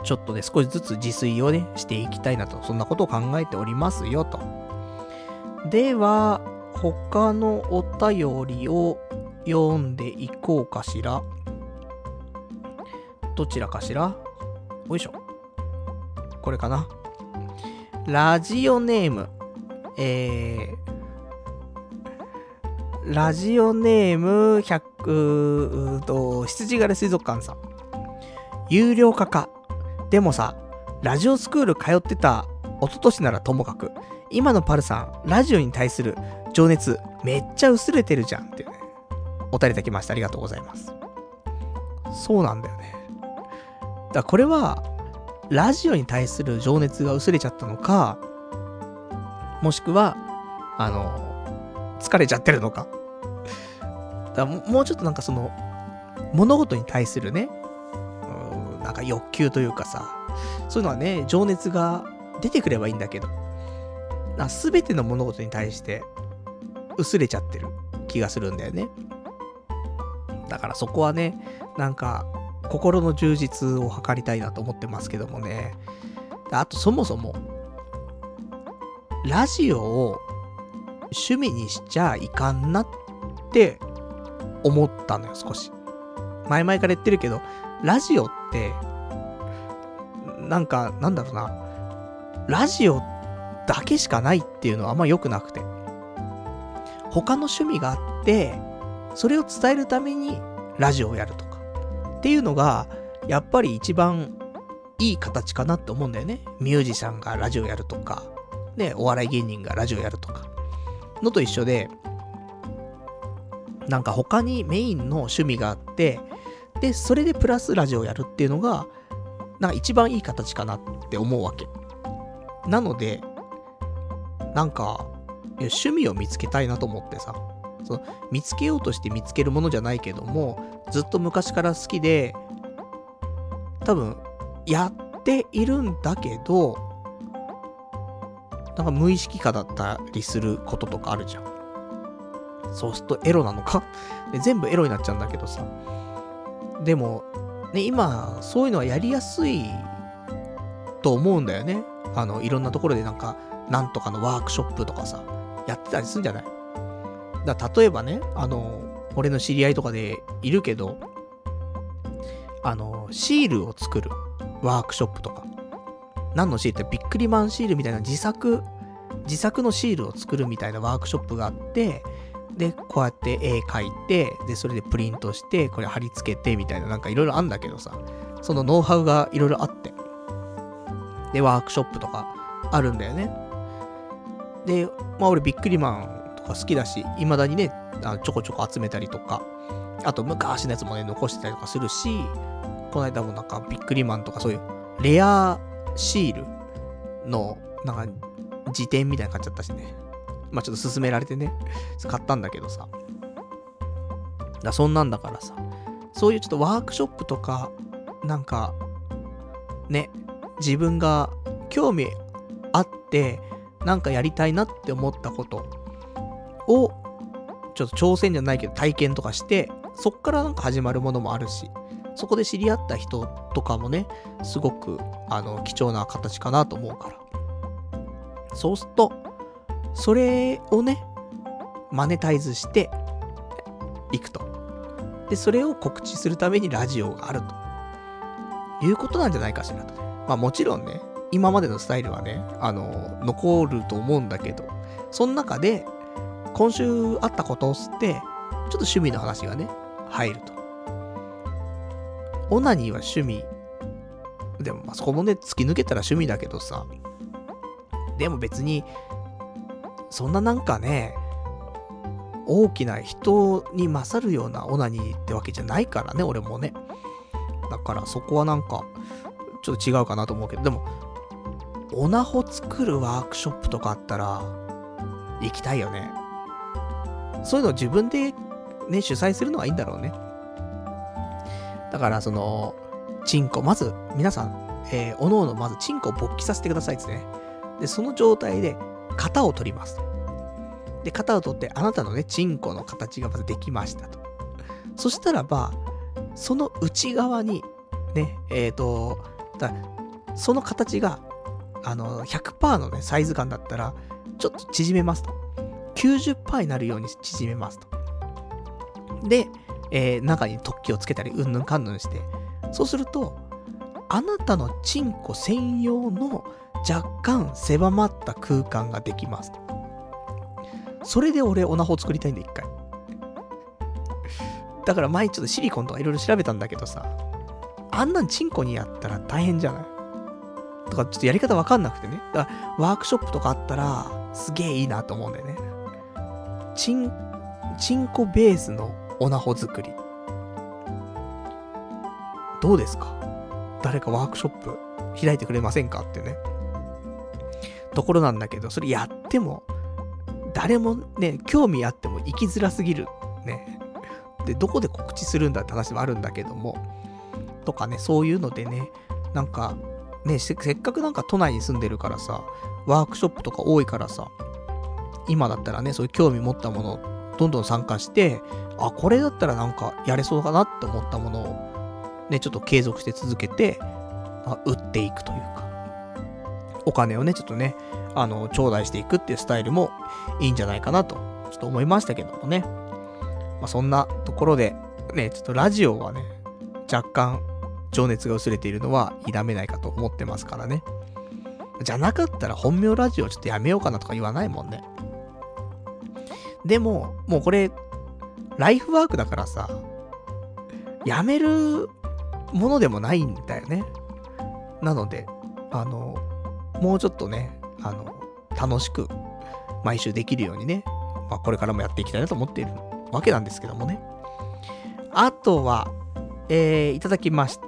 ちょっとね、少しずつ自炊をね、していきたいなと、そんなことを考えておりますよと。では、他のお便りを読んでいこうかしら。どちらかしら？よいしょ。これかな。ラジオネーム。ラジオネーム羊狩り水族館さん。有料化か。でもさ、ラジオスクール通ってた一昨年ならともかく、今のパルさん、ラジオに対する情熱、めっちゃ薄れてるじゃんっていうね。お便りいただきました。ありがとうございます。そうなんだよね。だからこれは、ラジオに対する情熱が薄れちゃったのか、もしくは、疲れちゃってるのか。だからもうちょっとなんかその、物事に対するね、なんか欲求というかさ、そういうのはね、情熱が出てくればいいんだけど、すべての物事に対して薄れちゃってる気がするんだよね。だからそこはね、なんか心の充実を図りたいなと思ってますけどもね。あとそもそもラジオを趣味にしちゃいかんなって思ったのよ、少し。前々から言ってるけど、ラジオってなんかなんだろうな、ラジオだけしかないっていうのはあんま良くなくて、他の趣味があってそれを伝えるためにラジオをやるとかっていうのがやっぱり一番いい形かなって思うんだよね。ミュージシャンがラジオやるとかね、お笑い芸人がラジオやるとかのと一緒で、なんか他にメインの趣味があって、でそれでプラスラジオやるっていうのがなんか一番いい形かなって思うわけ。なのでなんか趣味を見つけたいなと思ってさ、その見つけようとして見つけるものじゃないけども、ずっと昔から好きで多分やっているんだけど、なんか無意識化だったりすることとかあるじゃん。そうするとエロなのかで全部エロになっちゃうんだけどさ。でもね、今そういうのはやりやすいと思うんだよね。いろんなところでなんとかのワークショップとかさやってたりするんじゃない？だから例えばね、俺の知り合いとかでいるけど、シールを作るワークショップとか、何のシールってビックリマンシールみたいな自作のシールを作るみたいなワークショップがあって、でこうやって絵描いて、でそれでプリントしてこれ貼り付けてみたいな、なんかいろいろあんだけどさ、そのノウハウがいろいろあって、でワークショップとかあるんだよね。で俺ビックリマンとか好きだし、未だにねちょこちょこ集めたりとか、あと昔のやつもね残してたりとかするし、この間もなんかビックリマンとかそういうレアシールのなんか辞典みたいなの買っちゃったしね。ちょっと勧められてね買ったんだけどさ、そんなんだからさ、そういうちょっとワークショップとかなんかね、自分が興味あってなんかやりたいなって思ったことをちょっと挑戦じゃないけど体験とかして、そっからなんか始まるものもあるし、そこで知り合った人とかもねすごく貴重な形かなと思うから、そうするとそれをねマネタイズしていくと。でそれを告知するためにラジオがあるということなんじゃないかしらとね。もちろんね今までのスタイルはね残ると思うんだけど、その中で今週あったことを知ってちょっと趣味の話がね入ると。オナニーは趣味でもそこもね突き抜けたら趣味だけどさ、でも別にそんななんかね大きな人に勝るようなオナニーってわけじゃないからね、俺もね。だからそこはなんかちょっと違うかなと思うけど、でもオナホ作るワークショップとかあったら行きたいよね。そういうのを自分でね主催するのはいいんだろうね。だからそのチンコ、まず皆さんおのおのまずチンコを勃起させてくださいですね。でその状態で型を取ります。で型を取ってあなたのねチンコの形がまずできましたと。そしたらばその内側にねその形が、100% のね、サイズ感だったら、ちょっと縮めますと。90% になるように縮めますと。で、中に突起をつけたり、うんぬんかんぬんして、そうすると、あなたのチンコ専用の若干狭まった空間ができますと。それで俺、オナホ作りたいんだ、一回。だから前ちょっとシリコンとかいろいろ調べたんだけどさ、あんなんチンコにやったら大変じゃないとか、ちょっとやり方わかんなくてね。だからワークショップとかあったら、すげえいいなと思うんだよね。チンコベースのオナホ作り。どうですか？誰かワークショップ開いてくれませんかってね。ところなんだけど、それやっても、誰もね、興味あっても行きづらすぎる。ね。で、どこで告知するんだって話もあるんだけども、とかね、そういうのでね、なんか、ね、せっかくなんか都内に住んでるからさ、ワークショップとか多いからさ、今だったらね、そういう興味持ったものをどんどん参加して、あ、これだったらなんかやれそうかなって思ったものを、ね、ちょっと継続して続けて、売っていくというか、お金をね、ちょっとね、頂戴していくっていうスタイルもいいんじゃないかなと、ちょっと思いましたけどもね。まあ、そんなところで、ね、ちょっとラジオはね、若干情熱が薄れているのは否めないかと思ってますからね。じゃなかったら本名ラジオちょっとやめようかなとか言わないもんね。でも、もうこれ、ライフワークだからさ、やめるものでもないんだよね。なので、もうちょっとね、楽しく毎週できるようにね、まあ、これからもやっていきたいなと思っているわけなんですけどもね。あとは、いただきました。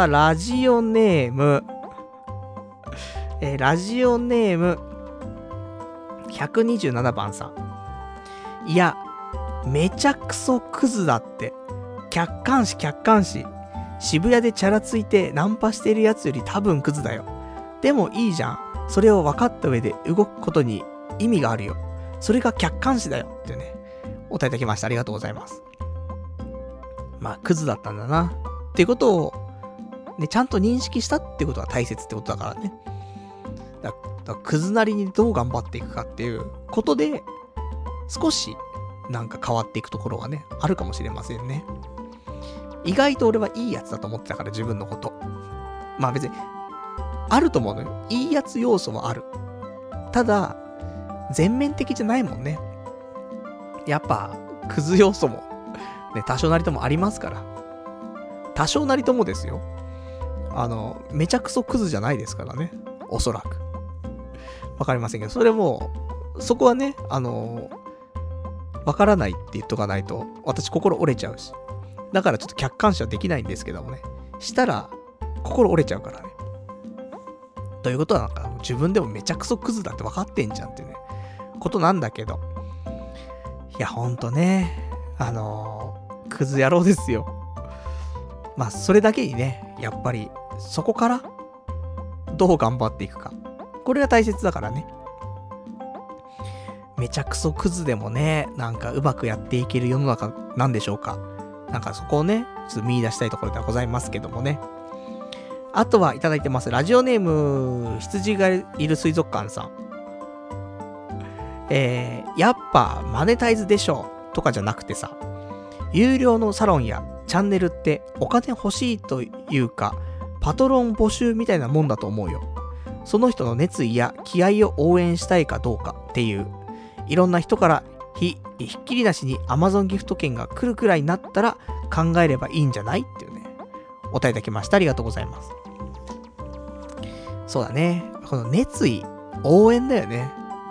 ラジオネーム、127番さん。いや、めちゃくそクズだって。客観視。渋谷でチャラついてナンパしてるやつより多分クズだよ。でもいいじゃん。それを分かった上で動くことに意味があるよ。それが客観視だよ。ってね、お答えいただきました。ありがとうございます。まあ、クズだったんだな。っていうことを、ね、ちゃんと認識したってことが大切ってことだからね。だからクズなりにどう頑張っていくかっていうことで、少しなんか変わっていくところはね、あるかもしれませんね。意外と俺はいいやつだと思ってたから、自分のこと。まあ別に、あると思うのよ。いいやつ要素はある。ただ、全面的じゃないもんね。やっぱ、クズ要素も、ね、多少なりともありますから。多少なりともですよ。めちゃくそクズじゃないですからね。おそらく。わかりませんけど、それも、そこはね、わからないって言っとかないと、私心折れちゃうし。だからちょっと客観視はできないんですけどもね。したら、心折れちゃうからね。ということはなんか、自分でもめちゃくそクズだって分かってんじゃんっていうね、ことなんだけど。いや、ほんとね、クズ野郎ですよ。まあ、それだけにね、やっぱり、そこから、どう頑張っていくか。これが大切だからね。めちゃくそクズでもね、なんかうまくやっていける世の中なんでしょうか。なんかそこをね、ちょっと見出したいところではございますけどもね。あとはいただいてます。ラジオネーム、羊がいる水族館さん。やっぱマネタイズでしょとかじゃなくてさ、有料のサロンやチャンネルってお金欲しいというか、パトロン募集みたいなもんだと思うよ。その人の熱意や気合を応援したいかどうかっていう、いろんな人からひっきりなしに Amazon ギフト券が来るくらいになったら考えればいいんじゃないっていうね、お答えいただきました。ありがとうございます。そうだね。この熱意、応援だよね。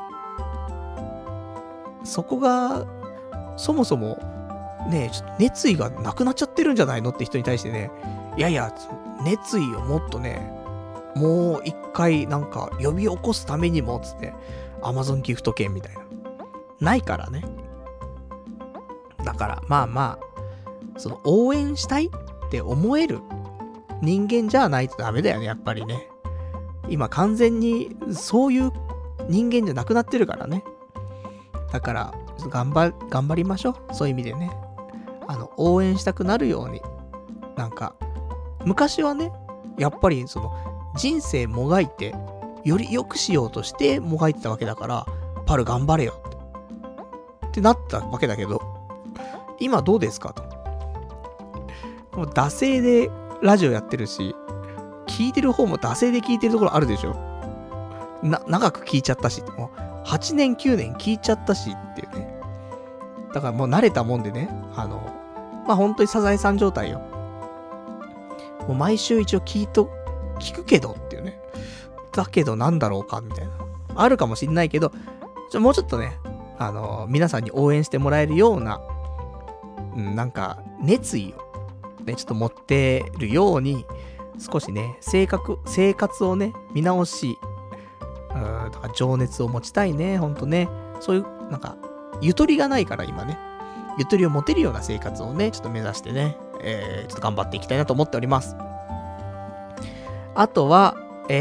そこが、そもそも、ね、ちょっと熱意がなくなっちゃってるんじゃないのって人に対してね、いやいや、熱意をもっとね、もう一回なんか呼び起こすためにも、つって、Amazon ギフト券みたいな。ないからね。だから、まあまあ、その応援したいって思える人間じゃないとダメだよね、やっぱりね。今完全にそういう人間じゃなくなってるからね。だから、頑張りましょう。そういう意味でね。応援したくなるように。なんか、昔はね、やっぱりその、 人生もがいて、より良くしようとしてもがいてたわけだから、パル頑張れよってなったわけだけど、今どうですかと。もう惰性でラジオやってるし、聞いてる方も惰性で聞いてるところあるでしょ。長く聞いちゃったし、もう8年9年聞いちゃったしっていうね。だからもう慣れたもんでね、本当にサザエさん状態よ。もう毎週一応聞くけどっていうね。だけどなんだろうかみたいな。あるかもしんないけど、もうちょっとね、皆さんに応援してもらえるような、なんか、熱意を、ね、ちょっと持ってるように、少しね、生活をね、見直し、だから情熱を持ちたいね、ほんとね。そういう、なんか、ゆとりがないから今ね、ゆとりを持てるような生活をね、ちょっと目指してね、ちょっと頑張っていきたいなと思っております。あとは、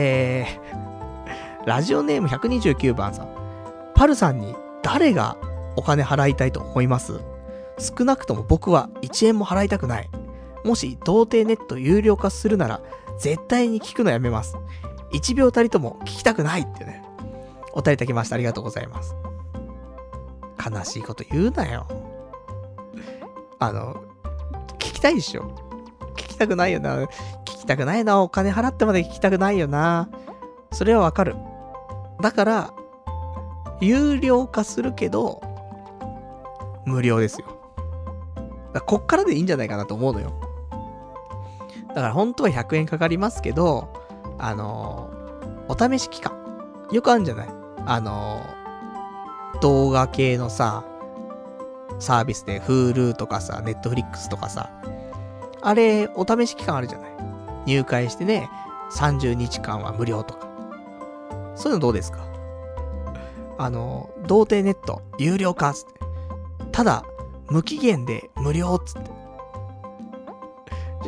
ラジオネーム129番さん。パルさんに誰がお金払いたいと思います？少なくとも僕は1円も払いたくない。もし童貞ネット有料化するなら絶対に聞くのやめます。1秒たりとも聞きたくないってね。お便りいただきました。ありがとうございます。悲しいこと言うなよ。聞きたいでしょ。聞きたくないよな。聞きたくないな。お金払ってまで聞きたくないよな。それはわかる。だから、有料化するけど、無料ですよ。だからこっからでいいんじゃないかなと思うのよ。だから本当は100円かかりますけど、お試し期間。よくあるんじゃない？動画系のさ、サービスで Hulu とかさ、Netflix とかさ、あれ、お試し期間あるじゃない？入会してね、30日間は無料とか。そういうのどうですか？童貞ネット有料化っつって。ただ、無期限で無料っつって。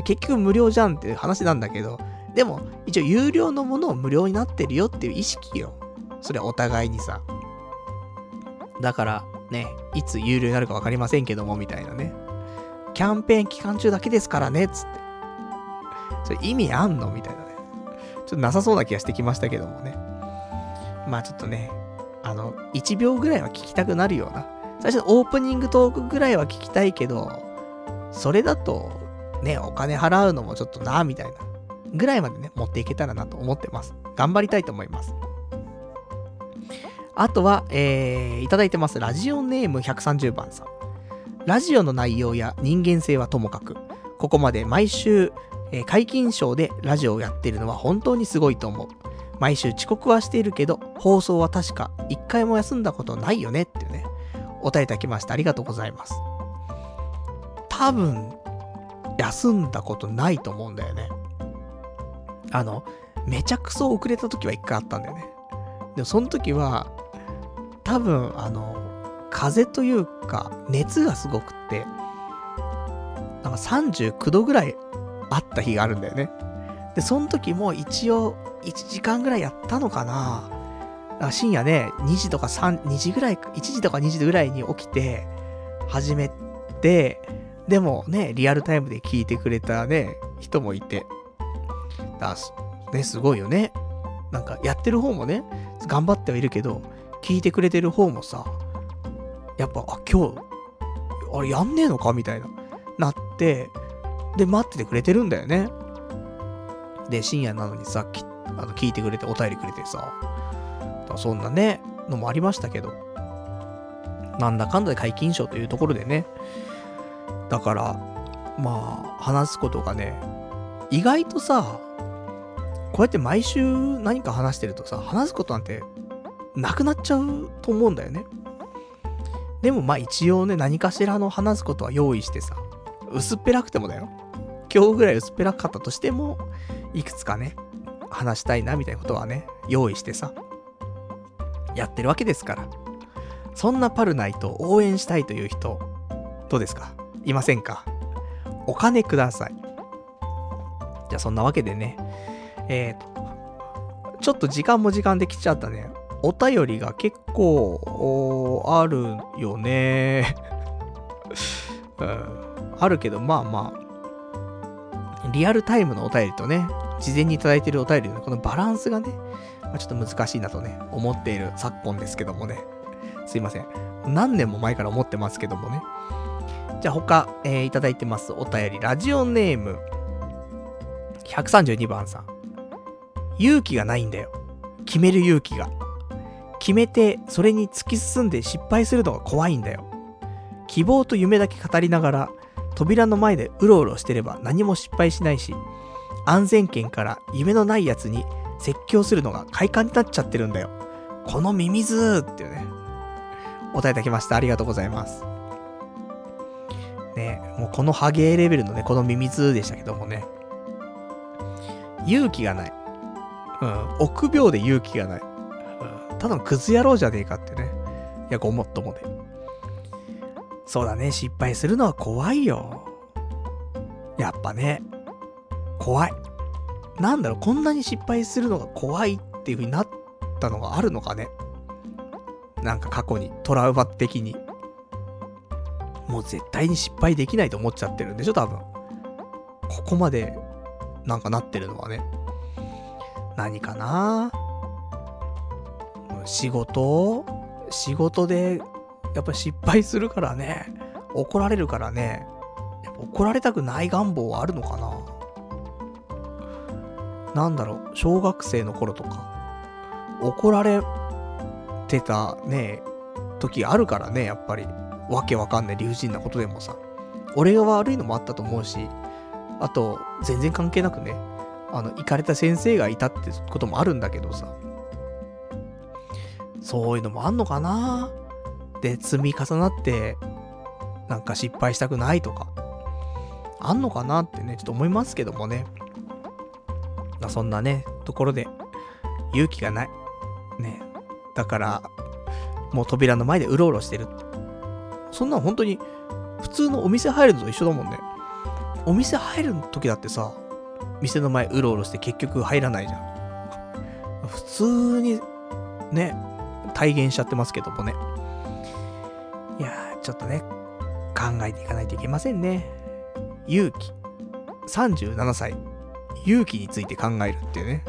結局無料じゃんっていう話なんだけど、でも、一応有料のものを無料になってるよっていう意識よ。それはお互いにさ。だから、ね、いつ有料になるかわかりませんけども、みたいなね。キャンペーン期間中だけですからね、つって。それ意味あんのみたいなね。ちょっとなさそうな気がしてきましたけどもね。まあちょっとね、1秒ぐらいは聞きたくなるような。最初のオープニングトークぐらいは聞きたいけど、それだと、ね、お金払うのもちょっとな、みたいな。ぐらいまでね、持っていけたらなと思ってます。頑張りたいと思います。あとは、いただいてます。ラジオネーム130番さん。ラジオの内容や人間性はともかく、ここまで毎週、皆勤賞でラジオをやっているのは本当にすごいと思う。毎週遅刻はしているけど、放送は確か1回も休んだことないよねっていうね、お便りいただきました。ありがとうございます。多分、休んだことないと思うんだよね。めちゃくそ遅れた時は1回あったんだよね。でもその時は、多分、風邪というか、熱がすごくって、なんか39度ぐらいあった日があるんだよね。で、その時も一応1時間ぐらいやったのかな。だから深夜ね、2時とか2時ぐらい、1時とか2時ぐらいに起きて、始めて、でもね、リアルタイムで聞いてくれたね、人もいて。だね、すごいよね。なんか、やってる方もね、頑張ってはいるけど、聞いてくれてる方もさ、やっぱ、今日、あれやんねえのかみたいな、なって、で、待っててくれてるんだよね。で、深夜なのにさ、聞いてくれて、お便りくれてさ、そんなね、のもありましたけど、なんだかんだで皆勤賞というところでね、だから、まあ、話すことがね、意外とさ、こうやって毎週何か話してるとさ、話すことなんてなくなっちゃうと思うんだよね。でもまあ一応ね、何かしらの話すことは用意してさ、薄っぺらくてもだよ。今日ぐらい薄っぺらかったとしても、いくつかね、話したいなみたいなことはね、用意してさ、やってるわけですから。そんなパルナイトを応援したいという人、どうですか？いませんか？お金ください。じゃあそんなわけでね、ちょっと時間も時間できちゃったね。お便りが結構あるよね、あるけどまあまあリアルタイムのお便りとね、 事前にいただいているお便りのこのバランスがね、ちょっと難しいなとね、思っている昨今ですけどもね。すいません。何年も前から思ってますけどもね。じゃあ他、いただいてますお便り、ラジオネーム、132番さん。勇気がないんだよ。決める勇気が。決めて、それに突き進んで失敗するのが怖いんだよ。希望と夢だけ語りながら、扉の前でうろうろしてれば何も失敗しないし、安全圏から夢のないやつに説教するのが快感になっちゃってるんだよ。このミミズっていうね、お答えいただきました。ありがとうございます。ね、もうこのハゲレベルのね、このミミズでしたけどもね。勇気がない。臆病で勇気がない。ただのクズ野郎じゃねえかってね。いや、ごもっともで。そうだね、失敗するのは怖いよ。やっぱね、怖い。なんだろう、こんなに失敗するのが怖いっていう風になったのがあるのかね。なんか過去に、トラウマ的に。もう絶対に失敗できないと思っちゃってるんでしょ、多分。ここまで、なんかなってるのはね。何かな？仕事で、やっぱ失敗するからね。怒られるからね。やっぱ怒られたくない願望はあるのかな？なんだろう、小学生の頃とか、怒られてたね、時あるからね、やっぱり。わけわかんない理不尽なことでもさ。俺が悪いのもあったと思うし、あと、全然関係なくね、イカれた先生がいたってこともあるんだけどさ。そういうのもあんのかな？で、積み重なって、なんか失敗したくないとか、あんのかなってね、ちょっと思いますけどもね。そんなね、ところで、勇気がない。ね。だから、もう扉の前でうろうろしてる。そんなの本当に、普通のお店入るのと一緒だもんね。お店入る時だってさ、店の前うろうろして結局入らないじゃん。普通に、ね、体現しちゃってますけどもね。いやー、ちょっとね、考えていかないといけませんね。勇気。37歳。勇気について考えるっていうね。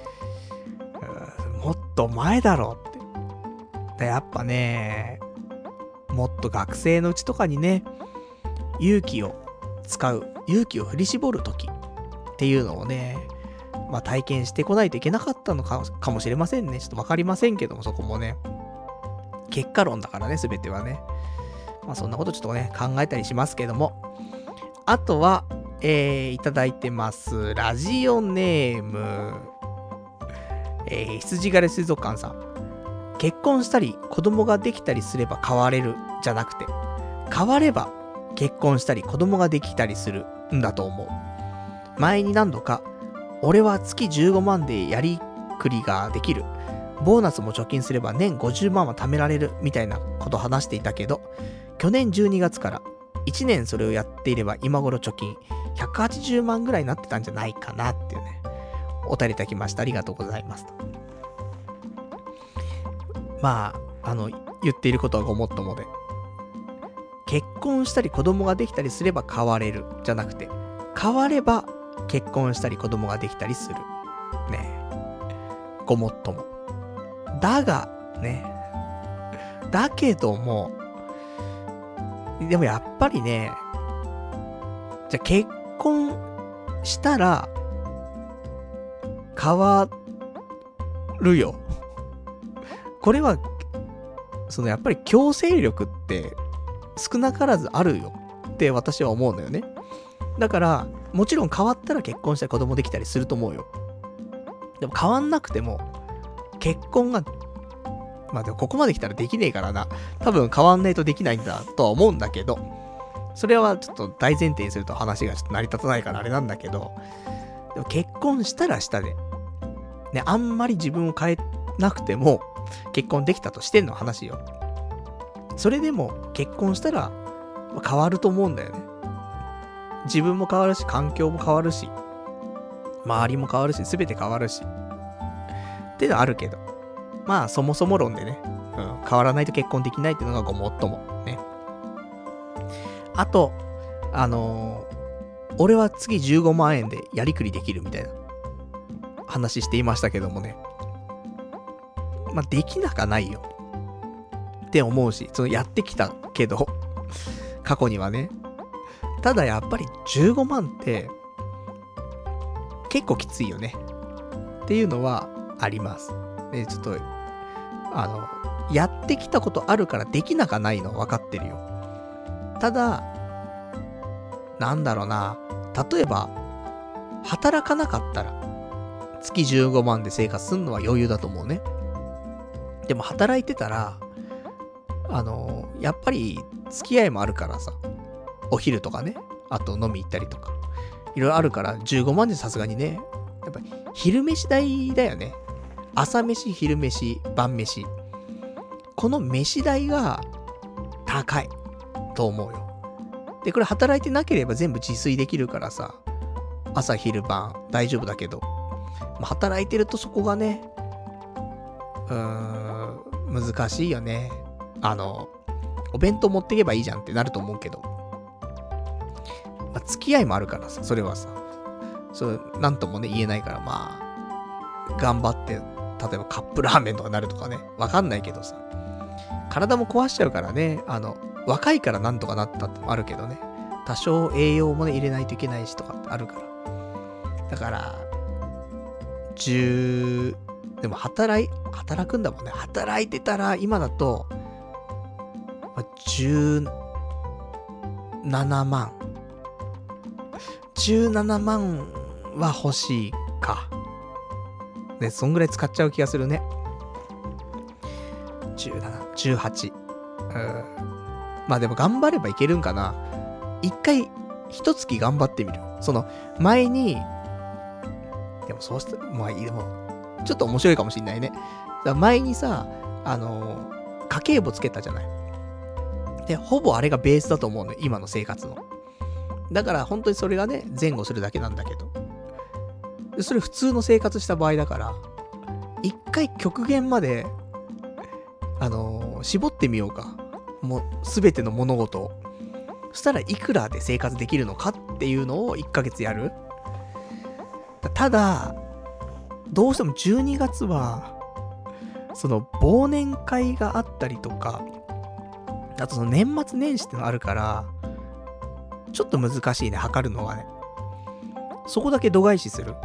もっと前だろうって。やっぱね、もっと学生のうちとかにね、勇気を使う、勇気を振り絞るときっていうのをね、まあ体験してこないといけなかったのかもしれませんね。ちょっとわかりませんけども、そこもね。結果論だからね、すべてはね。まあそんなことちょっとね、考えたりしますけども。あとは、いただいてます。ラジオネーム、羊狩り水族館さん。結婚したり子供ができたりすれば変われるじゃなくて、変われば結婚したり子供ができたりするんだと思う。前に何度か、俺は月15万でやりくりができる。ボーナスも貯金すれば年50万は貯められるみたいなことを話していたけど、去年12月から1年それをやっていれば今頃貯金180万ぐらいになってたんじゃないかなっていうね、お便りいただきました。ありがとうございます。まあ、言っていることはごもっともで。結婚したり子供ができたりすれば変われる。じゃなくて、変われば結婚したり子供ができたりする。ねえ。ごもっとも。だが、ね。だけども、でもやっぱりね、じゃあ結婚したら、変わるよ。これは、やっぱり強制力って少なからずあるよって私は思うのよね。だから、もちろん変わったら結婚したら子供できたりすると思うよ。でも変わんなくても、結婚が、まあでもここまで来たらできねえからな。多分変わんないとできないんだとは思うんだけど、それはちょっと大前提にすると話がちょっと成り立たないからあれなんだけど、でも結婚したらしたで、ね、あんまり自分を変えなくても、結婚できたとしてんの話よ。それでも結婚したら変わると思うんだよね。自分も変わるし、環境も変わるし、周りも変わるし、すべて変わるし。っていうのはあるけど。まあそもそも論でね、変わらないと結婚できないっていうのがごもっとも。ね。あと、俺は次15万円でやりくりできるみたいな。 話していましたけどもね。まあ、できなかないよ。って思うし、やってきたけど、過去にはね。ただやっぱり15万って、結構きついよね。っていうのはあります。で、ちょっと、やってきたことあるからできなかないのは分かってるよ。ただ、なんだろうな。例えば、働かなかったら、月15万で生活するのは余裕だと思うね。でも働いてたら、やっぱり付き合いもあるからさ、お昼とかね、あと飲み行ったりとか、いろいろあるから15万でさすがにね、やっぱり昼飯代だよね。朝飯、昼飯、晩飯。この飯代が高いと思うよ。で、これ働いてなければ全部自炊できるからさ、朝昼晩大丈夫だけど、働いてるとそこがね、難しいよね。お弁当持っていけばいいじゃんってなると思うけど、付き合いもあるからさ、それはさ、なんともね、言えないから、頑張って、例えばカップラーメンとかなるとかね、わかんないけどさ、体も壊しちゃうからね、若いからなんとかなったってあるけどね、多少栄養もね、入れないといけないしとかってあるから。だから、でも働くんだもんね。働いてたら、今だと、17万。17万は欲しいか。ね、そんぐらい使っちゃう気がするね。17、18。でも頑張ればいけるんかな。一月頑張ってみる。前に、でもそうして、でも、ちょっと面白いかもしんないね。前にさ、家計簿つけたじゃない。で、ほぼあれがベースだと思うのよ、今の生活の。だから本当にそれがね、前後するだけなんだけど。でそれ普通の生活した場合だから、一回極限まで、絞ってみようか。もう、すべての物事を。そしたらいくらで生活できるのかっていうのを1ヶ月やる。ただ、どうしても12月は、忘年会があったりとか、あと年末年始ってのあるから、ちょっと難しいね、測るのがね。そこだけ度外視する。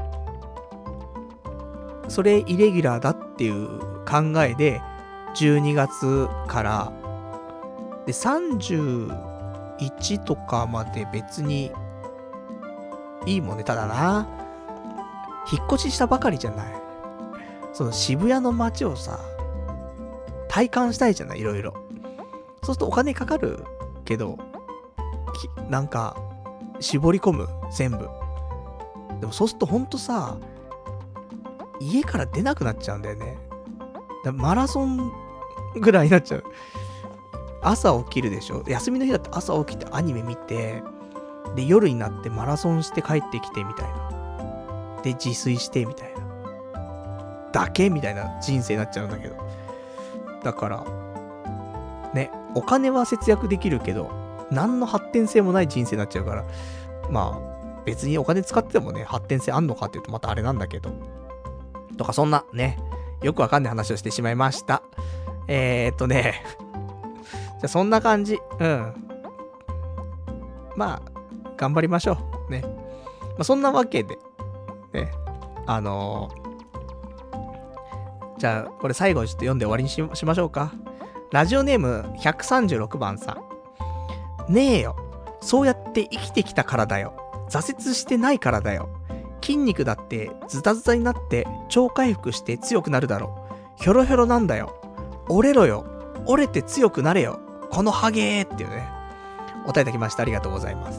それイレギュラーだっていう考えで、12月から、で、31とかまで別に、いいもんね。ただな、引っ越ししたばかりじゃない。渋谷の街をさ、体感したいじゃない、いろいろ。そうするとお金かかるけど、なんか、絞り込む、全部。でもそうするとほんとさ、家から出なくなっちゃうんだよね。マラソンぐらいになっちゃう。朝起きるでしょ。休みの日だって朝起きてアニメ見て、で、夜になってマラソンして帰ってきてみたいな。で、自炊してみたいな。だけみたいな人生になっちゃうんだけど。だから、ね、お金は節約できるけど、何の発展性もない人生になっちゃうから、別にお金使っててもね、発展性あんのかっていうとまたあれなんだけど。とかそんなね、よくわかんない話をしてしまいました。じゃあそんな感じ。頑張りましょう。ね。そんなわけで、ね、じゃあ、これ最後ちょっと読んで終わりにしましょうか。ラジオネーム136番さん。ねえよ。そうやって生きてきたからだよ。挫折してないからだよ。筋肉だってズタズタになって超回復して強くなるだろう。ひょろひょろなんだよ。折れろよ。折れて強くなれよ。このハゲーっていうね。お答えいただきました。ありがとうございます。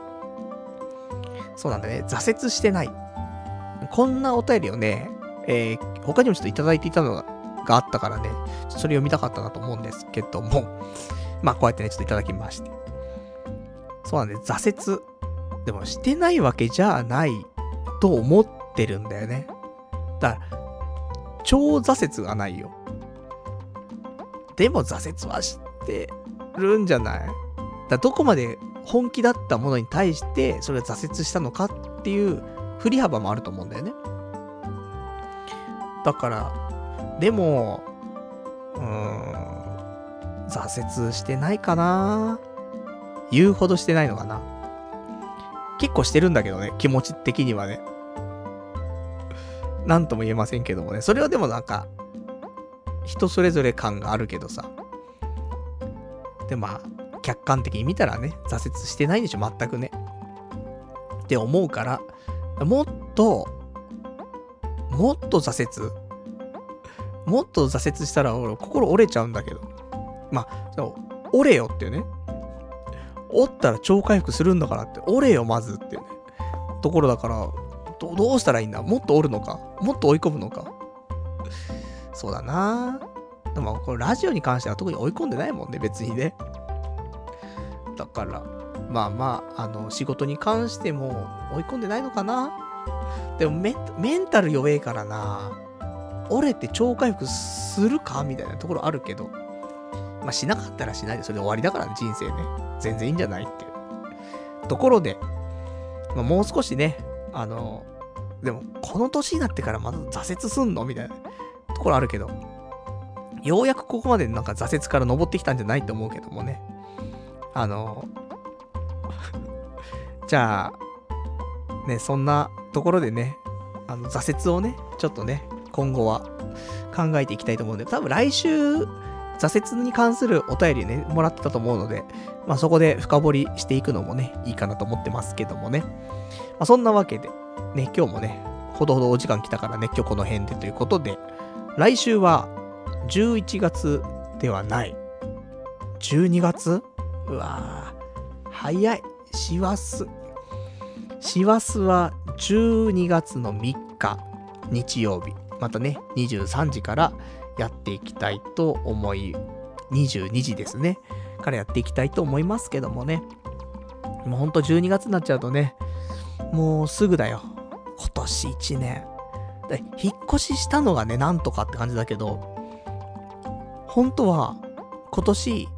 そうなんだね。挫折してない。こんなお便りをね、他にもちょっといただいていたのがあったからね、それ読みたかったなと思うんですけども、こうやってね、ちょっといただきまして。そうなんで、挫折。でもしてないわけじゃないと思ってるんだよね。だから、超挫折がないよ。でも挫折はしてるんじゃない？だどこまで本気だったものに対して、それが挫折したのかっていう振り幅もあると思うんだよね。 だから、でも、挫折してないかな。言うほどしてないのかな。結構してるんだけどね、気持ち的にはね。なんとも言えませんけどもね。それはでもなんか、人それぞれ感があるけどさ。で、まあ、客観的に見たらね、挫折してないでしょ、全くね。って思うから、もっと挫折したら俺、心折れちゃうんだけど。まあ、折れよっていうね。折ったら超回復するんだからって、折れよまずっていうね。ところだから、どうしたらいいんだ？もっと折るのか？もっと追い込むのか？そうだな。でもこれラジオに関しては特に追い込んでないもんね、別にね。だから、まあ、仕事に関しても追い込んでないのかな。でもメンタル弱えからな。折れて超回復するかみたいなところあるけど。まあ、しなかったらしないでそれで終わりだからね、人生ね。全然いいんじゃないっていう。ところで、まあ、もう少しね、でも、この年になってからまだ挫折すんのみたいなところあるけど、ようやくここまでなんか挫折から登ってきたんじゃないと思うけどもね。じゃあ、ね、そんなところでね、挫折をね、ちょっとね、今後は考えていきたいと思うんで、多分来週、挫折に関するお便りね、もらってたと思うので、まあそこで深掘りしていくのもね、いいかなと思ってますけどもね。まあそんなわけで、ね、今日もね、ほどほどお時間来たからね、今日この辺でということで、来週は11月ではない。12月？うわぁ、早い。師走は12月の3日、日曜日。またね、23時からやっていきたいと思い、22時ですね。からやっていきたいと思いますけどもね。もうほんと12月になっちゃうとね、もうすぐだよ。今年1年。で引っ越ししたのがね、なんとかって感じだけど、本当は今年、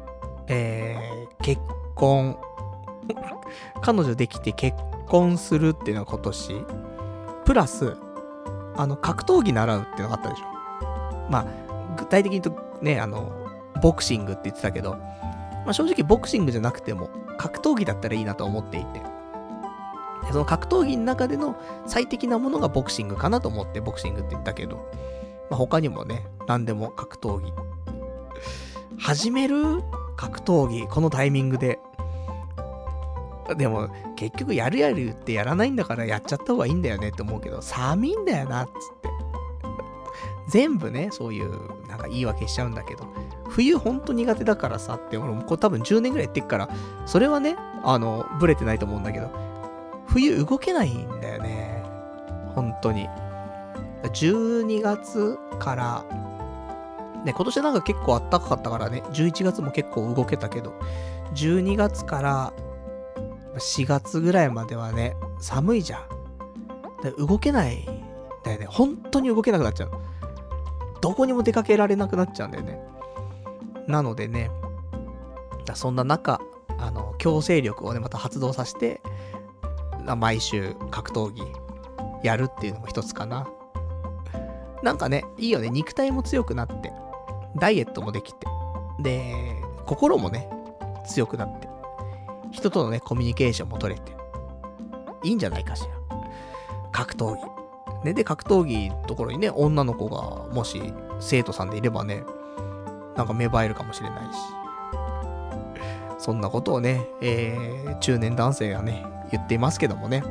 結婚、彼女できて結婚するっていうのが今年、プラス、格闘技習うっていうのがあったでしょ。まあ、具体的に言うとね、ボクシングって言ってたけど、まあ正直ボクシングじゃなくても、格闘技だったらいいなと思っていて、その格闘技の中での最適なものがボクシングかなと思ってボクシングって言ったけど、まあ他にもね、何でも格闘技。始める？格闘技、このタイミングで。でも、結局やる言ってやらないんだからやっちゃった方がいいんだよねって思うけど、寒いんだよな、っつって。全部ね、そういう、なんか言い訳しちゃうんだけど、冬ほんと苦手だからさって、俺もこれ多分10年ぐらいやってっから、それはね、ブレてないと思うんだけど、冬動けないんだよね。本当に。12月から、ね、今年なんか結構暖かかったからね、11月も結構動けたけど、12月から4月ぐらいまではね、寒いじゃん。動けないんだよね。本当に動けなくなっちゃう。どこにも出かけられなくなっちゃうんだよね。なのでね、そんな中、強制力をね、また発動させて、毎週格闘技やるっていうのも一つかな。なんかね、いいよね。肉体も強くなって、ダイエットもできて、で、心もね、強くなって、人とのね、コミュニケーションも取れて、いいんじゃないかしら。格闘技。ね、で、格闘技のところにね、女の子が、もし、生徒さんでいればね、なんか芽生えるかもしれないし。そんなことをね、中年男性がね、言っていますけどもね。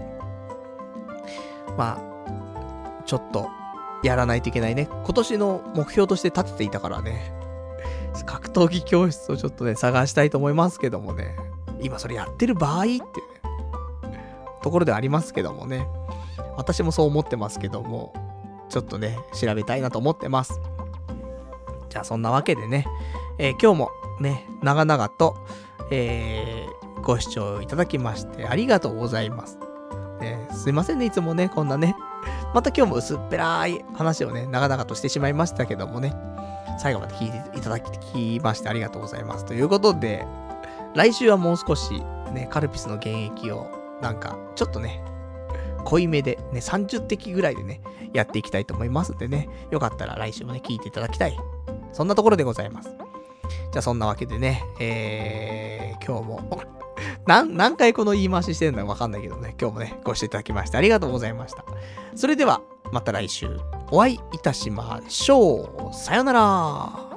まあ、ちょっと、やらないといけないね。今年の目標として立てていたからね。格闘技教室をちょっとね、探したいと思いますけどもね。今それやってる場合っていうね、ところでありますけどもね。私もそう思ってますけども、ちょっとね、調べたいなと思ってます。じゃあそんなわけでね、今日もね、長々と、ご視聴いただきましてありがとうございます。すいませんね、いつもね、こんなね。また今日も薄っぺらい話をね、長々としてしまいましたけどもね、最後まで聞いていただきましてありがとうございます。ということで、来週はもう少しね、カルピスの原液をなんかちょっとね、 濃いめで、ね、30滴ぐらいでね、やっていきたいと思いますんでね、よかったら来週もね、聞いていただきたい。そんなところでございます。じゃあそんなわけでね、今日も何回この言い回ししてるのかわかんないけどね、今日もね、ご視聴いただきましてありがとうございました。それでは、また来週お会いいたしましょう。さよなら。